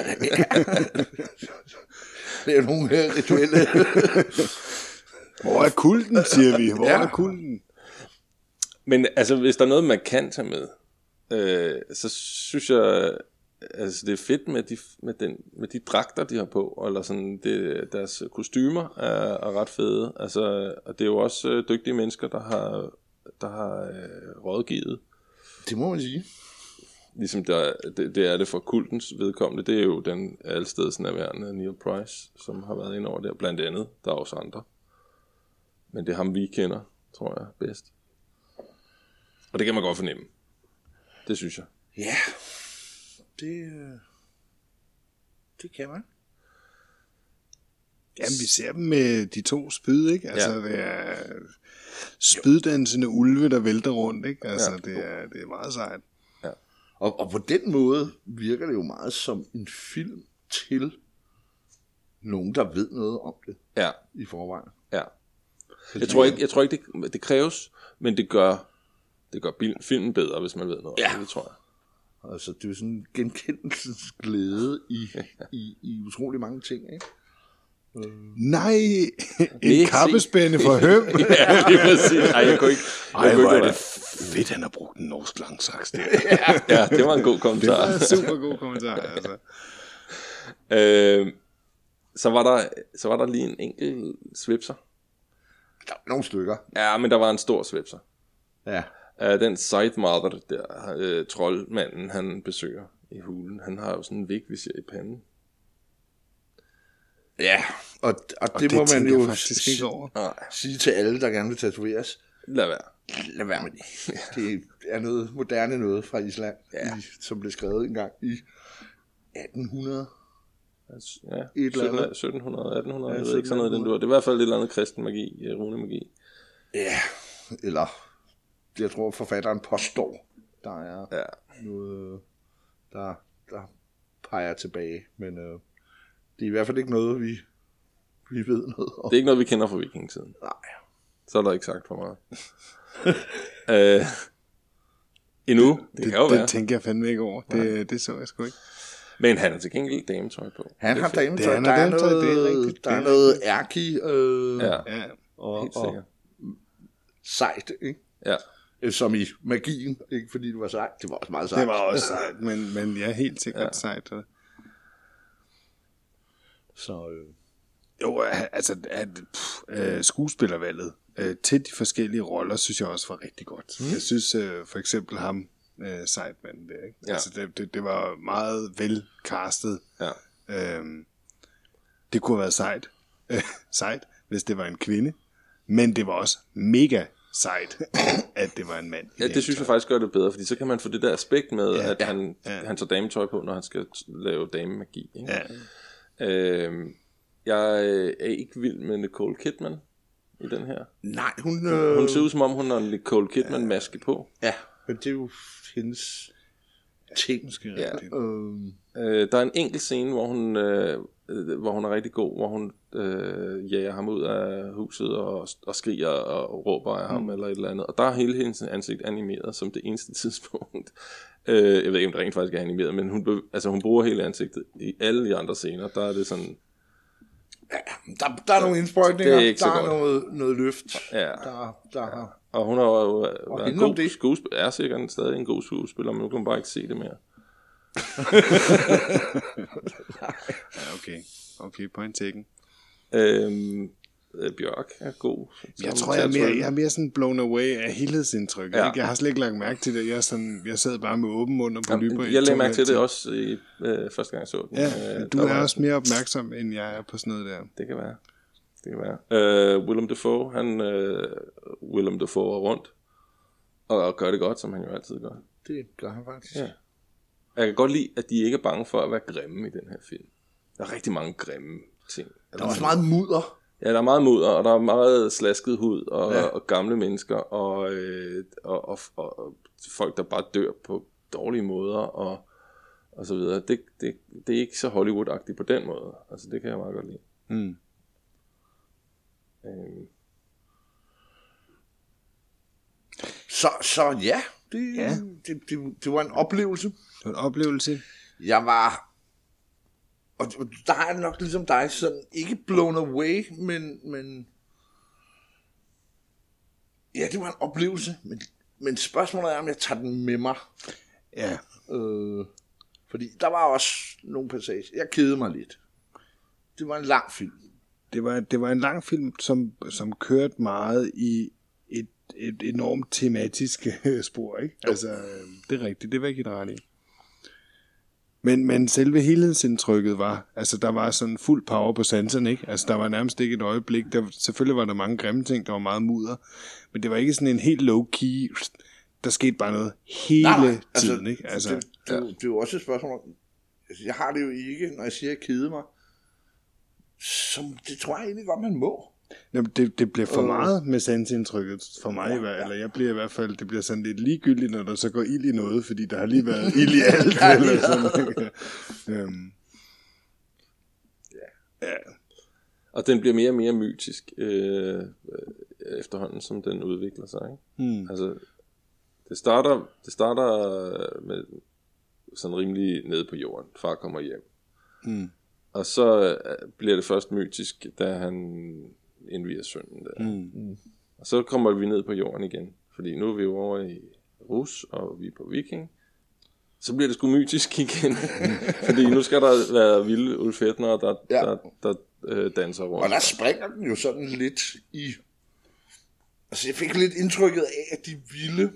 Det er nogle øh, rituelle... Hvor er kulten, siger vi? Hvor Ja. er kulten? Men altså, hvis der er noget, man kan tage med, øh, så synes jeg, altså det er fedt med de, med den, med de dragter, de har på, eller sådan, det, deres kostymer er, er ret fede. Altså, og det er jo også øh, dygtige mennesker, der har, der har øh, rådgivet. Det må man sige. Ligesom der, det, det er det for kultens vedkommende. Det er jo den allesteds nærværende Neil Price, som har været inde over der, blandt andet. Der er også andre. Men det er ham, vi kender, tror jeg, bedst. Og det kan man godt fornemme. Det synes jeg. Ja, det... Øh... Det kan man. Jamen, vi ser dem med de to spyd, ikke? Altså, Ja. det er spyddansende ulve, der vælter rundt, ikke? Altså, Ja. det, er, det er meget sejt. Og, og på den måde virker det jo meget som en film til nogen, der ved noget om det Ja, i forvejen. ja. Jeg tror ikke, jeg tror ikke det, det kræves, men det gør, det gør bil- filmen bedre, hvis man ved noget Ja. om det, det tror jeg. Altså, det er jo sådan en genkendelsesglæde i, i, i utrolig mange ting, ikke? Nej, Nej, en kappespænde for høm. Ja, det er præcis. Ej, jeg kunne ikke... Jeg Ej, kunne hvor ikke er lade det fedt, han har brugt en norsk langsaks der. være. Ja, det var en god Det kommentar. var en super god kommentar, altså. øh, så, var der, så var der lige en enkelt svipser. Der er nogle stykker. Ja, men der var en stor svipser. Ja. Uh, den Sightmother der, uh, troldmanden, han besøger i hulen, han har jo sådan en vigvisir i panden. Ja, og, og, Og det, det, må man tænker jo jeg faktisk ikke over. Nej, sige til alle, der gerne vil tatoveres. lad være. Lad være med det. Det er noget moderne noget fra Island, Ja. i, som blev skrevet engang i atten hundrede. Ja, Et eller andet. sytten hundrede, atten hundrede, Ja, jeg ved ikke sådan noget, den du har. Det er i hvert fald et eller andet kristen magi, øh, runemagi. Ja, eller jeg tror forfatteren påstår, der er Ja. noget, der, der peger tilbage, men øh, det er i hvert fald ikke noget, vi, vi ved noget om. Det er ikke noget, vi kender fra vikingetiden. Nej. Så er der ikke sagt for meget. øh, endnu, det, det kan jo det, være. det tænker jeg fandme ikke over. Det, det så jeg sgu ikke. Men han har til gengæld dametøj på. Han har Det dametøj, er der er dametøj, det er noget, rigtigt, der er det er noget ærki øh, Ja, Ja. og, helt og sikkert. sejt, ikke? Ja. Øh, Som i magien, ikke fordi det var sejt, det var også meget sejt. Det var også sejt, men, men jeg er helt sikkert Ja. ja. sejt. Så øh, Jo, altså at, pff, øh, skuespillervalget øh, til de forskellige roller, synes jeg også var rigtig godt. Mm. Jeg synes øh, for eksempel ham, øh, Seidman der, ikke? Ja. Altså det, det, det var meget vel castet. Ja. Øhm, det kunne have været sejt, øh, sejt, hvis det var en kvinde, Men det var også mega sejt, at det var en mand. Ja, det synes jeg faktisk gør det bedre, fordi så kan man få det der aspekt med, Ja, at ja, han, ja. han tager dametøj på, når han skal lave damemagi. Ikke? Ja. Øhm, jeg er ikke vild med Nicole Kidman i den her. Nej, hun... Øh... Hun ser ud som om, hun har en Nicole Kidman-maske på. Ja, men det er jo hendes ting. Måske Ja. rigtigt. Øh... Øh, der er en enkelt scene, hvor hun, øh, øh, hvor hun er rigtig god, hvor hun øh, jager ham ud af huset og, og skriger og råber af ham mm. eller et eller andet. Og der er hele hendes ansigt animeret som det eneste tidspunkt. Øh, jeg ved ikke, om det rent faktisk er animeret, men hun, be- altså, hun bruger hele ansigtet. I alle de andre scener, der er det sådan... Ja, der, der er nogle indsprøjtninger, Det er ikke så der er godt. noget, noget løft, Ja. der, der ja. Og hun har jo været en hende om god det. skuespiller, er sikkert stadig en god skuespiller, men nu kan man bare ikke se det mere. Ja, okay. Okay, point taken. Øhm, øh, Bjørk er god. Jeg tror, jeg er, mere, jeg er mere sådan blown away af helhedsindtryk. Ja. Ja. Jeg har slet ikke lagt mærke til det. Jeg, er sådan, jeg sad bare med åben mund og på lyber. Jeg lagde mærke til det også i øh, første gang jeg så den. Ja, øh, du der er var- også mere opmærksom, end jeg er på sådan noget der. Det kan være. Det kan være. Uh, Willem Dafoe, han uh, Willem Dafoe er rundt og, og gør det godt, som han jo altid gør. Det gør han faktisk. Ja. Jeg kan godt lide, at de ikke er bange for at være grimme i den her film. Der er rigtig mange grimme ting. Der er også meget mudder. Ja, der er meget mudder, og der er meget slasket hud, og, Ja. ja. og gamle mennesker, og, øh, og, og, og, og folk, der bare dør på dårlige måder, og, og så videre. Det, det, det er ikke så Hollywood-agtigt på den måde. Altså, det kan jeg meget godt lide. Mm. Øhm, Så, så ja, det, Ja. Det, det, det var en oplevelse. Det var en oplevelse. Jeg var, og der er jeg nok ligesom dig, sådan ikke blown away, men, men ja, det var en oplevelse, men, men spørgsmålet er, om jeg tager den med mig. Ja. Øh, fordi der var også nogle passager, jeg kedede mig lidt. Det var en lang film. Det var, det var en lang film, som, som kørte meget i et, et enormt tematisk spor, ikke? Altså, øh, det er rigtigt, det var ikke et ret i. Men, men selve helhedsindtrykket var, altså der var sådan fuld power på sanserne, ikke? Altså der var nærmest ikke et øjeblik, der, selvfølgelig var der mange grimme ting, der var meget mudder, men det var ikke sådan en helt low-key, der skete bare noget hele Nej, nej, tiden, ikke? Altså, det, det, det, det er jo også et spørgsmål om, altså, jeg har det jo ikke, når jeg siger, at jeg keder mig, som det tror jeg egentlig godt, man må. Jamen, det, det bliver for Øh. meget med sansindtrykket for mig, ja, ja. Eller jeg bliver i hvert fald, det bliver sådan lidt ligegyldigt, når der så går ild i noget, fordi der har lige været ild i alt. Eller sådan, ikke? øhm. Ja. Ja. og den bliver mere og mere mytisk øh, efterhånden, som den udvikler sig. Ikke? Hmm. Altså, det starter, det starter med sådan rimelig nede på jorden. Far kommer hjem. Hmm. Og så øh, bliver det først mytisk, da han indviger sønnen der. Hmm. Og så kommer vi ned på jorden igen. Fordi nu er vi jo over i Rus, og vi er på Viking. Så bliver det sgu mytisk igen. Fordi nu skal der være vilde ulfætner, der, Ja. der, der øh, danser rundt. Og der springer den jo sådan lidt i, altså jeg fik lidt indtrykket af, at de ville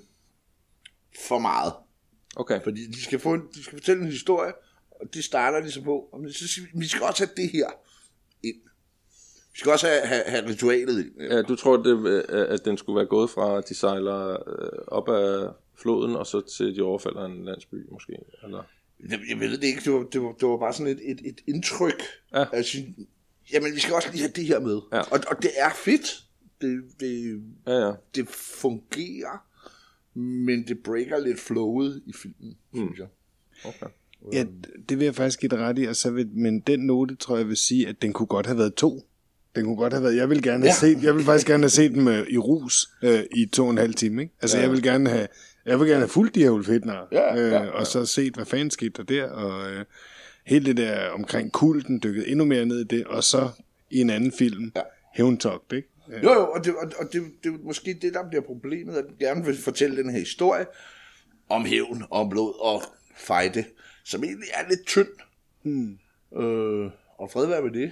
for meget. Okay. Fordi de skal, få en, de skal fortælle en historie, og det starter de så på. Og så siger vi, vi skal også have det her ind. Vi skal også have, have, have ritualet ind. Ja, du tror, det, øh, at den skulle være gået fra, at de sejler øh, op ad floden, og så til de overfalder en landsby, måske? Eller? Jeg, jeg ved det ikke, det var, det var, det var bare sådan et, et, et indtryk. Ja. Altså, jamen, vi skal også lige have det her med. Ja. Og, og det er fedt. Det, det, Ja, ja. det fungerer, men det breaker lidt flowet i filmen, mm. synes jeg. Okay. Ja, det vil jeg faktisk give dig ret i, og så vil, men den note, tror jeg, vil sige, at den kunne godt have været to. Den kunne godt have været, jeg vil gerne have Ja. set, jeg vil faktisk gerne have set dem øh, i rus øh, i to og en halv time, ikke? Altså, Ja. jeg vil gerne have, jeg vil gerne have fulgt de her ulfætner, Ja, øh, ja, ja. og så set, hvad fanden skete der der, og øh, hele det der omkring kulten dykket endnu mere ned i det, og så i en anden film, Ja. Hævntogt, ikke? Øh, Jo, jo, og, det, og, og det, det er måske det, der bliver problemet, at den gerne vil fortælle den her historie om hævn, om blod og fejde, som egentlig er lidt tynd. Hmm. Øh, og fred være med det.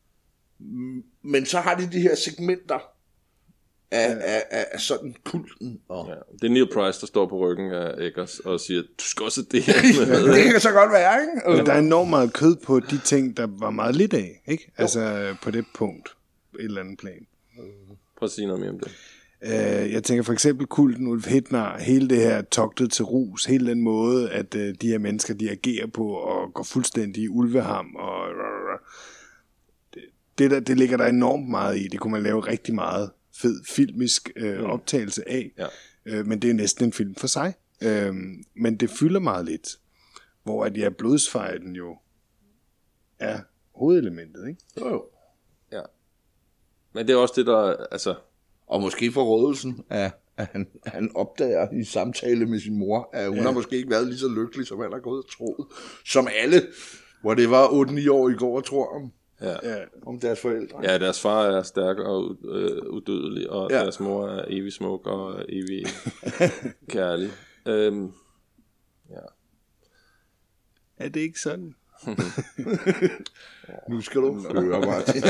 Mm, Men så har de de her segmenter af, ja. af, af, af sådan kulten. Og... Ja. Det er Neil Price, der står på ryggen af Eggers og siger, du skal også have det her med. Det kan så godt være, ikke? Men der er enormt meget kød på de ting, der var meget lidt af, ikke? Altså på det punkt, et eller andet plan. Prøv at sige noget mere om det. Øh, jeg tænker for eksempel kulten Ulf Hednar, hele det her togtet til rus, hele den måde, at øh, de her mennesker, de agerer på og går fuldstændig i ulveham. Og, det, det, der, det ligger der enormt meget i. Det kunne man lave rigtig meget fed filmisk øh, mm. optagelse af. Ja. Øh, men det er næsten en film for sig. Øh, men det fylder meget lidt. Hvor at ja, blodsfejden jo er hovedelementet, ikke? Jo, jo. Ja. Men det er også det, der... altså og måske forrådelsen af, at han, han opdager i samtale med sin mor, at hun ja. har måske ikke været lige så lykkelig, som han har gået og troet. Som alle, hvor det var otte ni år i går, og tror om, ja. om deres forældre. Ja, deres far er stærk og øh, udødelig, og ja. deres mor er evig smuk og evig kærlig. Øhm, ja. Er det ikke sådan? Nu skal du høre, Martin.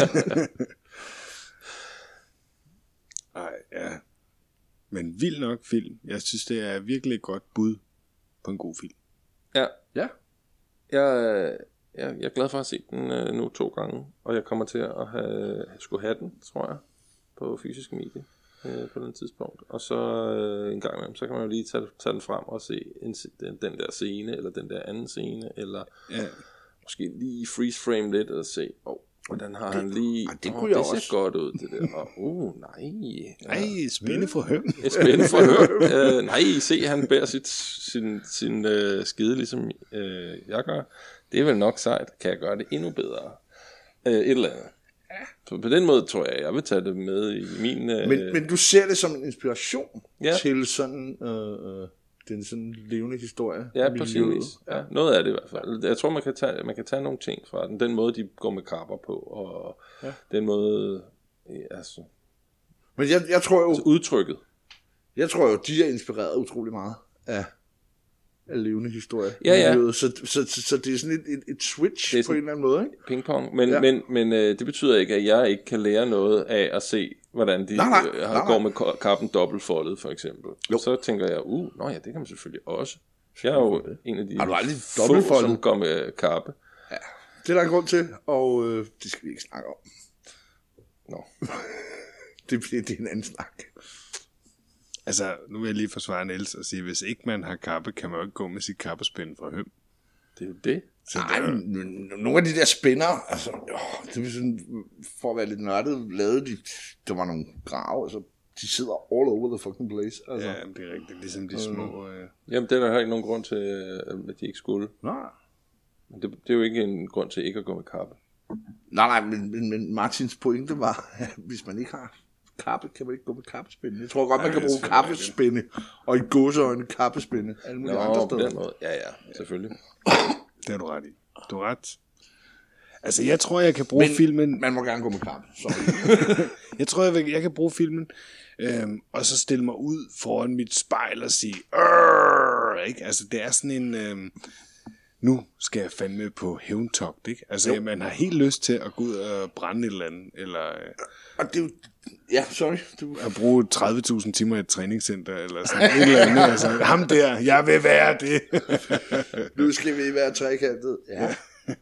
Ej, ja. Men vild nok film. Jeg synes, det er virkelig et godt bud på en god film. Ja. Ja. Jeg, jeg, jeg er glad for at have set den uh, nu to gange, og jeg kommer til at have, skulle have den, tror jeg, på fysisk medie uh, på den tidspunkt. Og så uh, en gang imellem, så kan man jo lige tage, tage den frem og se en, den, den der scene, eller den der anden scene, eller ja. måske lige freeze frame lidt og se, åh, oh, hvordan har han lige... Det, det, oh, det ser også. godt ud, det der. Og, uh, nej. Nej, spænde for høm. Spænde for høm. Uh, nej, se, han bærer sit, sin, sin uh, skide, ligesom uh, jeg gør. Det er vel nok sejt. Kan jeg gøre det endnu bedre? Uh, et eller andet. Så på den måde tror jeg, jeg vil tage det med i min... Uh, men, men du ser det som en inspiration ja. til sådan... Uh, den sådan levende historie. Ja, præcis. Ja, noget af det i hvert fald. Jeg tror, man kan tage, man kan tage nogle ting fra den. Den måde, de går med kapper på, og ja. den måde... Altså, men jeg, jeg tror jo... Altså udtrykket. Jeg tror jo, de er inspireret utrolig meget af, af levende historie. Ja, ja. Så, så, så, så det er sådan et, et, et switch på en eller anden måde, ikke? Pingpong. Men, ja. men, men øh, det betyder ikke, at jeg ikke kan lære noget af at se, hvordan de nej, nej, øh, nej, går med kappen dobbeltfoldet, for eksempel. Jo. Så tænker jeg, uh, nå ja, det kan man selvfølgelig også. Jeg er jo en af de har du aldrig få, som går med kappe. Ja, det er der en grund til, og øh, det skal vi ikke snakke om. Nå. det, det, det er en anden snak. Altså, nu vil jeg lige forsvare Niels og sige, hvis ikke man har kappe, kan man jo ikke gå med sit kappespænd fra høm. Det er jo det. Så nej, der... nogle af de der spænder, altså, åh, det var sådan, for at være lidt nørdet, lavede de, der var nogle grave, altså, de sidder all over the fucking place. Altså. Ja, det er rigtigt, ligesom de små... Øh... Jamen, det er der ikke nogen grund til, at de ikke skulle. Nej. Men det, det er jo ikke en grund til ikke at gå med kappe. Nej, nej, men, men, men Martins pointe var, at hvis man ikke har kappe, kan man ikke gå med kappespænde. Jeg tror godt, man kan bruge kappespænde, og i gåseøjne kappespænde. Alle mulige Nå, andre steder. På den måde. Ja, ja, selvfølgelig. Det har du ret i. Du har ret. Altså, jeg tror, jeg kan bruge men, filmen... man må gerne gå med kappe. Sorry. jeg tror, jeg, jeg kan bruge filmen, øhm, og så stille mig ud foran mit spejl og sige... Ikke? Altså, det er sådan en... Øhm, nu skal jeg fandme på hævntogt, ikke? Altså, jo. Man har helt lyst til at gå ud og brænde et eller andet, eller... Øh, og det er jo... Ja, sorry. Du... At bruge tredive tusind timer i et træningscenter, eller sådan et eller andet. Altså, ham der, jeg vil være det. Nu skal vi være trekantet. Ja.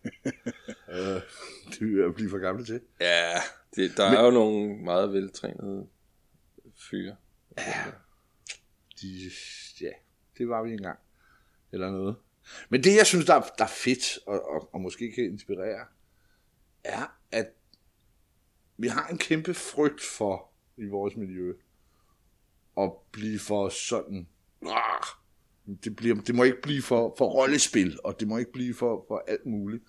øh, det vil jeg blive for gamle til. Ja, det, der Men... er jo nogle meget veltrænede fyre. Ja. De, ja, det var vi engang. Eller noget. Men det, jeg synes, der er, der er fedt, og, og, og måske kan inspirere, er, at vi har en kæmpe frygt for, i vores miljø, at blive for sådan, det, bliver, det må ikke blive for, for rollespil, og det må ikke blive for, for alt muligt.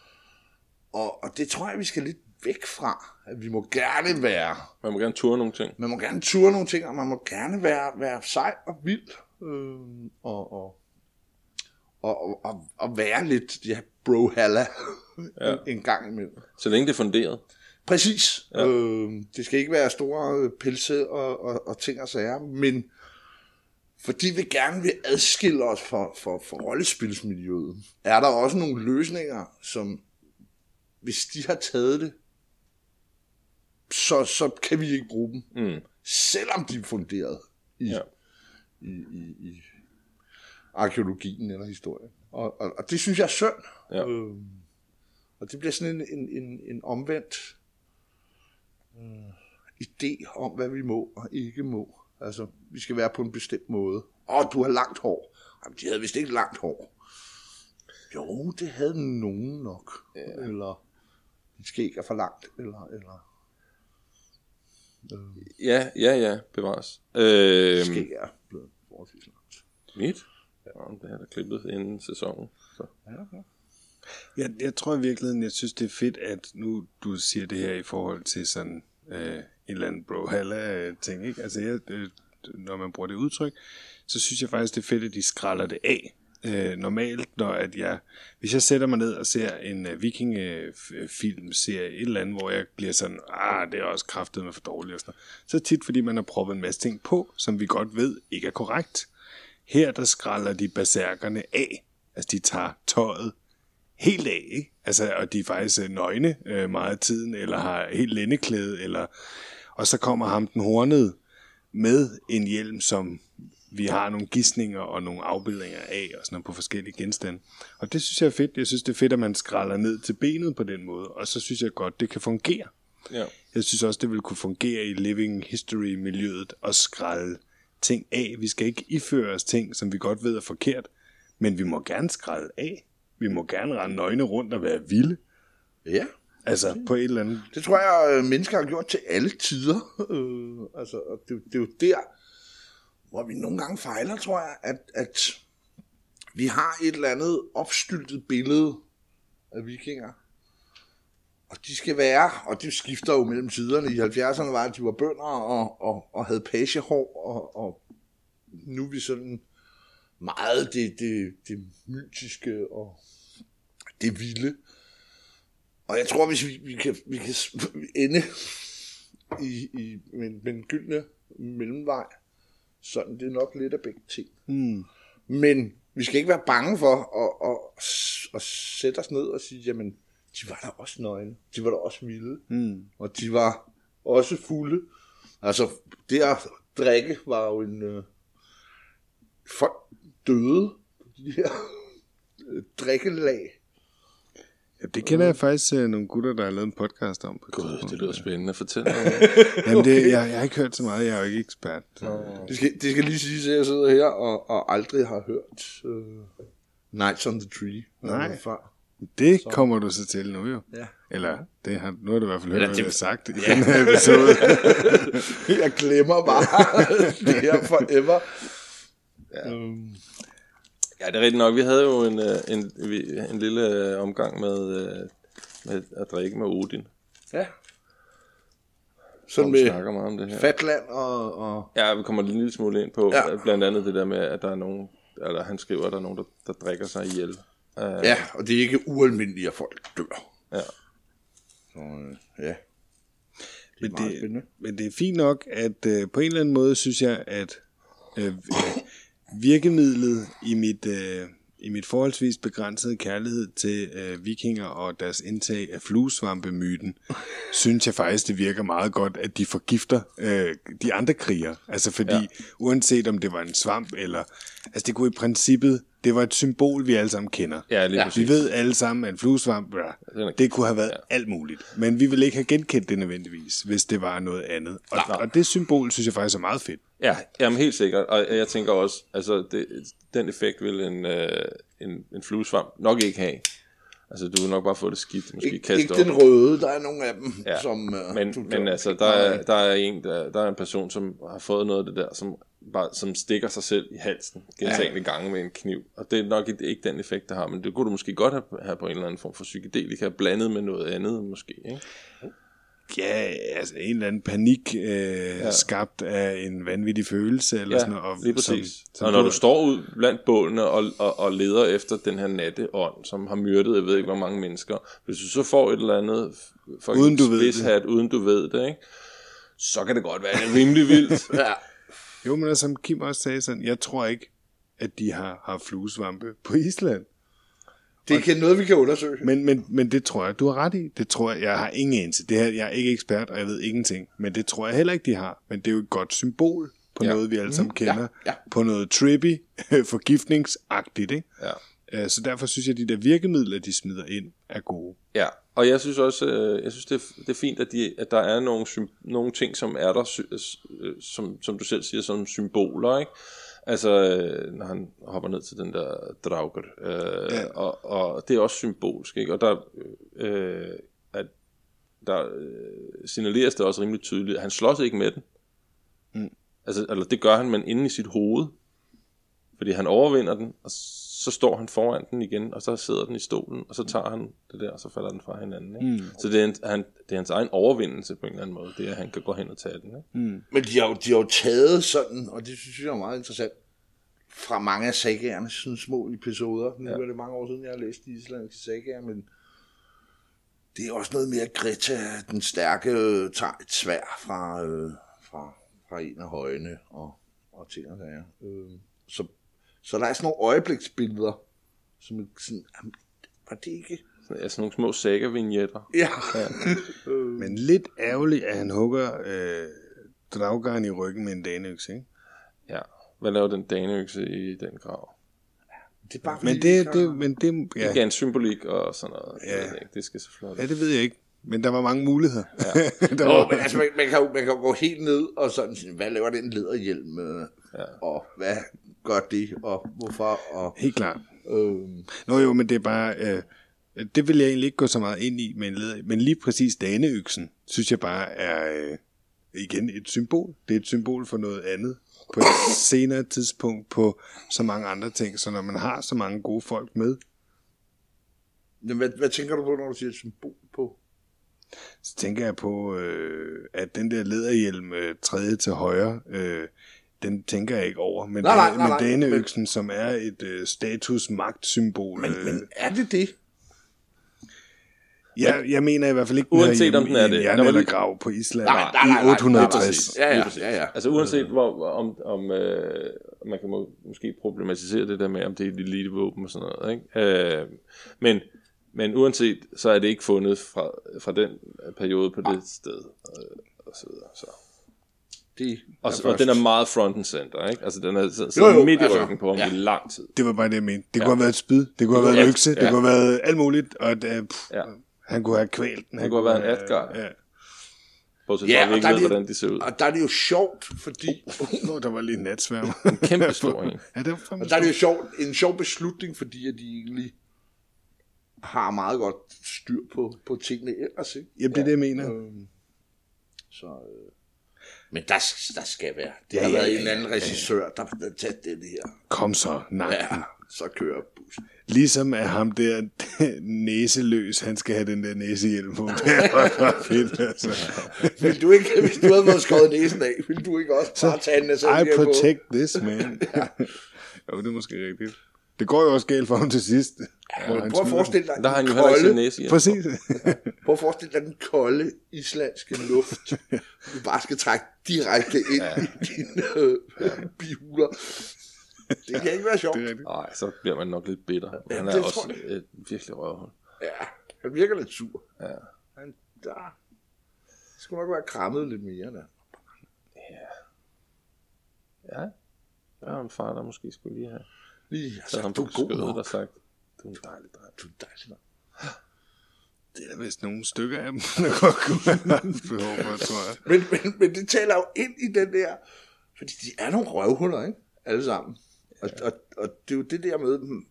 Og, og det tror jeg, vi skal lidt væk fra, at vi må gerne være... Man må gerne ture nogle ting. Man må gerne ture nogle ting, og man må gerne være, være sej og vild, øh, og... og Og, og, og være lidt ja, bro-halla ja. en, en gang imellem. Så længe det er funderet. Præcis. Ja. Øh, det skal ikke være store pelse og, og, og ting og sager, men fordi vi gerne vil adskille os for, for, for rollespilsmiljøet, er der også nogle løsninger, som hvis de har taget det, så, så kan vi ikke bruge dem. Mm. Selvom de er funderet i, ja. i, i, i arkeologien eller historien. Og, og, og det synes jeg er synd. Ja. Øh, og det bliver sådan en, en, en, en omvendt øh, idé om, hvad vi må og ikke må. Altså, vi skal være på en bestemt måde. Åh, du har langt hår. Jamen, de havde vist ikke langt hår. Jo, det havde nogen nok. Ja. Eller, dit skæg er for langt. Eller, eller... Øh. Ja, ja, ja, bevares. Øhm, Skæg er blevet forholdsvis langt. Mit? Ja, det har der klippet inden sæsonen. Så. Ja, okay. Jeg, jeg tror i virkeligheden, jeg synes det er fedt, at nu du siger det her i forhold til sådan øh, en eller anden bro-halla-ting, ikke? Altså jeg, øh, når man bruger det udtryk, så synes jeg faktisk det er fedt, at de skralder det af. Øh, normalt, når at jeg, hvis jeg sætter mig ned og ser en uh, vikingefilmserie, et eller andet, hvor jeg bliver sådan, ah, det er også kraftet med for dårligt og sådan noget, så tit fordi man har proppet en masse ting på, som vi godt ved ikke er korrekt. Her der skralder de berserkerne af, altså de tager tøjet helt af, ikke? Altså, og de er faktisk nøgne øh, meget af tiden, eller har helt lændeklæde, eller og så kommer ham den hornede med en hjelm, som vi har nogle gidsninger og nogle afbildninger af, og sådan noget på forskellige genstande. Og det synes jeg er fedt. Jeg synes, det er fedt, at man skralder ned til benet på den måde, og så synes jeg godt, det kan fungere. Ja. Jeg synes også, det vil kunne fungere i living history-miljøet og skralde ting af. Vi skal ikke iføre os ting, som vi godt ved er forkert, men vi må gerne skralde af. Vi må gerne rende nøgne rundt og være vilde. Ja. Altså på et eller andet. Det tror jeg, at mennesker har gjort til alle tider. Øh, altså, det, det er jo der, hvor vi nogle gange fejler, tror jeg, at, at vi har et eller andet opstyltet billede af vikinger. Og de skal være, og det skifter jo mellem tiderne. I halvfjerdserne var, at de var bønder og, og, og havde pagehår, og, og nu er vi sådan meget det, det, det mytiske og det vilde. Og jeg tror, hvis vi, vi, kan, vi kan ende i, i med, med en gyldne mellemvej, sådan det er nok lidt af begge ting. Hmm. Men vi skal ikke være bange for at, at, at sætte os ned og sige, jamen, de var da også nøgne, de var da også vilde, Hmm. og de var også fulde. Altså, det at drikke var jo en... Øh, folk døde på de her øh, drikkelag. Ja, det kender jeg faktisk uh, nogle gutter, der har lavet en podcast om. På God, det lyder spændende. Fortæl mig. Jamen, det, jeg, jeg har ikke hørt så meget, jeg er jo ikke ekspert. Det skal, det skal lige sige, at jeg sidder her og, og aldrig har hørt uh, Nights on the Tree. Nej. Før. Det så. Kommer du så til nu jo. Ja. Eller, det har, nu har du i hvert fald hørt, Eller hvad det... jeg har sagt i ja. den her episode. Jeg glemmer bare det her forever. Ja. Um. Ja, det er rigtigt nok. Vi havde jo en, en, en, en lille omgang med, med at drikke med Odin. Ja. Sådan med snakker meget om det her. Fatland og, og... Ja, vi kommer en lille smule ind på, ja. Blandt andet det der med, at der er nogen, eller han skriver, at der er nogen, der, der drikker sig ihjel. Uh, ja, og det er ikke ualmindeligt, at folk dør. Ja. Så, øh, ja. Det men, det, men det er fint nok, at øh, på en eller anden måde synes jeg, at øh, øh, virkemidlet i mit, øh, i mit forholdsvis begrænsede kærlighed til øh, vikinger og deres indtag af fluesvampemyten, synes jeg faktisk, det virker meget godt, at de forgifter øh, de andre kriger. Altså fordi, ja. Uanset om det var en svamp, eller... Altså det kunne i princippet... Det var et symbol, vi alle sammen kender. Ja, lige ja, vi ved alle sammen, at en fluesvamp, ja, det kunne have været ja. alt muligt. Men vi ville ikke have genkendt det nødvendigvis, hvis det var noget andet. Og, og det symbol, synes jeg faktisk er meget fedt. Ja, jamen helt sikkert. Og jeg tænker også, altså det, den effekt vil en, øh, en, en fluesvamp nok ikke have. Altså du vil nok bare få det skidt, måske Ik- kaste ikke op. den røde, der er nogle af dem, ja. som... Uh, men men altså, der er, der, er en, der, der er en person, som har fået noget af det der, som, bare, som stikker sig selv i halsen gentagne ja. gange med en kniv. Og det er nok ikke, ikke den effekt, der har, men det kunne du måske godt have, have på en eller anden form for psykedelika, blandet med noget andet måske, ikke? Ja, altså en eller anden panik øh, ja. skabt af en vanvittig følelse eller ja, sådan noget. Og, lige præcis. Som, som og når du står ud blandt bålene og, og, og leder efter den her natteånd, som har myrdet, jeg ved ikke hvor mange mennesker, hvis du så får et eller andet uden du ved det, uden du ved det, ikke? Så kan det godt være det rimelig vildt. ja. Jo, men som Kim også sagde sådan, jeg tror ikke, at de har, har fluesvampe på Island. Det er ikke noget, vi kan undersøge. Men, men, men det tror jeg, du har ret i. Det tror jeg, jeg har ingen eneste. Det her, jeg er ikke ekspert, og jeg ved ingenting. Men det tror jeg heller ikke, de har. Men det er jo et godt symbol på ja. noget, vi alle sammen kender. Ja. Ja. På noget trippy, forgiftningsagtigt, ikke? Ja. Øh, så derfor synes jeg, at de der virkemidler, de smider ind, er gode. Ja, og jeg synes også, øh, jeg synes det er, det er fint, at, de, at der er nogle, nogle ting, som er der, som, som du selv siger, som symboler, ikke? Altså, øh, når han hopper ned til den der Draugr, øh, ja. og, og det er også symbolsk, ikke? Og der, øh, at, der øh, signaleres det også rimelig tydeligt, han slås ikke med den. Mm. Altså, eller det gør han, men inde i sit hoved. Fordi han overvinder den, og så står han foran den igen, og så sidder den i stolen, og så tager han det der, og så falder den fra hinanden. Ikke? Mm. Så det er, en, han, det er hans egen overvindelse på en eller anden måde, det er, at han kan gå hen og tage den. Ikke? Mm. Men de har, jo, de har jo taget sådan, og det synes jeg er meget interessant, fra mange af sagaerne, sådan små episoder. Nu ja. er det mange år siden, jeg har læst de islandske sagaer, men det er også noget mere Greta, den stærke, tager et sværd fra, øh, fra, fra en af højene, og, og ting og sager. Øh, så Så der er sådan nogle øjebliksbilleder, som sådan, var det ikke? Ja, sådan nogle små saga-vignetter. Ja. ja. Men lidt ærgerligt, at han hugger øh, Draugaren i ryggen med en daneøkse, ikke? Ja, hvad laver den daneøkse i den grav? Det er bare men det, det, men det, ja. Det er en symbolik og sådan noget. Ja. Det, ikke. Det skal så flot. Ja, det ved jeg ikke. Men der var mange muligheder. Ja. der var... Nå, men altså, man, man, kan jo, man kan jo gå helt ned og sådan, hvad laver den læderhjelm? Ja. Og hvad gør det, og hvorfor? Og, helt klart. Øhm. Nå jo, men det er bare... Øh, det vil jeg egentlig ikke gå så meget ind i, men, men lige præcis daneøksen, synes jeg bare er øh, igen et symbol. Det er et symbol for noget andet på et senere tidspunkt på så mange andre ting. Så når man har så mange gode folk med... Hvad, hvad tænker du på, når du siger et symbol på? Så tænker jeg på, øh, at den der læderhjelm øh, tredje til højre, øh, den tænker jeg ikke over. Men, nej, nej, nej, nej, men daneøksen, men... som er et øh, status-magt-symbol. Men, øh, men er det det? Ja, jeg mener i hvert fald ikke, uanset om den er det. En jernaldergrav på Island nej, nej, nej, i otte hundrede og tres. Ja, ja, ja, ja. Altså uanset hvor, om, om øh, man kan må, måske problematisere det der med, om det er et elite våben og sådan noget. Ikke? Øh, men, men uanset, så er det ikke fundet fra, fra den periode på det sted. Øh, og så videre, så. Det og, og den er meget front and center, ikke? Altså den er så, så jo, jo, midt i altså, ryggen på ham ja. i lang tid. Det var bare det, jeg mente. Det ja. kunne have været et spyd, det kunne have været en økse, ja. det kunne have været alt muligt, og det, pff, ja. han kunne have kvælt den. Han kunne have været en Adgar. Ja. Bortset ja, fra, vi ikke ved, hvordan de ser ud. Og der er det jo sjovt, fordi... Nå, der var lige en natsværmer. En kæmpe stor en. Ja, det var og der er det jo sjovt, en sjov beslutning, fordi at de egentlig har meget godt styr på, på tingene ellers, ikke? Jamen, det er det, jeg mener. Øhm, så... Øh, men der, der skal være. Det ja, har ja, været ja, en eller anden regissør, der har taget det her. Kom så, nej. Ja, så kører bussen. Ligesom er ham der næseløs, han skal have den der næsehjelm på. Det er fedt, altså. Vil du ikke, hvis du havde været skåret næsen af, vil du ikke også bare tage den næsen I protect på? This, man. Ja. Jo, det er måske rigtigt. Det går jo også galt for ham til sidst. Ja, prøv at forestille dig der har han jo heller ikke sin næse. Præcis. Prøv at forestille dig den kolde islandske luft. Du bare skal trække direkte ind ja. i dine øh, ja. bihuler. Det kan ikke være sjovt. Nej, så bliver man nok lidt bitter. Ja, han er også et virkelig røvhul. Ja, han virker lidt sur. Ja. Han, der skulle nok være krammet lidt mere der. Ja. Ja. Der er en far, der måske skulle lige have... Lige, så han på skødet og sagt, du er en dejlig dreng. Du er en dejlig dreng. Det er vist nogle stykker af dem, der godt kunne have behov for, tror jeg. Men, men, men det taler jo ind i den der, fordi de er nogle røvhuller, ikke? Alle sammen. Og, ja. og, og det er jo det der med dem.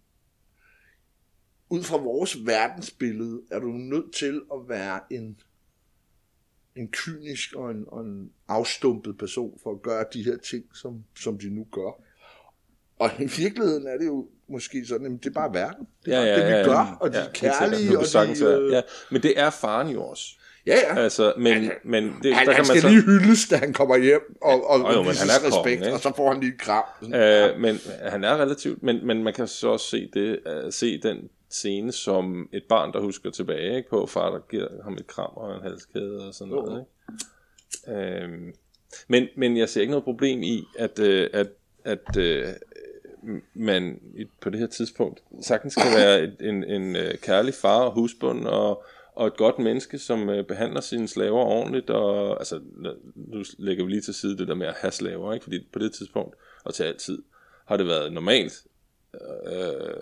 Ud fra vores verdensbillede er du nødt til at være en, en kynisk og en, og en afstumpet person for at gøre de her ting, som, som de nu gør. Og i virkeligheden er det jo måske sådan, at det er bare verden. Det er ja, ja, det, vi ja, gør, og de ja, er kærlige. Og de, øh... ja, men det er faren jo også. Ja, ja. Altså, men, ja, men det, han, der han kan skal man så... lige hyldes, da han kommer hjem, og, og, og jo, men han er respekt, kongen, og så får han lige et kram. Øh, men han er relativt, men, men man kan så også se, det, uh, se den scene som et barn, der husker tilbage, ikke, på far, der giver ham et kram og en halskæde og sådan noget. Ikke? Øh, men, men jeg ser ikke noget problem i, at, uh, at, at uh, man på det her tidspunkt sagtens kan være et, en, en uh, kærlig far og husbund og og et godt menneske, som øh, behandler sine slaver ordentligt, og altså, nu lægger vi lige til side det der med at have slaver, ikke? Fordi på det tidspunkt, og til altid, har det været normalt øh,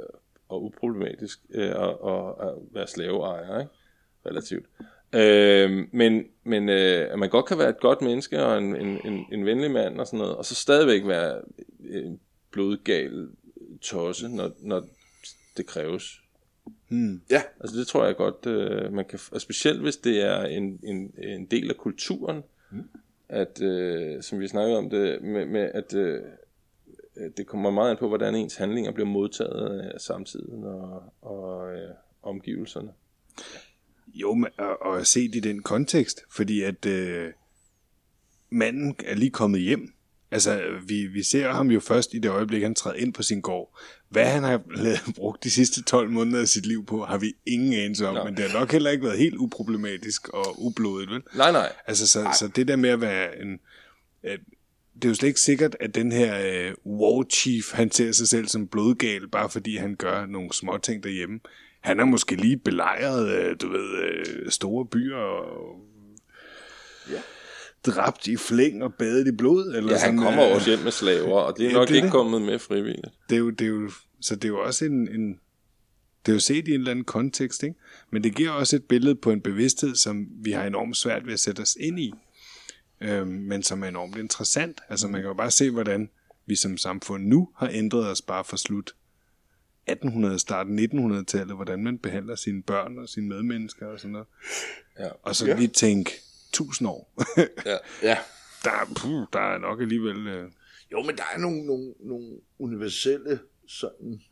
og uproblematisk øh, at, at, at være slaveejer, ikke? Relativt. Øh, men men øh, at man godt kan være et godt menneske og en, en, en, en venlig mand og sådan noget, og så stadigvæk være en blodgal tosse, når, når det kræves. Hmm. Ja. Altså det tror jeg godt, øh, man kan, og specielt hvis det er en, en, en del af kulturen, mm. at, øh, som vi snakkede om det, med, med at øh, det kommer meget an på, hvordan ens handlinger bliver modtaget af samtiden og, og øh, omgivelserne. Jo, men, og, og set i den kontekst, fordi at øh, manden er lige kommet hjem. Altså, vi, vi ser ham jo først i det øjeblik, han træder ind på sin gård. Hvad han har brugt de sidste tolv måneder af sit liv på, har vi ingen anelse om, no. men det har nok heller ikke været helt uproblematisk og ublodigt, vel? Nej, nej. Altså, så, så det der med at være en... At, det er jo slet ikke sikkert, at den her uh, war chief, han ser sig selv som blodgal, bare fordi han gør nogle små ting derhjemme. Han har måske lige belejret, uh, du ved, uh, store byer og... Ja. Dræbt i flæng og badet i blod. Eller ja, sådan, han kommer øh, også hjem med slaver, og det er ja, nok det ikke det. kommet med frivilligt. Det er jo, det er jo, så det er jo også en, en... Det er jo set i en eller anden kontekst, ikke? Men det giver også et billede på en bevidsthed, som vi har enormt svært ved at sætte os ind i, øhm, men som er enormt interessant. Altså man kan jo bare se, hvordan vi som samfund nu har ændret os bare fra slut attenhundrede, starten nittenhundrede-tallet, hvordan man behandler sine børn og sine medmennesker og sådan noget. Ja. Og så ja. lige tænke tusind år. ja. ja. Der, puh, der er nok alligevel... Øh... Jo, men der er nogle, nogle, nogle universelle sådan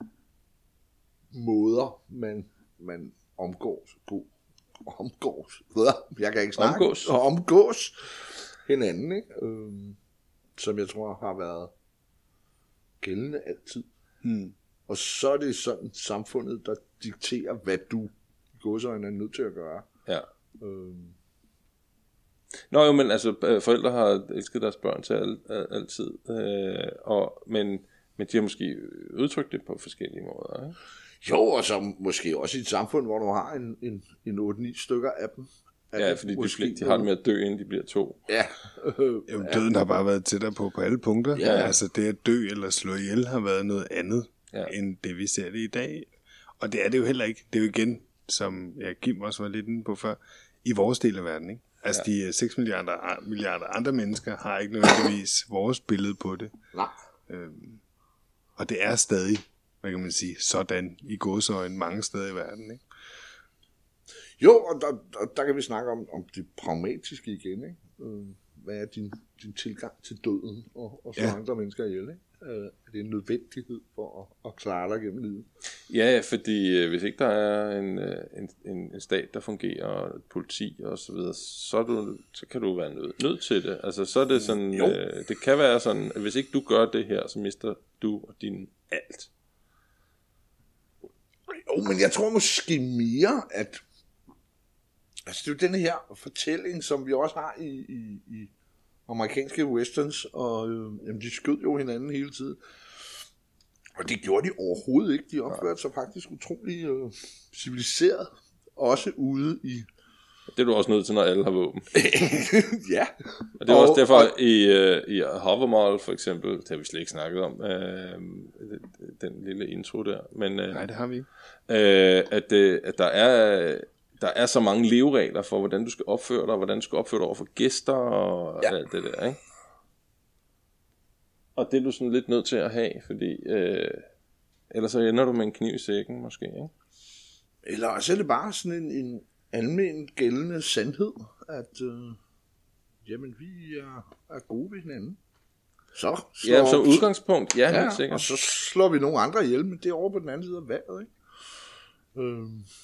måder, man, man omgås på. Omgås. Jeg kan ikke snakke. Omgås. Og omgås hinanden, ikke? Øhm, som jeg tror har været gældende altid. Hmm. Og så er det sådan samfundet, der dikterer, hvad du i gåseøjne er nødt til at gøre. Ja. Øhm. Nå jo, men altså forældre har elsket deres børn til al, al, altid, øh, og, men, men de har måske udtrykt det på forskellige måder, ikke? Jo, og så måske også i et samfund, hvor du har en, en, en otte ni stykker af dem. Ja, fordi måske, de, de har det med at dø, inden de bliver to. Ja. Øh, Jamen, døden har bare været tættere på på alle punkter. Ja. Altså det at dø eller slå ihjel har været noget andet, ja. end det vi ser det i dag. Og det er det jo heller ikke. Det er jo igen, som ja, Kim også var lidt inde på før, i vores del af verden, ikke? Altså ja. de seks milliarder, milliarder andre mennesker har ikke nødvendigvis vores billede på det. Nej. Øhm, og det er stadig, hvad kan man sige, sådan i gåseøjne mange steder i verden, ikke? Jo, og der, der, der kan vi snakke om, om det pragmatiske igen, ikke? Øh, hvad er din, din tilgang til døden og, og så ja. andre mennesker ihjel, ikke? Øh, er det en nødvendighed for at, at klare dig gennem livet? Ja, fordi øh, hvis ikke der er en, øh, en, en, en stat, der fungerer, og et politi og så videre, så, er du, så kan du være nødt nød til det. Altså så er det sådan, øh, det kan være sådan, at hvis ikke du gør det her, så mister du og din alt. Jo, men jeg tror måske mere, at altså det er jo denne her fortælling, som vi også har i, i, i amerikanske westerns, og øh, jamen, de skød jo hinanden hele tiden. Og det gjorde de overhovedet ikke. De opførte sig faktisk utrolig øh, civiliseret, også ude i... Det er du også nødt til, når alle har våben. ja. Og det er og, også derfor og, i, uh, i Hovermall for eksempel, det har vi slet ikke snakket om, uh, den lille intro der. Men, uh, Nej, det har vi ikke. Uh, at, uh, at der er... Der er så mange leveregler for, hvordan du skal opføre dig, og hvordan du skal opføre dig over for gæster, og ja. alt det der, ikke? Og det er du sådan lidt nødt til at have, fordi øh, ellers så ender du med en kniv i sækken, måske, ikke? Eller så er det bare sådan en, en almen gældende sandhed, at øh, jamen, vi er, er gode ved hinanden. Så slår, ja, som udgangspunkt, ja, ja helt sikkert. Og så slår vi nogle andre ihjel, men det er over på den anden side af vandet, ikke? Øh.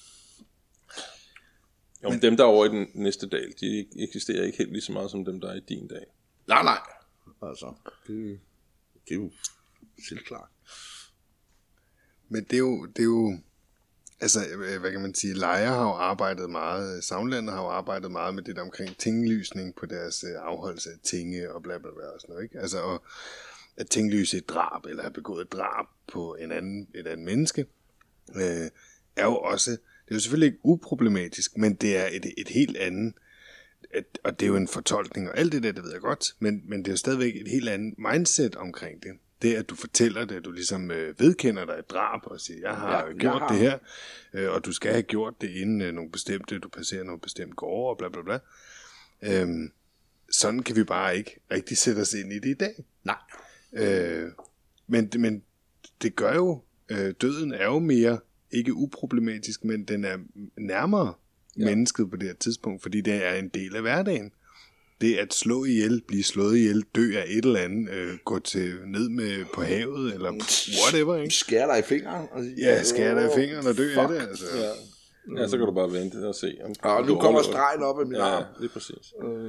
Jo, men dem der er over i den næste dal, de eksisterer ikke helt lige så meget som dem der er i din dag. Nej, nej. Altså, det, det er jo selvklart. Men det er jo, det er jo, altså, hvad kan man sige, Lejre har jo arbejdet meget, Sagnlandet har jo arbejdet meget med det der omkring tinglysning på deres afholdelse af tinge og bla bla bla og sådan noget, ikke? Altså, at, at tinglyse et drab, eller have begået et drab på en anden, et andet menneske, øh, er jo også... Det er jo selvfølgelig ikke uproblematisk, men det er et, et helt andet, og det er jo en fortolkning og alt det der, det ved jeg godt, men, men det er jo stadigvæk et helt andet mindset omkring det. Det, at du fortæller det, at du ligesom øh, vedkender dig et drab og siger, jeg har Ja, ja, gjort jeg har. det her, øh, og du skal have gjort det inden øh, nogle bestemte, du passerer nogle bestemte gårde og bla bla bla. Øhm, sådan kan vi bare ikke rigtig sætte os ind i det i dag. Nej. Øh, men, men det gør jo, øh, døden er jo mere, ikke uproblematisk, men den er nærmere ja. mennesket på det her tidspunkt, fordi det er en del af hverdagen. Det at slå ihjel, blive slået ihjel, dø af et eller andet, øh, gå til ned med på havet, eller whatever, ikke? Skærer dig i fingeren. Og, Ja, skærer dig i fingeren og dø fuck. af det, altså. Ja. Ja, så kan du bare vente og se. Om Og nu kommer stregen op af min ja, arm. Ja, det er præcis. Øh.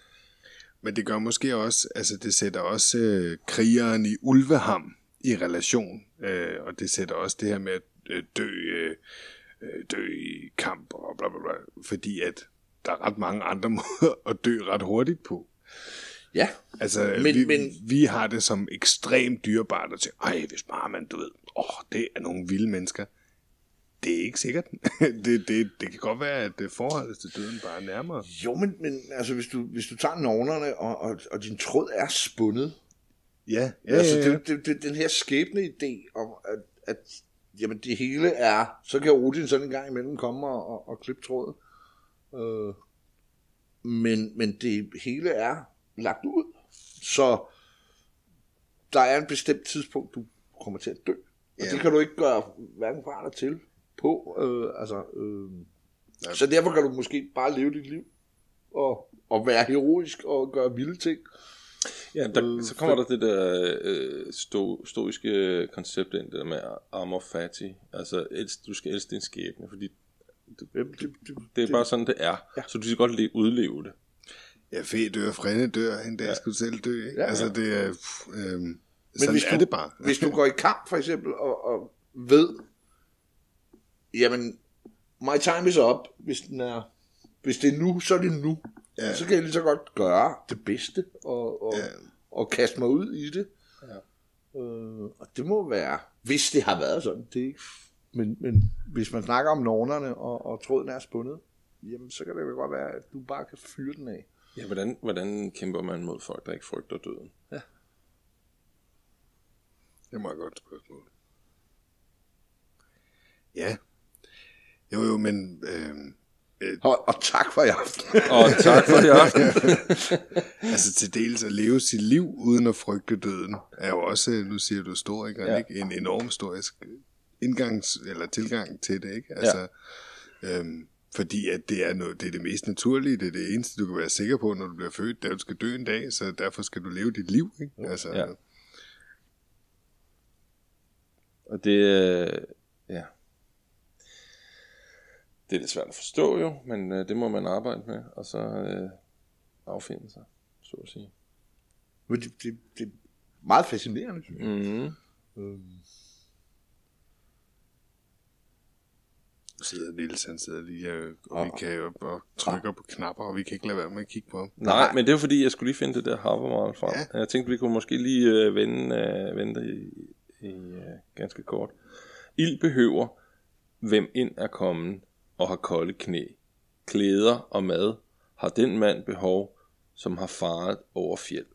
Men det gør måske også, altså det sætter også øh, krigeren i Ulveham i relation, øh, og det sætter også det her med at øh, dø, øh, dø i kamp og bla bla bla, fordi at der er ret mange andre måder at dø ret hurtigt på. Ja. Altså, Men- vi, men- vi har det som ekstremt dyrebart at sige, ej, hvis bare man, du ved, åh, det er nogle vilde mennesker. Det er ikke sikkert. det, det, det kan godt være, at forholdet til døden bare er nærmere. Jo, men, men altså, hvis du, hvis du tager novnerne, og, og, og din tråd er spundet, Ja, ja, altså, ja, ja. det, det, det, den her skæbne idé om, at, at jamen, det hele er, så kan Odin sådan en gang imellem komme og, og, og klippe trådet. Øh, men, men det hele er lagt ud. Så der er en bestemt tidspunkt, du kommer til at dø. Og Ja. det kan du ikke gøre hverken fra eller til på. Øh, altså, øh, Ja. så derfor kan du måske bare leve dit liv og, og være heroisk og gøre vilde ting. Ja, der, Øh, så kommer der det der øh, sto, stoiske koncept ind, det der med amor fati. Altså, elsk, du skal elske din skæbne, fordi det, Det, det, det, det er bare sådan, det er. Ja. Så du skal godt le, udleve det. Ja, fe dør, frænde dør, en dag Ja. skal du selv dø, ikke? Ja, Altså, ja. det er, øhm, sådan hvis er du, det bare. hvis du går i kamp for eksempel og, og ved, jamen, my time is up, hvis den er, hvis det er nu, så er det nu. Ja. Ja. Så kan jeg lige så godt gøre det bedste og, og, Ja. ja. og kaste mig ud i det. Ja. Øh, og det må være, hvis det har været sådan, det er ikke, men, men hvis man snakker om normerne og, og tråden er spundet, jamen så kan det jo godt være, at du bare kan fyre den af. Ja, hvordan, hvordan kæmper man mod folk, der ikke frygter døden? Det er meget godt spørgsmål. Ja. Jo, jo, men... Øhm, Og, og tak for i aften. Og tak for i aften. altså til dels at leve sit liv uden at frygte døden, er jo også, nu siger du historiker, Ja. ikke? En enorm historisk indgangs, eller tilgang til det, ikke? Altså, ja. øhm, fordi at det er, noget, det er det mest naturlige, det er det eneste, du kan være sikker på, når du bliver født, det er, at du skal dø en dag, så derfor skal du leve dit liv, ikke? Altså, Ja. Og det, øh, ja. Det er lidt svært at forstå jo, men øh, det må man arbejde med, og så øh, affinde sig, så at sige. Men det, det, det er meget fascinerende, synes jeg. Mm. Øhm, sidder Niels, han sidder lige og, og Og- vi kan jo og trykker på knapper, og vi kan ikke lade være med at kigge på ham. Nej, Nej, men det var fordi, jeg skulle lige finde det der Habermal frem. Ja. Ja. Jeg tænkte, vi kunne måske lige øh, vende, øh, vende det i, i øh, ganske kort. Ild behøver, hvem ind er kommet og har kolde knæ. Klæder og mad har den mand behov, som har faret over fjeld.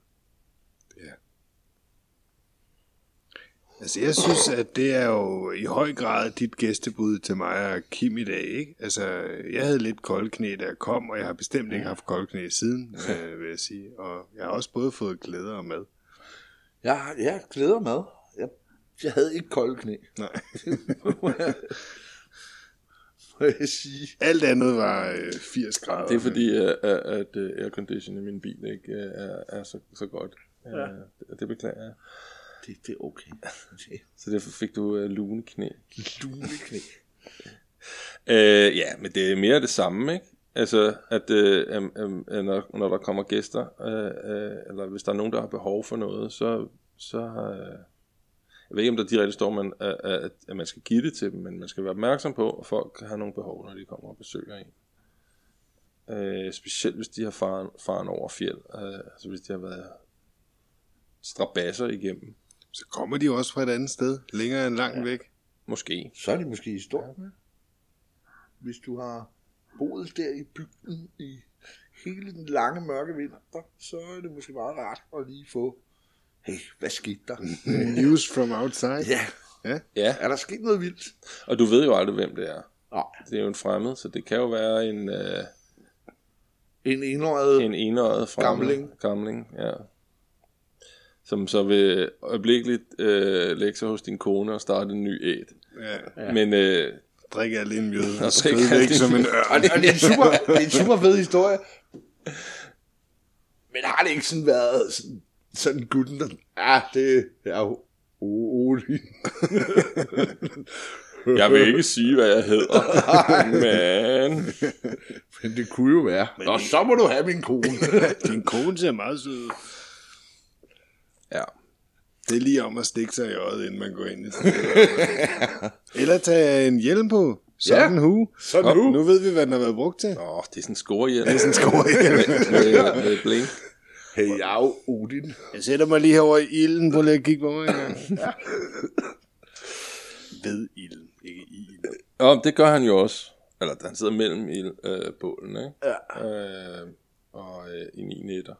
Altså jeg synes, at det er jo i høj grad dit gæstebud til mig og Kim i dag, ikke? Altså jeg havde lidt kolde knæ, da jeg kom, og jeg har bestemt ikke haft kolde knæ siden, øh, vil jeg sige. Og jeg har også både fået klæder og mad. jeg, jeg glæder mad. Jeg, jeg havde ikke kolde knæ. Nej. må jeg, må jeg sige. Alt andet var øh, firs grader. Det er fordi, øh, at, at øh, aircondition i min bil ikke øh, er, er så, så godt. Ja. Ja. Det, det beklager jeg. Det, det er okay. Det Så derfor fik du øh, lune knæ. er luneknæ. Øh, ja, men det er mere det samme, ikke? Altså, at øh, øh, øh, når, når der kommer gæster, øh, øh, eller hvis der er nogen, der har behov for noget, så, så øh, jeg ved ikke, om der direkte står, man, at, at, at man skal give det til dem, men man skal være opmærksom på, at folk kan have nogle behov, når de kommer og besøger en. Øh, specielt hvis de har faren, faren over fjeld, øh, altså hvis de har været strabasser igennem, Så kommer de jo også fra et andet sted, længere end langt ja. væk. måske. Så er det måske historie med. Hvis du har boet der i bygden i hele den lange mørke vinter, så er det måske meget rart at lige få hey, hvad skete der? News from outside. Ja, Ja. Ja, er der sket noget vildt? og du ved jo aldrig, hvem det er. Nej, Det er jo en fremmed, så det kan jo være en, øh, en enåret... en enøjet fremmed. Gamling. Gamling, ja. Som så vil øjeblikkeligt øh, lægge sig hos din kone og starte en ny æt. Ja. Ja. Men øh, Drik alle en mjød og drik skød alle væk en som en mjød. ørn. Og det, og det, er en super, det er en super fed historie. Men har det ikke sådan været sådan, sådan gutten, der... Ja, det er jo Odin. jeg vil ikke sige, hvad jeg hedder. Men Men det kunne jo være. Nå, så må du have min kone. Din kone ser meget sød ud. ja, Det er lige om at stikke sig i øjet, inden man går ind i sådan. Eller tage en hjelm på. Sådan Ja. en hue. Så Og nu. nu ved vi, hvad den har været brugt til. åh, det er sådan en scorehjelm. Det er sådan en skovhjelm. med, med blink. Hey, jeg er jo Odin. Jeg sætter mig lige herovre i ilden. Prøv lige at kigge på mig engang. Ja. Ved ilden, ikke i ilden. Og det gør han jo også. Eller han sidder mellem i øh, bålen, ikke? Ja. Øh, og øh, i ni nætter.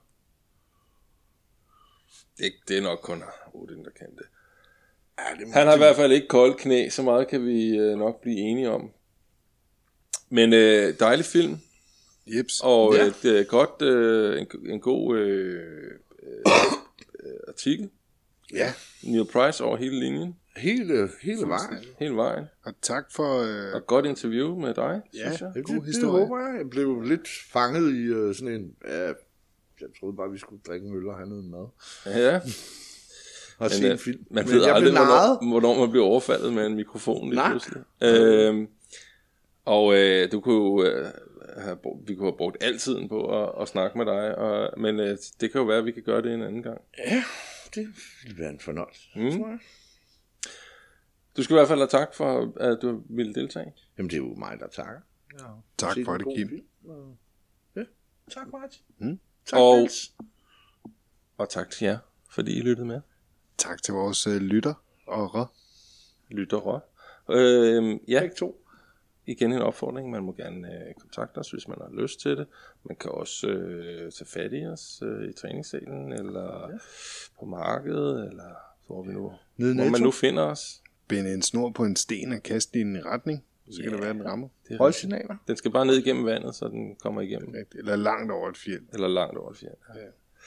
Det, det er nok kun Odin, der kan det. Ja, det Han har i hvert fald ikke koldt knæ, så meget kan vi øh, nok blive enige om. Men øh, dejlig film, Jeps. og Ja. et øh, godt, øh, en, en god øh, øh, artikel. Ja. Neil Price over hele linjen, hele, hele vejen. hele vejen. Og tak for... Øh, Og godt interview med dig, ja, synes jeg. Det, god det, det historie. håber jeg. Jeg blev lidt fanget i uh, sådan en... Uh, jeg troede bare, vi skulle drikke en øl og have noget mad. Ja, Og se men, en øh, film. man Men ved jeg aldrig, blev narret. hvornår, hvornår man bliver overfaldet med en mikrofon lige Nej. pludselig. Øhm, og øh, du kunne jo, øh, have, brugt- vi kunne have brugt al tiden på at, at snakke med dig, og, men øh, det kan jo være, at vi kan gøre det en anden gang. Ja, det ville være en fornøjelse, Mm. tror jeg. Du skal i hvert fald have tak for, at du ville deltage. Jamen, det er jo mig, der takker. Ja, Tak set for en det, god Kim. film, og- Ja, tak Martin. Mm. Tak, Og- Niels. Og tak til jer, fordi I lyttede med. tak til vores øh, lytter og rå. Lyttere. Øh, ja, Begge to. igen en opfordring. Man må gerne øh, kontakte os, hvis man har lyst til det. Man kan også øh, tage fat i os øh, i træningssalen, eller ja. på markedet, eller hvor, vi nu, Nede i hvor man Netto. nu finder os. Binde en snor på en sten og kaste den i en retning. Så kan Ja. det være, den rammer. Det er Højsignaler. Den skal bare ned igennem vandet, så den kommer igennem. Eller langt over et fjeld. Eller langt over et fjeld. Ja.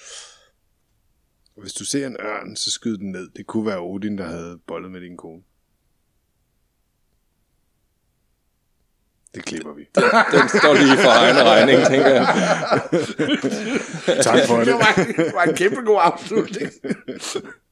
Og hvis du ser en ørn, så skyd den ned. Det kunne være Odin, der havde bollet med din kone. Det klipper vi. Den står lige for egen regning, tænker jeg. Tak for det. Det var, det var en kæmpe god afslutning.